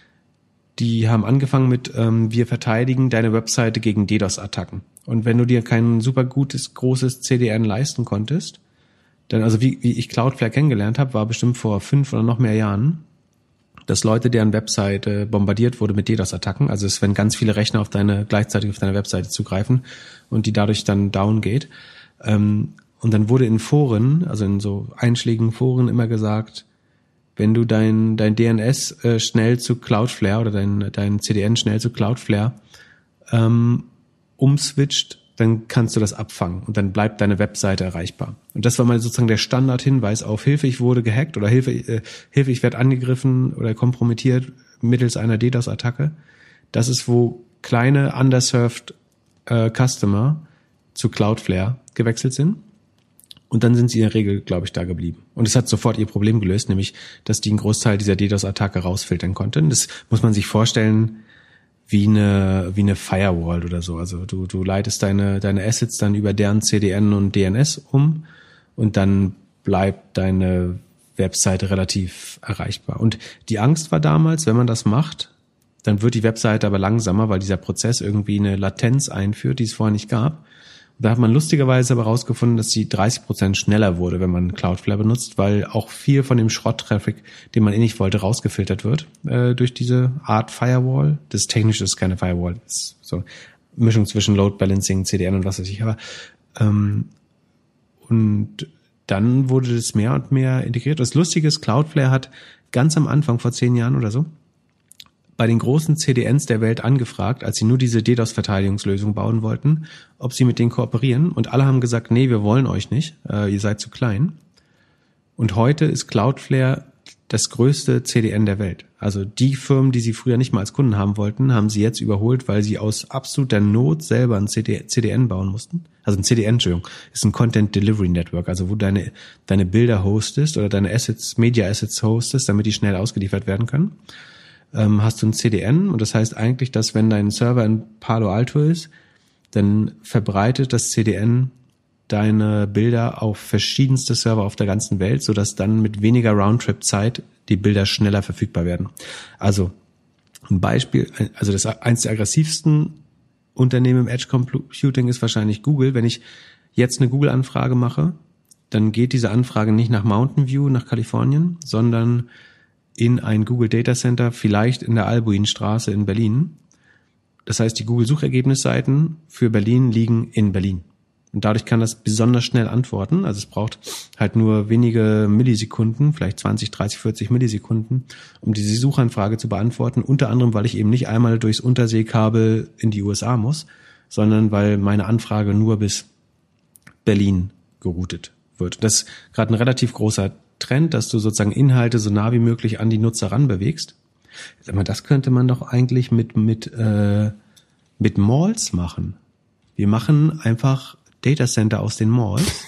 die haben angefangen mit, ähm, wir verteidigen deine Webseite gegen DDoS-Attacken. Und wenn du dir kein super gutes, großes C D N leisten konntest, dann, also wie, wie ich Cloudflare kennengelernt habe, war bestimmt vor fünf oder noch mehr Jahren, dass Leute, deren Webseite bombardiert wurde mit DDoS-Attacken, also es, wenn ganz viele Rechner auf deine, gleichzeitig auf deine Webseite zugreifen und die dadurch dann down geht. Ähm, und dann wurde in Foren, also in so einschlägigen Foren immer gesagt, wenn du dein, dein D N S äh, schnell zu Cloudflare oder dein, dein C D N schnell zu Cloudflare ähm, umswitcht, dann kannst du das abfangen und dann bleibt deine Webseite erreichbar. Und das war mal sozusagen der Standardhinweis auf Hilfe, ich wurde gehackt oder Hilfe, äh, Hilfe, ich werde angegriffen oder kompromittiert mittels einer DDoS-Attacke. Das ist, wo kleine underserved äh, Customer zu Cloudflare gewechselt sind. Und dann sind sie in der Regel, glaube ich, da geblieben. Und es hat sofort ihr Problem gelöst, nämlich, dass die einen Großteil dieser DDoS-Attacke rausfiltern konnten. Das muss man sich vorstellen wie eine wie eine Firewall oder so. Also du du leitest deine deine Assets dann über deren C D N und D N S um und dann bleibt deine Webseite relativ erreichbar. Und die Angst war damals, wenn man das macht, dann wird die Webseite aber langsamer, weil dieser Prozess irgendwie eine Latenz einführt, die es vorher nicht gab. Da hat man lustigerweise aber rausgefunden, dass sie dreißig Prozent schneller wurde, wenn man Cloudflare benutzt, weil auch viel von dem Schrott-Traffic, den man eh nicht wollte, rausgefiltert wird äh, durch diese Art Firewall. Das Technische ist keine Firewall, das ist so Mischung zwischen Load Balancing, C D N und was weiß ich. Aber ähm, und dann wurde das mehr und mehr integriert. Das Lustige ist, Cloudflare hat ganz am Anfang, vor zehn Jahren oder so, bei den großen C D Ns der Welt angefragt, als sie nur diese DDoS-Verteidigungslösung bauen wollten, ob sie mit denen kooperieren. Und alle haben gesagt, nee, wir wollen euch nicht, äh, ihr seid zu klein. Und heute ist Cloudflare das größte C D N der Welt. Also die Firmen, die sie früher nicht mal als Kunden haben wollten, haben sie jetzt überholt, weil sie aus absoluter Not selber ein C D N bauen mussten. Also ein C D N, Entschuldigung, ist ein Content Delivery Network, also wo deine deine Bilder hostest oder deine Assets, Media Assets hostest, damit die schnell ausgeliefert werden können. Hast du ein C D N und das heißt eigentlich, dass wenn dein Server in Palo Alto ist, dann verbreitet das C D N deine Bilder auf verschiedenste Server auf der ganzen Welt, sodass dann mit weniger Roundtrip-Zeit die Bilder schneller verfügbar werden. Also ein Beispiel, also das eins der aggressivsten Unternehmen im Edge Computing ist wahrscheinlich Google. Wenn ich jetzt eine Google-Anfrage mache, dann geht diese Anfrage nicht nach Mountain View, nach Kalifornien, sondern in ein Google Data Center, vielleicht in der Albuinstraße in Berlin. Das heißt, die Google-Suchergebnisseiten für Berlin liegen in Berlin. Und dadurch kann das besonders schnell antworten. Also es braucht halt nur wenige Millisekunden, vielleicht zwanzig, dreißig, vierzig Millisekunden, um diese Suchanfrage zu beantworten. Unter anderem, weil ich eben nicht einmal durchs Unterseekabel in die U S A muss, sondern weil meine Anfrage nur bis Berlin geroutet wird. Das ist gerade ein relativ großer Trend, dass du sozusagen Inhalte so nah wie möglich an die Nutzer ranbewegst. Aber das könnte man doch eigentlich mit mit äh, mit Malls machen. Wir machen einfach Datacenter aus den Malls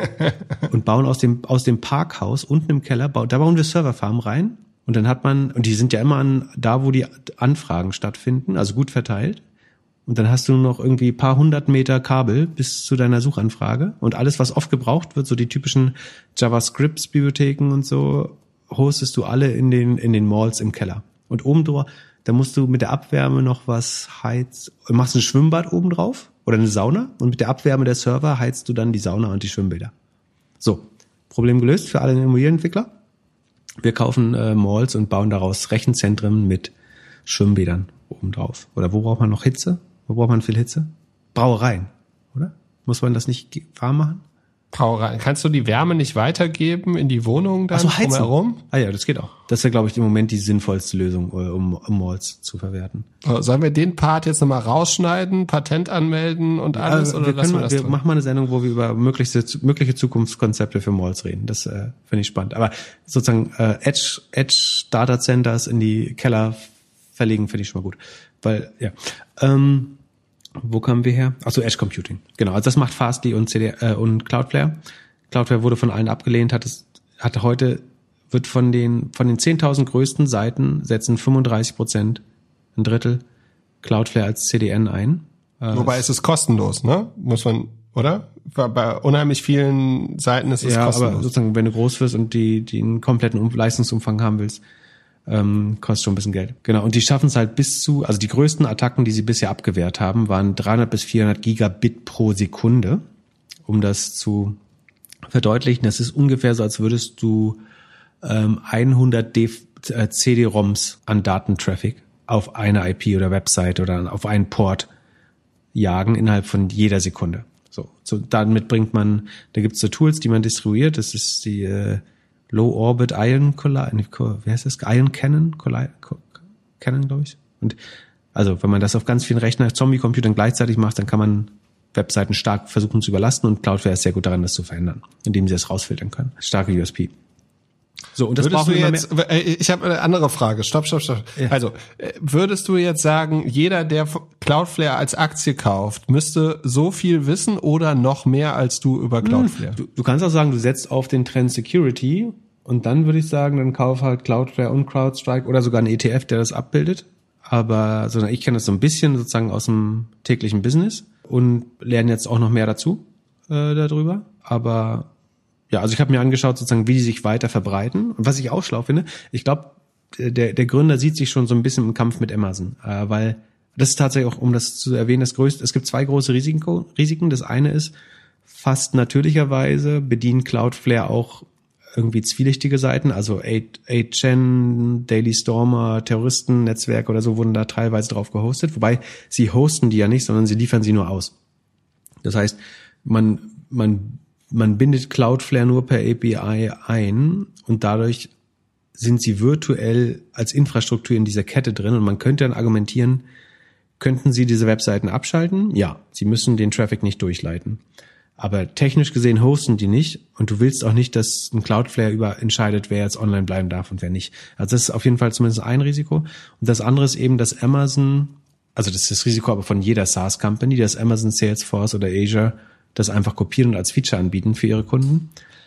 und bauen aus dem aus dem Parkhaus unten im Keller, da bauen wir Serverfarmen rein und dann hat man, und die sind ja immer an da, wo die Anfragen stattfinden, also gut verteilt. Und dann hast du nur noch irgendwie ein paar hundert Meter Kabel bis zu deiner Suchanfrage und alles, was oft gebraucht wird, so die typischen JavaScript-Bibliotheken und so, hostest du alle in den in den Malls im Keller. Und oben drüber, da musst du mit der Abwärme noch was heizen, machst ein Schwimmbad oben drauf oder eine Sauna und mit der Abwärme der Server heizt du dann die Sauna und die Schwimmbäder. So, Problem gelöst für alle Immobilienentwickler. Wir kaufen äh, Malls und bauen daraus Rechenzentren mit Schwimmbädern oben drauf. Oder wo braucht man noch Hitze? Wo braucht man viel Hitze? Brauereien, oder? Muss man das nicht warm machen? Brauerei. Kannst du die Wärme nicht weitergeben in die Wohnung dann Ach so, drumherum? Ah ja, das geht auch. Das ist ja, glaube ich, im Moment die sinnvollste Lösung, um, um Malls zu verwerten. Sollen wir den Part jetzt nochmal rausschneiden, Patent anmelden und alles? Ja, oder wir lassen können, wir das wir drin? machen mal eine Sendung, wo wir über mögliche, mögliche Zukunftskonzepte für Malls reden. Das äh, finde ich spannend. Aber sozusagen äh, Edge, Edge Data Centers in die Keller verlegen, finde ich schon mal gut. Weil, ja. Ähm, Wo kamen wir her? Achso, Edge Computing. Genau, also das macht Fastly und C D, äh, und Cloudflare. Cloudflare wurde von allen abgelehnt, hat es, hat heute, wird von den, von den zehntausend größten Seiten setzen fünfunddreißig Prozent, ein Drittel, Cloudflare als C D N ein. Äh, Wobei es ist kostenlos, ne? Muss man, oder? Bei, bei unheimlich vielen Seiten ist es ja, kostenlos. aber sozusagen, wenn du groß wirst und die, die einen kompletten um Leistungsumfang haben willst, ähm, kostet schon ein bisschen Geld. Genau. Und die schaffen es halt bis zu, also die größten Attacken, die sie bisher abgewehrt haben, waren dreihundert bis vierhundert Gigabit pro Sekunde. Um das zu verdeutlichen, das ist ungefähr so, als würdest du ähm, hundert D- äh, C D-ROMs an Datentraffic auf eine I P oder Website oder auf einen Port jagen innerhalb von jeder Sekunde. So, so damit bringt man, da gibt's so Tools, die man distribuiert. Das ist die äh, Low Orbit Ion Collider, wie heißt das? Ion Cannon Collider, Cannon, glaube ich. Und also, wenn man das auf ganz vielen Rechnern, Zombie-Computern gleichzeitig macht, dann kann man Webseiten stark versuchen zu überlasten und Cloudflare ist sehr gut daran, das zu verändern, indem sie das rausfiltern können. Starke U S P. So, und das würdest brauchen du wir jetzt, mehr. Ich habe eine andere Frage. Stopp, stopp, stopp. Ja. Also, würdest du jetzt sagen, jeder, der Cloudflare als Aktie kauft, müsste so viel wissen oder noch mehr als du über Cloudflare? Du, du kannst auch sagen, du setzt auf den Trend Security und dann würde ich sagen, dann kauf halt Cloudflare und CrowdStrike oder sogar einen E T F, der das abbildet. Aber sondern ich kenne das so ein bisschen sozusagen aus dem täglichen Business und lerne jetzt auch noch mehr dazu äh, darüber. Aber ja, also ich habe mir angeschaut, sozusagen, wie die sich weiter verbreiten. Und was ich auch schlau finde, ich glaube, der, der Gründer sieht sich schon so ein bisschen im Kampf mit Amazon, äh, weil das ist tatsächlich auch, um das zu erwähnen, das größte, es gibt zwei große Risiken. Risiken. Das eine ist, fast natürlicherweise bedienen Cloudflare auch irgendwie zwielichtige Seiten, also acht chan, Daily Stormer, Terroristennetzwerke oder so wurden da teilweise drauf gehostet, wobei sie hosten die ja nicht, sondern sie liefern sie nur aus. Das heißt, man, man Man bindet Cloudflare nur per A P I ein und dadurch sind sie virtuell als Infrastruktur in dieser Kette drin und man könnte dann argumentieren, könnten sie diese Webseiten abschalten? Ja, sie müssen den Traffic nicht durchleiten. Aber technisch gesehen hosten die nicht und du willst auch nicht, dass ein Cloudflare über entscheidet, wer jetzt online bleiben darf und wer nicht. Also das ist auf jeden Fall zumindest ein Risiko. Und das andere ist eben, dass Amazon, also das ist das Risiko aber von jeder SaaS-Company, dass Amazon, Salesforce oder Azure das einfach kopieren und als Feature anbieten für ihre Kunden.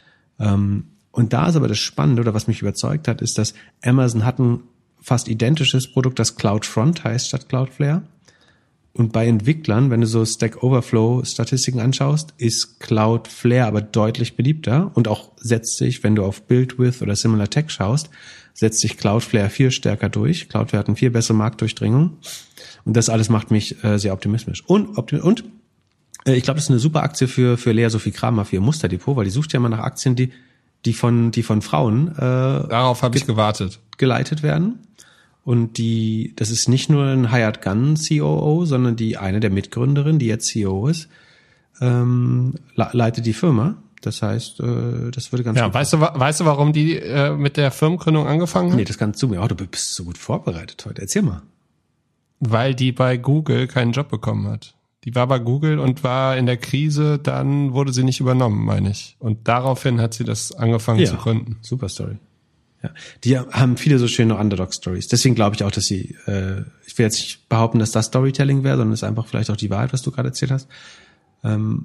Und da ist aber das Spannende, oder was mich überzeugt hat, ist, dass Amazon hat ein fast identisches Produkt, das CloudFront heißt statt Cloudflare. Und bei Entwicklern, wenn du so Stack Overflow-Statistiken anschaust, ist Cloudflare aber deutlich beliebter und auch setzt sich, wenn du auf BuildWith oder SimilarTech schaust, setzt sich Cloudflare viel stärker durch. Cloudflare hat eine viel bessere Marktdurchdringung. Und das alles macht mich äh, sehr optimistisch. Und, optimi- und ich glaube, das ist eine super Aktie für für Lea Sophie Kramer für ihr Musterdepot, weil die sucht ja immer nach Aktien, die die von die von Frauen äh, darauf habe ich gewartet geleitet werden. Und die, das ist nicht nur ein Hired Gun C O O, sondern die eine der Mitgründerinnen, die jetzt C E O ist, ähm, leitet die Firma. Das heißt, äh, das würde ganz ja, gut. Weißt du, weißt du, warum die äh, mit der Firmengründung angefangen hat? Nee, das kannst du mir auch. Du bist so gut vorbereitet heute. Erzähl mal. Weil die bei Google keinen Job bekommen hat. Die war bei Google und war in der Krise, dann wurde sie nicht übernommen, meine ich. Und daraufhin hat sie das angefangen ja, zu gründen. Super Story. Ja, die haben viele so schöne Underdog-Stories. Deswegen glaube ich auch, dass sie, äh, ich will jetzt nicht behaupten, dass das Storytelling wäre, sondern es ist einfach vielleicht auch die Wahrheit, was du gerade erzählt hast. Ähm,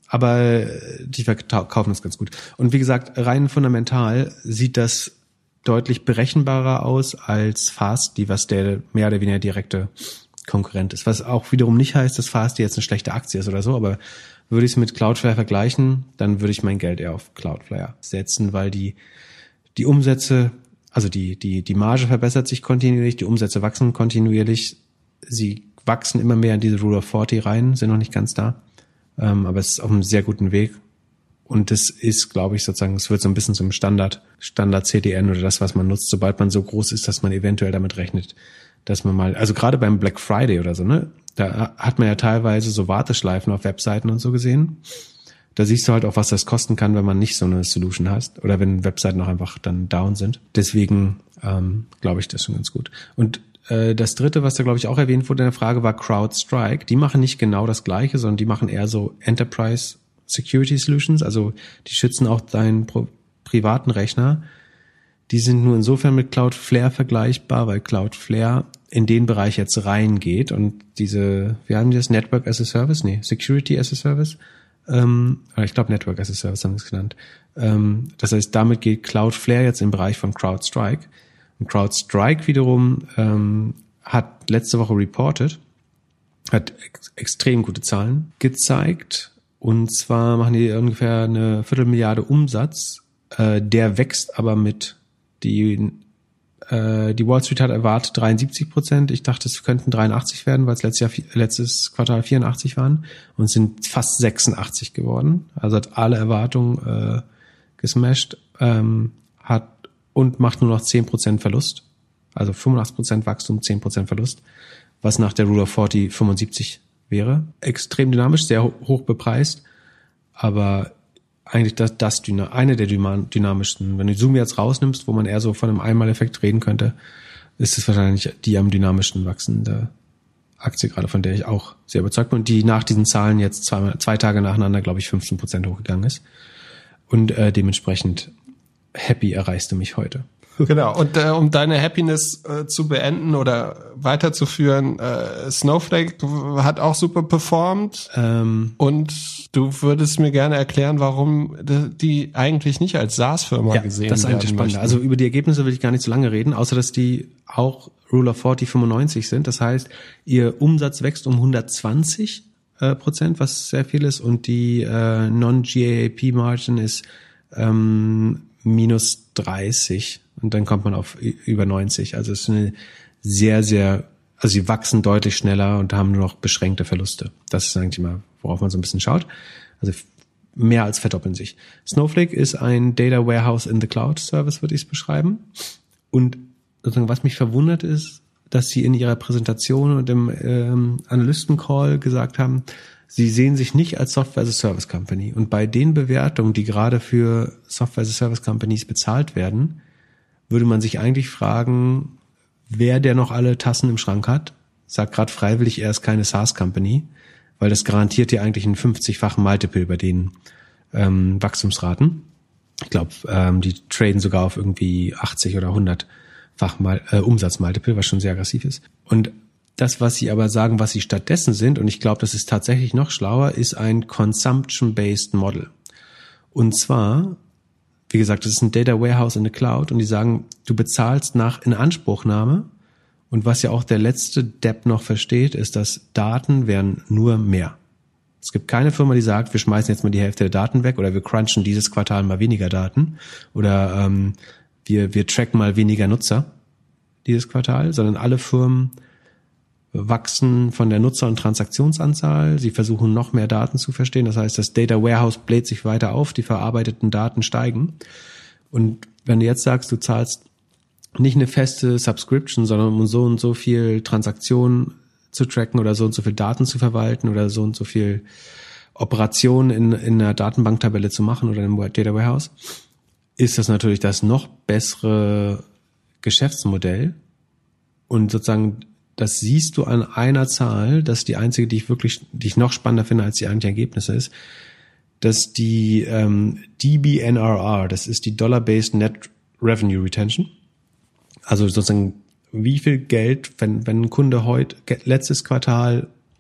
aber die verkaufen das ganz gut. Und wie gesagt, rein fundamental sieht das deutlich berechenbarer aus als Fastly, was der mehr oder weniger direkte Konkurrent ist. Was auch wiederum nicht heißt, dass Fastly jetzt eine schlechte Aktie ist oder so, aber würde ich es mit Cloudflare vergleichen, dann würde ich mein Geld eher auf Cloudflare setzen, weil die die Umsätze, also die die die Marge verbessert sich kontinuierlich, die Umsätze wachsen kontinuierlich, sie wachsen immer mehr in diese Rule of vierzig rein, sind noch nicht ganz da, ähm, aber es ist auf einem sehr guten Weg. Und das ist, glaube ich, sozusagen, es wird so ein bisschen zum Standard, Standard C D N oder das, was man nutzt, sobald man so groß ist, dass man eventuell damit rechnet, dass man mal, also gerade beim Black Friday oder so, ne, da hat man ja teilweise so Warteschleifen auf Webseiten und so gesehen. Da siehst du halt auch, was das kosten kann, wenn man nicht so eine Solution hast oder wenn Webseiten auch einfach dann down sind. Deswegen ähm, glaube ich das schon ganz gut. Und äh, das dritte, was da, glaube ich, auch erwähnt wurde in der Frage, war CrowdStrike. Die machen nicht genau das Gleiche, sondern die machen eher so Enterprise Security Solutions, also die schützen auch deinen pro- privaten Rechner. Die sind nur insofern mit Cloudflare vergleichbar, weil Cloudflare in den Bereich jetzt reingeht und diese, wie haben die das, Network as a Service? Nee, Security as a Service? Ähm, ich glaube Network as a Service haben sie es genannt. Ähm, das heißt, damit geht Cloudflare jetzt im Bereich von CrowdStrike. Und CrowdStrike wiederum ähm, hat letzte Woche reported, hat ex- extrem gute Zahlen gezeigt. Und zwar machen die ungefähr eine Viertelmilliarde Umsatz. Äh, der wächst aber mit die äh, die Wall Street hat erwartet dreiundsiebzig Prozent. Ich dachte, es könnten dreiundachtzig werden, weil es letztes Jahr letztes Quartal vierundachtzig waren und es sind fast sechsundachtzig geworden. Also hat alle Erwartungen äh, gesmashed, ähm, hat und macht nur noch zehn Prozent Verlust. Also fünfundachtzig Prozent Wachstum, zehn Prozent Verlust, was nach der Rule of vierzig fünfundsiebzig wäre. Extrem dynamisch, sehr hoch bepreist, aber eigentlich das, das eine der dynamischsten. Wenn du Zoom jetzt rausnimmst, wo man eher so von einem Einmaleffekt reden könnte, ist es wahrscheinlich die am dynamischsten wachsende Aktie gerade, von der ich auch sehr überzeugt bin und die nach diesen Zahlen jetzt zwei, zwei Tage nacheinander, glaube ich, fünfzehn Prozent hochgegangen ist. Und äh, dementsprechend happy erreichst du mich heute. Genau, und äh, um deine Happiness äh, zu beenden oder weiterzuführen, äh, Snowflake hat auch super performt ähm, und du würdest mir gerne erklären, warum die eigentlich nicht als SaaS-Firma ja, gesehen werden. Das ist eigentlich spannend. Also über die Ergebnisse will ich gar nicht so lange reden, außer dass die auch Rule of vierzig fünfundneunzig sind. Das heißt, ihr Umsatz wächst um hundertzwanzig äh, Prozent, was sehr viel ist, und die äh, Non-G A A P-Margin ist ähm, minus dreißig. Und dann kommt man auf über neunzig. Also es ist eine sehr, sehr, also sie wachsen deutlich schneller und haben nur noch beschränkte Verluste. Das ist eigentlich mal, worauf man so ein bisschen schaut. Also mehr als verdoppeln sich. Snowflake ist ein Data Warehouse in the Cloud Service, würde ich es beschreiben. Und sozusagen, was mich verwundert ist, dass sie in ihrer Präsentation und im ähm, Analysten-Call gesagt haben, sie sehen sich nicht als Software as a Service Company. Und bei den Bewertungen, die gerade für Software as a Service Companies bezahlt werden, würde man sich eigentlich fragen, wer der noch alle Tassen im Schrank hat. Sagt gerade freiwillig, er ist keine SaaS-Company, weil das garantiert ja eigentlich einen fünfzigfachen Multiple bei den ähm, Wachstumsraten. Ich glaube, ähm, die traden sogar auf irgendwie achtzig oder hundertfach Mal, äh, Umsatzmultiple, was schon sehr aggressiv ist. Und das, was sie aber sagen, was sie stattdessen sind, und ich glaube, das ist tatsächlich noch schlauer, ist ein Consumption-Based Model. Und zwar, wie gesagt, das ist ein Data Warehouse in the Cloud und die sagen, du bezahlst nach Inanspruchnahme, und was ja auch der letzte Depp noch versteht, ist, dass Daten werden nur mehr. Es gibt keine Firma, die sagt, wir schmeißen jetzt mal die Hälfte der Daten weg oder wir crunchen dieses Quartal mal weniger Daten oder ähm, wir wir tracken mal weniger Nutzer dieses Quartal, sondern alle Firmen wachsen von der Nutzer- und Transaktionsanzahl. Sie versuchen noch mehr Daten zu verstehen. Das heißt, das Data Warehouse bläht sich weiter auf, die verarbeiteten Daten steigen. Und wenn du jetzt sagst, du zahlst nicht eine feste Subscription, sondern um so und so viel Transaktionen zu tracken oder so und so viel Daten zu verwalten oder so und so viel Operationen in, in einer Datenbanktabelle zu machen oder im Data Warehouse, ist das natürlich das noch bessere Geschäftsmodell. Und sozusagen, das siehst du an einer Zahl, das ist die einzige, die ich wirklich, die ich noch spannender finde als die eigentlichen Ergebnisse ist, dass die ähm, D B N R R, das ist die Dollar-Based Net Revenue Retention, also sozusagen wie viel Geld, wenn wenn ein Kunde heute letztes Quartal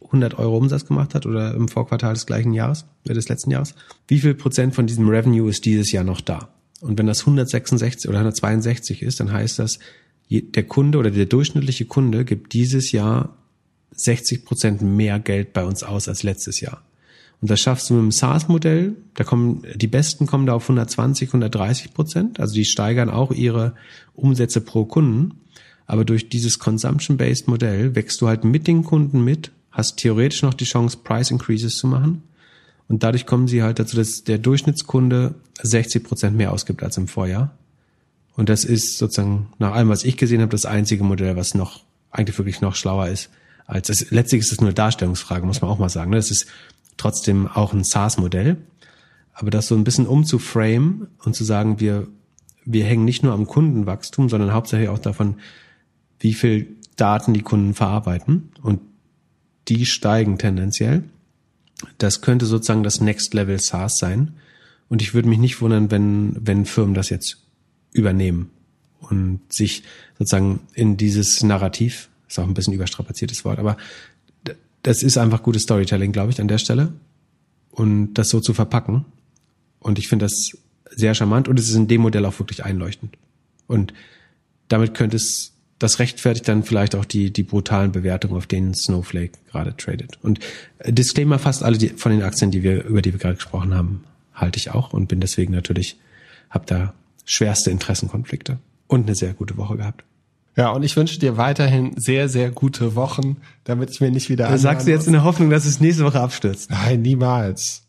hundert Euro Umsatz gemacht hat oder im Vorquartal des gleichen Jahres, äh, des letzten Jahres, wie viel Prozent von diesem Revenue ist dieses Jahr noch da? Und wenn das hundertsechsundsechzig oder hundertzweiundsechzig ist, dann heißt das, der Kunde oder der durchschnittliche Kunde gibt dieses Jahr sechzig Prozent mehr Geld bei uns aus als letztes Jahr. Und das schaffst du mit dem SaaS-Modell, da kommen, die Besten kommen da auf hundertzwanzig, hundertdreißig Prozent, also die steigern auch ihre Umsätze pro Kunden. Aber durch dieses Consumption-Based Modell wächst du halt mit den Kunden mit, hast theoretisch noch die Chance, Price Increases zu machen. Und dadurch kommen sie halt dazu, dass der Durchschnittskunde sechzig Prozent mehr ausgibt als im Vorjahr. Und das ist sozusagen, nach allem, was ich gesehen habe, das einzige Modell, was noch, eigentlich wirklich noch schlauer ist. Als das, letztlich ist es nur eine Darstellungsfrage, muss man auch mal sagen. Das ist trotzdem auch ein SaaS-Modell. Aber das so ein bisschen umzuframen und zu sagen, wir, wir hängen nicht nur am Kundenwachstum, sondern hauptsächlich auch davon, wie viel Daten die Kunden verarbeiten, und die steigen tendenziell. Das könnte sozusagen das Next Level SaaS sein, und ich würde mich nicht wundern, wenn wenn Firmen das jetzt übernehmen und sich sozusagen in dieses Narrativ, ist auch ein bisschen überstrapaziertes Wort, aber das ist einfach gutes Storytelling, glaube ich, an der Stelle, und das so zu verpacken, und ich finde das sehr charmant, und es ist in dem Modell auch wirklich einleuchtend, und damit könnte es das rechtfertigt dann vielleicht auch die die brutalen Bewertungen, auf denen Snowflake gerade tradet. Und Disclaimer, fast alle die, von den Aktien, die wir über die wir gerade gesprochen haben, halte ich auch und bin deswegen natürlich, habe da schwerste Interessenkonflikte und eine sehr gute Woche gehabt. Ja, und ich wünsche dir weiterhin sehr, sehr gute Wochen, damit ich mir nicht wieder Das sagst du jetzt in der Hoffnung, dass es nächste Woche abstürzt. Nein, niemals.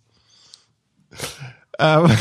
ähm,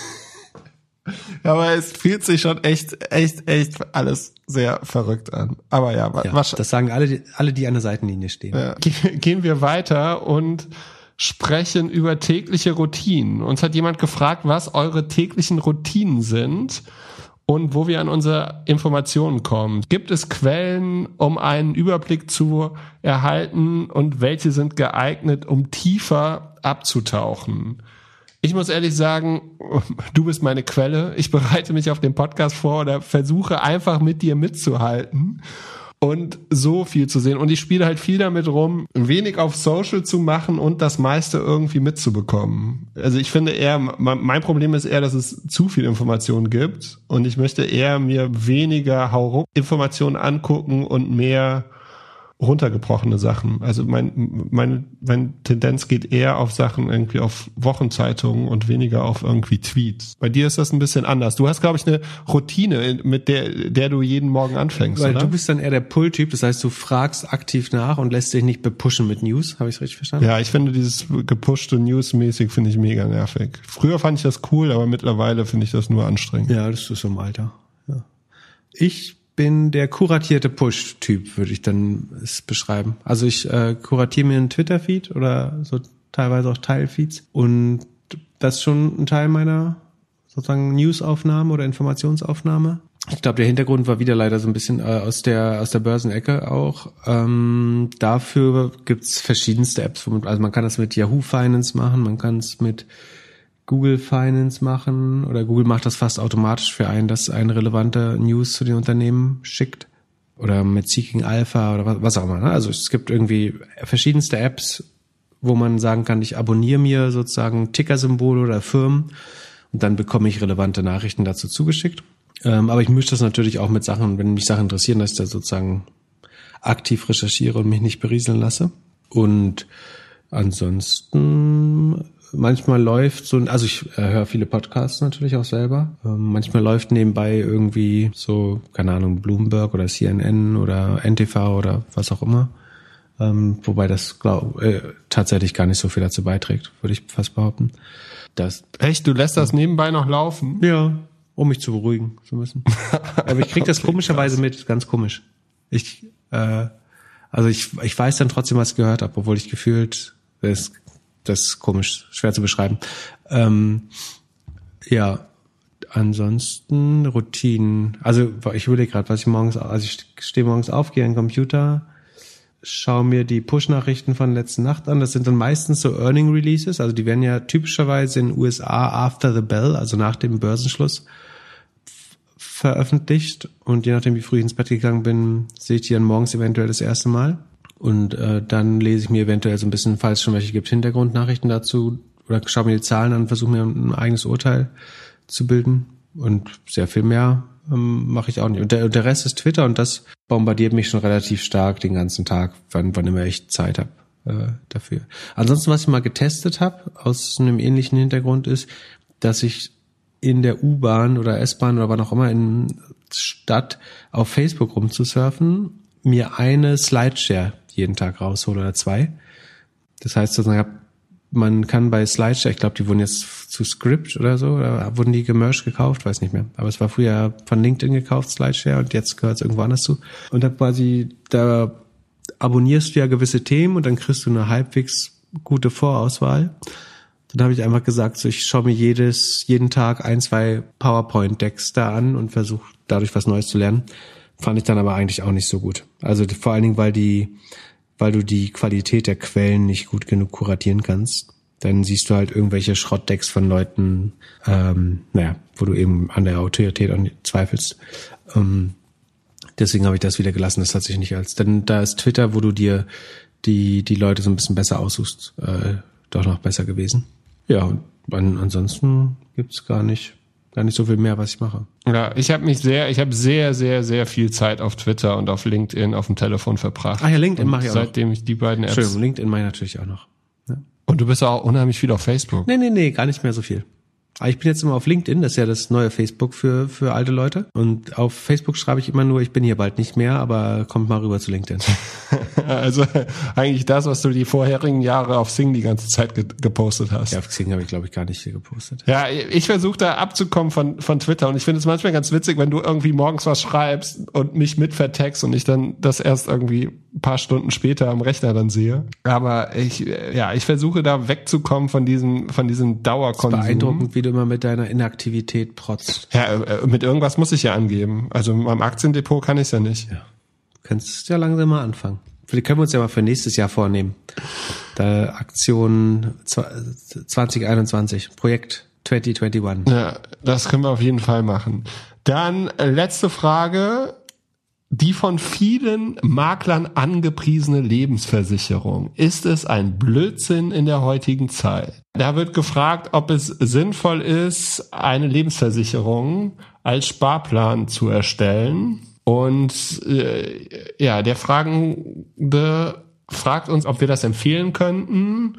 aber es fühlt sich schon echt, echt, echt alles sehr verrückt an. Aber ja, ja was, das sagen alle, die, alle, die an der Seitenlinie stehen. Ja. Gehen wir weiter und sprechen über tägliche Routinen. Uns hat jemand gefragt, was eure täglichen Routinen sind und wo wir an unsere Informationen kommen. Gibt es Quellen, um einen Überblick zu erhalten, und welche sind geeignet, um tiefer abzutauchen? Ich muss ehrlich sagen, du bist meine Quelle. Ich bereite mich auf den Podcast vor oder versuche einfach mit dir mitzuhalten und so viel zu sehen. Und ich spiele halt viel damit rum, wenig auf Social zu machen und das meiste irgendwie mitzubekommen. Also ich finde eher, mein Problem ist eher, dass es zu viel Informationen gibt, und ich möchte eher mir weniger Hauruck-Informationen angucken und mehr runtergebrochene Sachen. Also mein, meine, meine Tendenz geht eher auf Sachen irgendwie auf Wochenzeitungen und weniger auf irgendwie Tweets. Bei dir ist das ein bisschen anders. Du hast, glaube ich, eine Routine, mit der, der du jeden Morgen anfängst, Weil oder? Du bist dann eher der Pull-Typ, das heißt, du fragst aktiv nach und lässt dich nicht bepushen mit News. Habe ich es richtig verstanden? Ja, ich finde dieses gepushte News-mäßig finde ich mega nervig. Früher fand ich das cool, aber mittlerweile finde ich das nur anstrengend. Ja, das ist so im Alter. Ja. Ich bin der kuratierte Push-Typ, würde ich dann es beschreiben. Also ich äh, kuratiere mir einen Twitter-Feed oder so teilweise auch Teilfeeds, und das ist schon ein Teil meiner sozusagen Newsaufnahme oder Informationsaufnahme. Ich glaube, der Hintergrund war wieder leider so ein bisschen äh, aus der aus der Börsenecke auch. Ähm, dafür gibt's verschiedenste Apps. Also man kann das mit Yahoo Finance machen, man kann es mit Google Finance machen, oder Google macht das fast automatisch für einen, dass ein relevante News zu den Unternehmen schickt, oder mit Seeking Alpha oder was auch immer. Also es gibt irgendwie verschiedenste Apps, wo man sagen kann, ich abonniere mir sozusagen Ticker-Symbole oder Firmen, und dann bekomme ich relevante Nachrichten dazu zugeschickt. Ähm, aber ich mische das natürlich auch mit Sachen, wenn mich Sachen interessieren, dass ich da sozusagen aktiv recherchiere und mich nicht berieseln lasse. Und ansonsten manchmal läuft so, also ich äh, höre viele Podcasts natürlich auch selber. Ähm, manchmal läuft nebenbei irgendwie so, keine Ahnung, Bloomberg oder C N N oder N T V oder was auch immer. Ähm, wobei das glaub, äh, tatsächlich gar nicht so viel dazu beiträgt, würde ich fast behaupten. Das, Echt? Du lässt das nebenbei noch laufen? Ja, um mich zu beruhigen zu müssen. Aber ich krieg das okay, komischerweise krass. mit, ganz komisch. Ich, äh, also ich, ich weiß dann trotzdem, was ich gehört habe, obwohl ich gefühlt, das Das ist komisch, schwer zu beschreiben. Ähm, ja, ansonsten Routinen. Also ich überlege gerade, was ich morgens, also ich stehe morgens auf, gehe an den Computer, schaue mir die Push-Nachrichten von letzten Nacht an. Das sind dann meistens so Earning Releases. Also die werden ja typischerweise in den U S A after the bell, also nach dem Börsenschluss, veröffentlicht. Und je nachdem, wie früh ich ins Bett gegangen bin, sehe ich die dann morgens eventuell das erste Mal. Und äh, dann lese ich mir eventuell so ein bisschen, falls es schon welche gibt, Hintergrundnachrichten dazu oder schaue mir die Zahlen an, versuche mir ein eigenes Urteil zu bilden. Und sehr viel mehr ähm, mache ich auch nicht. Und der, der Rest ist Twitter und das bombardiert mich schon relativ stark den ganzen Tag, wann, wann immer ich Zeit habe äh, dafür. Ansonsten, was ich mal getestet habe, aus einem ähnlichen Hintergrund ist, dass ich in der U-Bahn oder S-Bahn oder wann auch immer in Stadt auf Facebook rumzusurfen, mir eine Slideshare jeden Tag raushole oder zwei. Das heißt sozusagen, man kann bei Slideshare, ich glaube, die wurden jetzt zu Script oder so, oder wurden die gemerged gekauft, weiß nicht mehr. Aber es war früher von LinkedIn gekauft, Slideshare, und jetzt gehört es irgendwo anders zu. Und da quasi, da abonnierst du ja gewisse Themen und dann kriegst du eine halbwegs gute Vorauswahl. Dann habe ich einfach gesagt, so ich schaue mir jedes, jeden Tag ein, zwei PowerPoint-Decks da an und versuche dadurch was Neues zu lernen. Fand ich dann aber eigentlich auch nicht so gut. Also vor allen Dingen, weil die, weil du die Qualität der Quellen nicht gut genug kuratieren kannst. Dann siehst du halt irgendwelche Schrottdecks von Leuten, ähm, naja, wo du eben an der Autorität auch nicht zweifelst. Ähm, deswegen habe ich das wieder gelassen. Das hat sich nicht als, denn da ist Twitter, wo du dir die die Leute so ein bisschen besser aussuchst, äh, doch noch besser gewesen. Ja, und an, ansonsten gibt's gar nicht gar nicht so viel mehr, was ich mache. Ja, ich habe mich sehr, ich habe sehr, sehr, sehr viel Zeit auf Twitter und auf LinkedIn auf dem Telefon verbracht. Ach ja, LinkedIn mache ich auch noch. Seitdem ich die beiden Apps... Entschuldigung, LinkedIn mache ich natürlich auch noch. Ja. Und du bist auch unheimlich viel auf Facebook. Nee, nee, nee, gar nicht mehr so viel. Aber ich bin jetzt immer auf LinkedIn, das ist ja das neue Facebook für für alte Leute. Und auf Facebook schreibe ich immer nur, ich bin hier bald nicht mehr, aber kommt mal rüber zu LinkedIn. Also eigentlich das, was du die vorherigen Jahre auf Xing die ganze Zeit ge- gepostet hast. Ja, auf Xing habe ich, glaube ich, gar nicht viel gepostet. Ja, ich versuche da abzukommen von von Twitter und ich finde es manchmal ganz witzig, wenn du irgendwie morgens was schreibst und mich mit vertext und ich dann das erst irgendwie ein paar Stunden später am Rechner dann sehe. Aber ich, ja, ich versuche da wegzukommen von diesem von diesem Dauerkonsum. Beeindruckend, wie du immer mit deiner Inaktivität protzt. Ja, mit irgendwas muss ich ja angeben. Also mit meinem Aktiendepot kann ich es ja nicht. Ja. Du kannst ja langsam mal anfangen. Vielleicht können wir uns ja mal für nächstes Jahr vornehmen. Da Aktion zwanzig einundzwanzig, Projekt zwanzig einundzwanzig. Ja, das können wir auf jeden Fall machen. Dann letzte Frage. Die von vielen Maklern angepriesene Lebensversicherung. Ist es ein Blödsinn in der heutigen Zeit? Da wird gefragt, ob es sinnvoll ist, eine Lebensversicherung als Sparplan zu erstellen. Und äh, ja, der Fragende fragt uns, ob wir das empfehlen könnten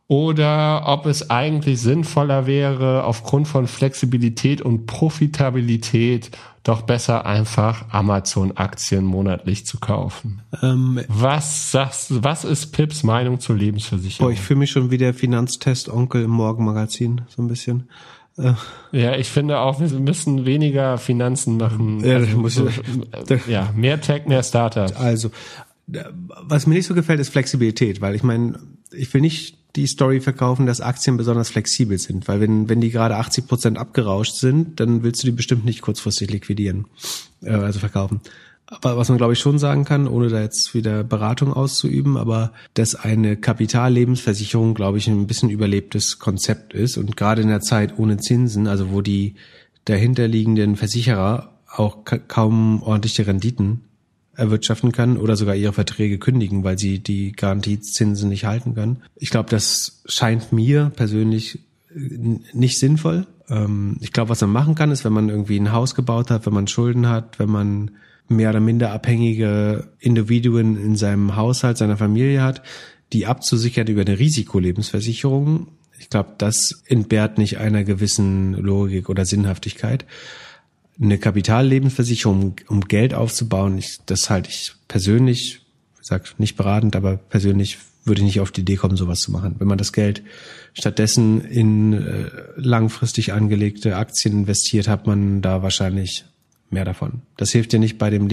oder ob es eigentlich sinnvoller wäre, aufgrund von Flexibilität und Profitabilität doch besser einfach Amazon-Aktien monatlich zu kaufen. Ähm, was sagst du, was ist Pips Meinung zur Lebensversicherung? Boah, ich fühle mich schon wie der Finanztest-Onkel im Morgenmagazin, so ein bisschen. Äh. Ja, ich finde auch, wir müssen weniger Finanzen machen. Ja, also, muss so, ja, mehr Tech, mehr Startup. Also, was mir nicht so gefällt, ist Flexibilität, weil ich meine, ich will nicht die Story verkaufen, dass Aktien besonders flexibel sind, weil wenn wenn die gerade achtzig Prozent abgerauscht sind, dann willst du die bestimmt nicht kurzfristig liquidieren, äh, also verkaufen. Aber was man, glaube ich, schon sagen kann, ohne da jetzt wieder Beratung auszuüben, aber dass eine Kapitallebensversicherung, glaube ich, ein bisschen überlebtes Konzept ist und gerade in der Zeit ohne Zinsen, also wo die dahinterliegenden Versicherer auch ka- kaum ordentliche Renditen erwirtschaften kann oder sogar ihre Verträge kündigen, weil sie die Garantiezinsen nicht halten können. Ich glaube, das scheint mir persönlich nicht sinnvoll. Ich glaube, was man machen kann, ist, wenn man irgendwie ein Haus gebaut hat, wenn man Schulden hat, wenn man mehr oder minder abhängige Individuen in seinem Haushalt, seiner Familie hat, die abzusichern über eine Risikolebensversicherung. Ich glaube, das entbehrt nicht einer gewissen Logik oder Sinnhaftigkeit. Eine Kapitallebensversicherung, um Geld aufzubauen, ich, das halte ich persönlich, wie gesagt, nicht beratend, aber persönlich würde ich nicht auf die Idee kommen, sowas zu machen. Wenn man das Geld stattdessen in äh, langfristig angelegte Aktien investiert, hat man da wahrscheinlich mehr davon. Das hilft ja nicht bei dem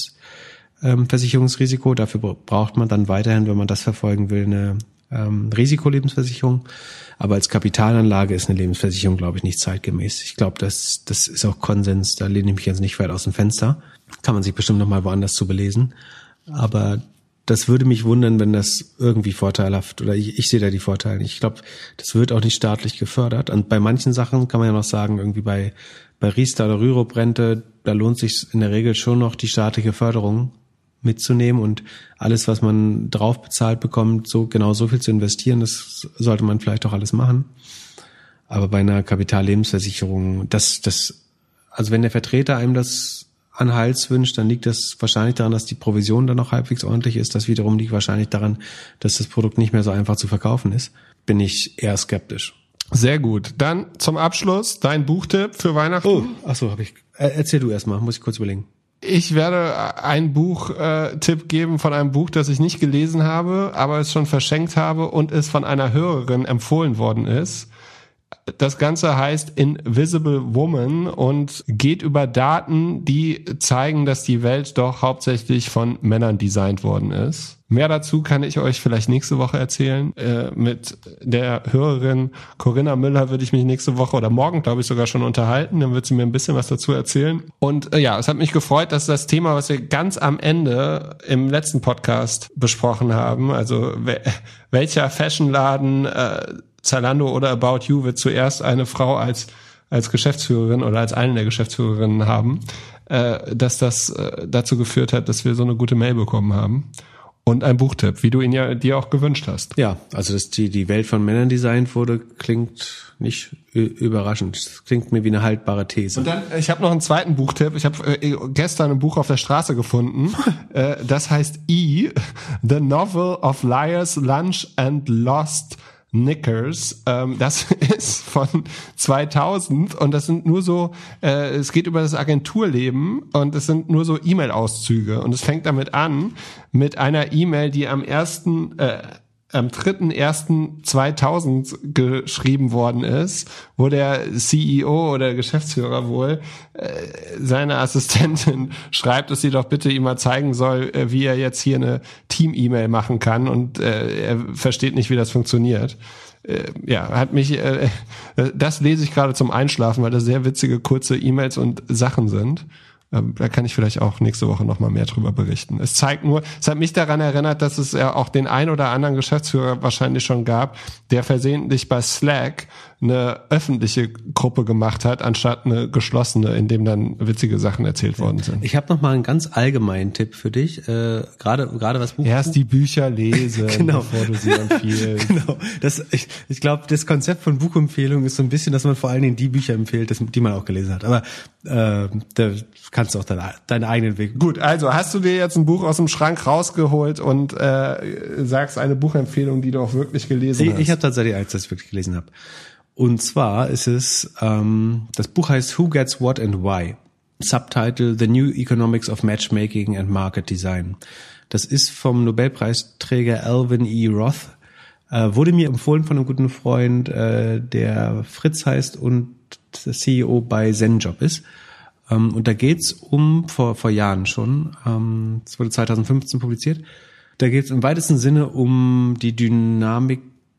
Lebensversicherungsrisiko. Ähm, Dafür braucht man dann weiterhin, wenn man das verfolgen will, eine ähm, Risikolebensversicherung. Aber als Kapitalanlage ist eine Lebensversicherung, glaube ich, nicht zeitgemäß. Ich glaube, das, das ist auch Konsens. Da lehne ich mich jetzt nicht weit aus dem Fenster. Kann man sich bestimmt noch mal woanders zu belesen. Aber das würde mich wundern, wenn das irgendwie vorteilhaft, oder ich, ich sehe da die Vorteile nicht. Ich glaube, das wird auch nicht staatlich gefördert. Und bei manchen Sachen kann man ja noch sagen, irgendwie bei, bei Riester oder Rürup-Rente, da lohnt sich in der Regel schon noch die staatliche Förderung mitzunehmen und alles, was man drauf bezahlt bekommt, so genau so viel zu investieren, das sollte man vielleicht auch alles machen. Aber bei einer Kapitallebensversicherung, das, das, also wenn der Vertreter einem das an den Hals wünscht, dann liegt das wahrscheinlich daran, dass die Provision dann noch halbwegs ordentlich ist. Das wiederum liegt wahrscheinlich daran, dass das Produkt nicht mehr so einfach zu verkaufen ist. Bin ich eher skeptisch. Sehr gut. Dann zum Abschluss dein Buchtipp für Weihnachten. Oh, ach so, habe ich. Äh, erzähl du erstmal, muss ich kurz überlegen. Ich werde einen Buchtipp äh, geben von einem Buch, das ich nicht gelesen habe, aber es schon verschenkt habe und es von einer Hörerin empfohlen worden ist. Das Ganze heißt Invisible Woman und geht über Daten, die zeigen, dass die Welt doch hauptsächlich von Männern designt worden ist. Mehr dazu kann ich euch vielleicht nächste Woche erzählen. Äh, mit der Hörerin Corinna Müller würde ich mich nächste Woche oder morgen, glaube ich, sogar schon unterhalten. Dann wird sie mir ein bisschen was dazu erzählen. Und äh, ja, es hat mich gefreut, dass das Thema, was wir ganz am Ende im letzten Podcast besprochen haben, also we- welcher Fashionladen, äh, Zalando oder About You wird zuerst eine Frau als als Geschäftsführerin oder als eine der Geschäftsführerinnen haben, äh, dass das äh, dazu geführt hat, dass wir so eine gute Mail bekommen haben. Und ein Buchtipp, wie du ihn ja dir auch gewünscht hast. Ja, also dass die die Welt von Männern designt wurde, klingt nicht ü- überraschend. Das klingt mir wie eine haltbare These. Und dann, ich habe noch einen zweiten Buchtipp. Ich habe äh, gestern ein Buch auf der Straße gefunden. äh, das heißt E, The Novel of Liars, Lunch and Lost Knickers, ähm, das ist von zweitausend und das sind nur so, äh, es geht über das Agenturleben und es sind nur so E-Mail-Auszüge und es fängt damit an mit einer E-Mail, die am ersten äh, am dritten ersten zweitausend geschrieben worden ist, wo der C E O oder Geschäftsführer wohl äh, seine Assistentin schreibt, dass sie doch bitte ihm mal zeigen soll, äh, wie er jetzt hier eine Team-E-Mail machen kann und äh, er versteht nicht, wie das funktioniert. Äh, ja, hat mich, äh, das lese ich gerade zum Einschlafen, weil das sehr witzige, kurze E-Mails und Sachen sind. Da kann ich vielleicht auch nächste Woche noch mal mehr drüber berichten. Es zeigt nur, es hat mich daran erinnert, dass es ja auch den ein oder anderen Geschäftsführer wahrscheinlich schon gab, der versehentlich bei Slack eine öffentliche Gruppe gemacht hat, anstatt eine geschlossene, in dem dann witzige Sachen erzählt worden sind. Ich habe noch mal einen ganz allgemeinen Tipp für dich, äh, gerade gerade was Buch. Erst die Bücher lesen, genau. bevor du sie empfiehlst. Genau. Das, ich ich glaube, das Konzept von Buchempfehlung ist so ein bisschen, dass man vor allen Dingen die Bücher empfiehlt, das, die man auch gelesen hat. Aber äh, da kannst du auch deinen, deinen eigenen Weg. Gut, also hast du dir jetzt ein Buch aus dem Schrank rausgeholt und äh, sagst eine Buchempfehlung, die du auch wirklich gelesen ich, hast? Ich habe tatsächlich eins, das ich wirklich gelesen habe. Und zwar ist es, ähm, das Buch heißt Who Gets What and Why? Subtitle The New Economics of Matchmaking and Market Design. Das ist vom Nobelpreisträger Alvin E. Roth. Äh, wurde mir empfohlen von einem guten Freund, äh, der Fritz heißt und C E O bei ZenJob ist. Ähm, und da geht's um, vor, vor Jahren schon, ähm, das wurde zwanzig fünfzehn publiziert, da geht's im weitesten Sinne um die Dynamik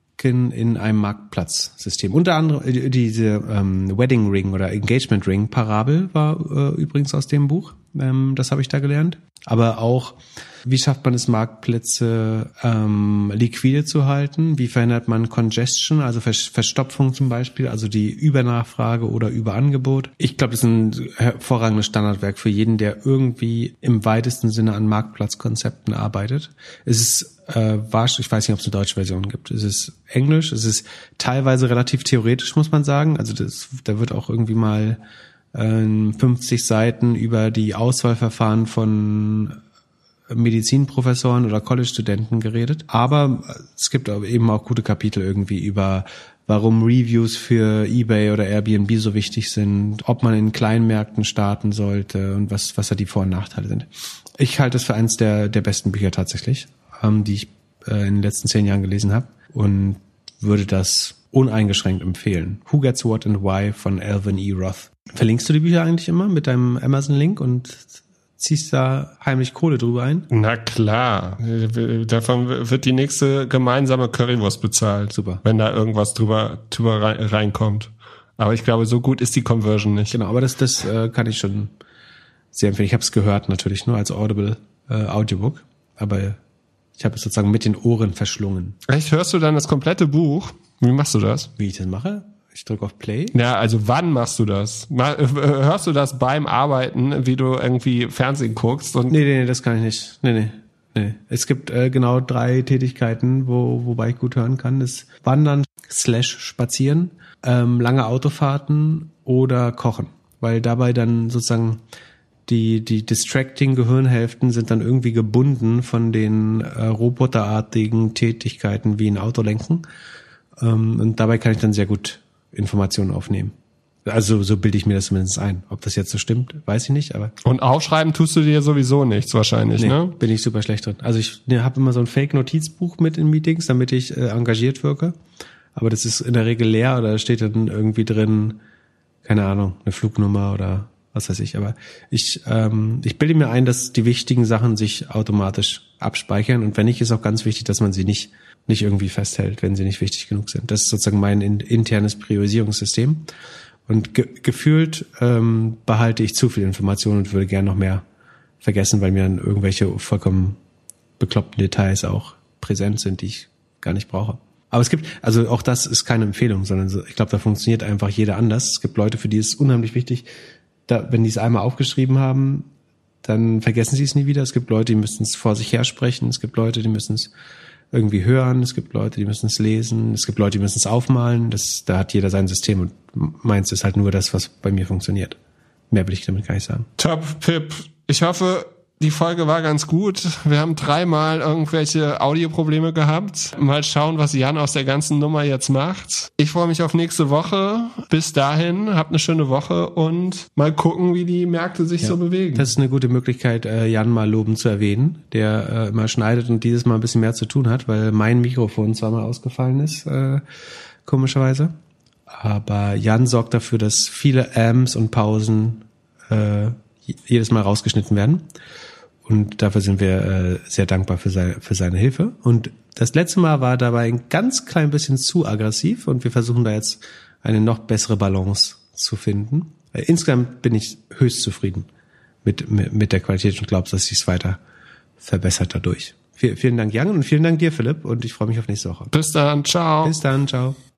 in einem Marktplatzsystem. Unter anderem äh, diese ähm, Wedding Ring oder Engagement Ring Parabel war äh, übrigens aus dem Buch. Ähm, das habe ich da gelernt. Aber auch, wie schafft man es, Marktplätze ähm, liquide zu halten? Wie verhindert man Congestion, also Ver- Verstopfung zum Beispiel, also die Übernachfrage oder Überangebot? Ich glaube, das ist ein hervorragendes Standardwerk für jeden, der irgendwie im weitesten Sinne an Marktplatzkonzepten arbeitet. Es ist äh, war, ich weiß nicht, ob es eine deutsche Version gibt. Es ist Englisch, es ist teilweise relativ theoretisch, muss man sagen. Also das, da wird auch irgendwie mal äh, fünfzig Seiten über die Auswahlverfahren von Medizinprofessoren oder College-Studenten geredet. Aber es gibt eben auch gute Kapitel irgendwie über, warum Reviews für eBay oder Airbnb so wichtig sind, ob man in Kleinmärkten starten sollte und was, was da die Vor- und Nachteile sind. Ich halte es für eins der, der besten Bücher tatsächlich, ähm, die ich äh, in den letzten zehn Jahren gelesen habe und würde das uneingeschränkt empfehlen. Who Gets What and Why von Alvin E. Roth. Verlinkst du die Bücher eigentlich immer mit deinem Amazon-Link und ziehst da heimlich Kohle drüber ein? Na klar. Davon wird die nächste gemeinsame Currywurst bezahlt. Super. Wenn da irgendwas drüber, drüber reinkommt. Aber ich glaube, so gut ist die Conversion nicht. Genau, aber das, das äh, kann ich schon sehr empfehlen. Ich habe es gehört natürlich nur als Audible äh, Audiobook, aber ich habe es sozusagen mit den Ohren verschlungen. Echt? Hörst du dann das komplette Buch? Wie machst du das? Wie ich das mache? Ich drücke auf Play. Ja, also wann machst du das? Hörst du das beim Arbeiten, wie du irgendwie Fernsehen guckst? Und nee, nee, nee, das kann ich nicht. Nee, nee. Nee. Es gibt äh, genau drei Tätigkeiten, wo wobei ich gut hören kann. Das Wandern slash Spazieren, ähm, lange Autofahrten oder Kochen. Weil dabei dann sozusagen die die distracting Gehirnhälften sind dann irgendwie gebunden von den äh, roboterartigen Tätigkeiten wie ein Autolenken. Ähm, und dabei kann ich dann sehr gut Informationen aufnehmen. Also so bilde ich mir das zumindest ein. Ob das jetzt so stimmt, weiß ich nicht. Aber und aufschreiben tust du dir sowieso nichts wahrscheinlich, nee, ne? Bin ich super schlecht drin. Also ich ne, habe immer so ein Fake-Notizbuch mit in Meetings, damit ich äh, engagiert wirke. Aber das ist in der Regel leer oder steht dann irgendwie drin, keine Ahnung, eine Flugnummer oder was weiß ich. Aber ich ähm, ich bilde mir ein, dass die wichtigen Sachen sich automatisch abspeichern. Und wenn nicht, ist auch ganz wichtig, dass man sie nicht nicht irgendwie festhält, wenn sie nicht wichtig genug sind. Das ist sozusagen mein in, internes Priorisierungssystem. Und ge- gefühlt ähm, behalte ich zu viel Information und würde gerne noch mehr vergessen, weil mir dann irgendwelche vollkommen bekloppten Details auch präsent sind, die ich gar nicht brauche. Aber es gibt, also auch das ist keine Empfehlung, sondern so, ich glaube, da funktioniert einfach jeder anders. Es gibt Leute, für die ist es unheimlich wichtig, da, wenn die es einmal aufgeschrieben haben, dann vergessen sie es nie wieder. Es gibt Leute, die müssen es vor sich her sprechen. Es gibt Leute, die müssen es irgendwie hören. Es gibt Leute, die müssen es lesen. Es gibt Leute, die müssen es aufmalen. Das, da hat jeder sein System und meins ist halt nur das, was bei mir funktioniert. Mehr will ich damit gar nicht sagen. Top, Pip. Ich hoffe, die Folge war ganz gut. Wir haben dreimal irgendwelche Audioprobleme gehabt. Mal schauen, was Jan aus der ganzen Nummer jetzt macht. Ich freue mich auf nächste Woche. Bis dahin, habt eine schöne Woche und mal gucken, wie die Märkte sich ja, so bewegen. Das ist eine gute Möglichkeit, Jan mal lobend zu erwähnen, der äh, immer schneidet und dieses Mal ein bisschen mehr zu tun hat, weil mein Mikrofon zweimal ausgefallen ist, äh, komischerweise. Aber Jan sorgt dafür, dass viele Ams und Pausen äh, jedes Mal rausgeschnitten werden. Und dafür sind wir äh, sehr dankbar für seine, für seine Hilfe. Und das letzte Mal war dabei ein ganz klein bisschen zu aggressiv und wir versuchen da jetzt eine noch bessere Balance zu finden. Äh, insgesamt bin ich höchst zufrieden mit, mit, mit der Qualität und glaube, dass sich es weiter verbessert dadurch. V- vielen Dank, Jan, und vielen Dank dir, Philipp, und ich freue mich auf nächste Woche. Bis dann, ciao. Bis dann, ciao.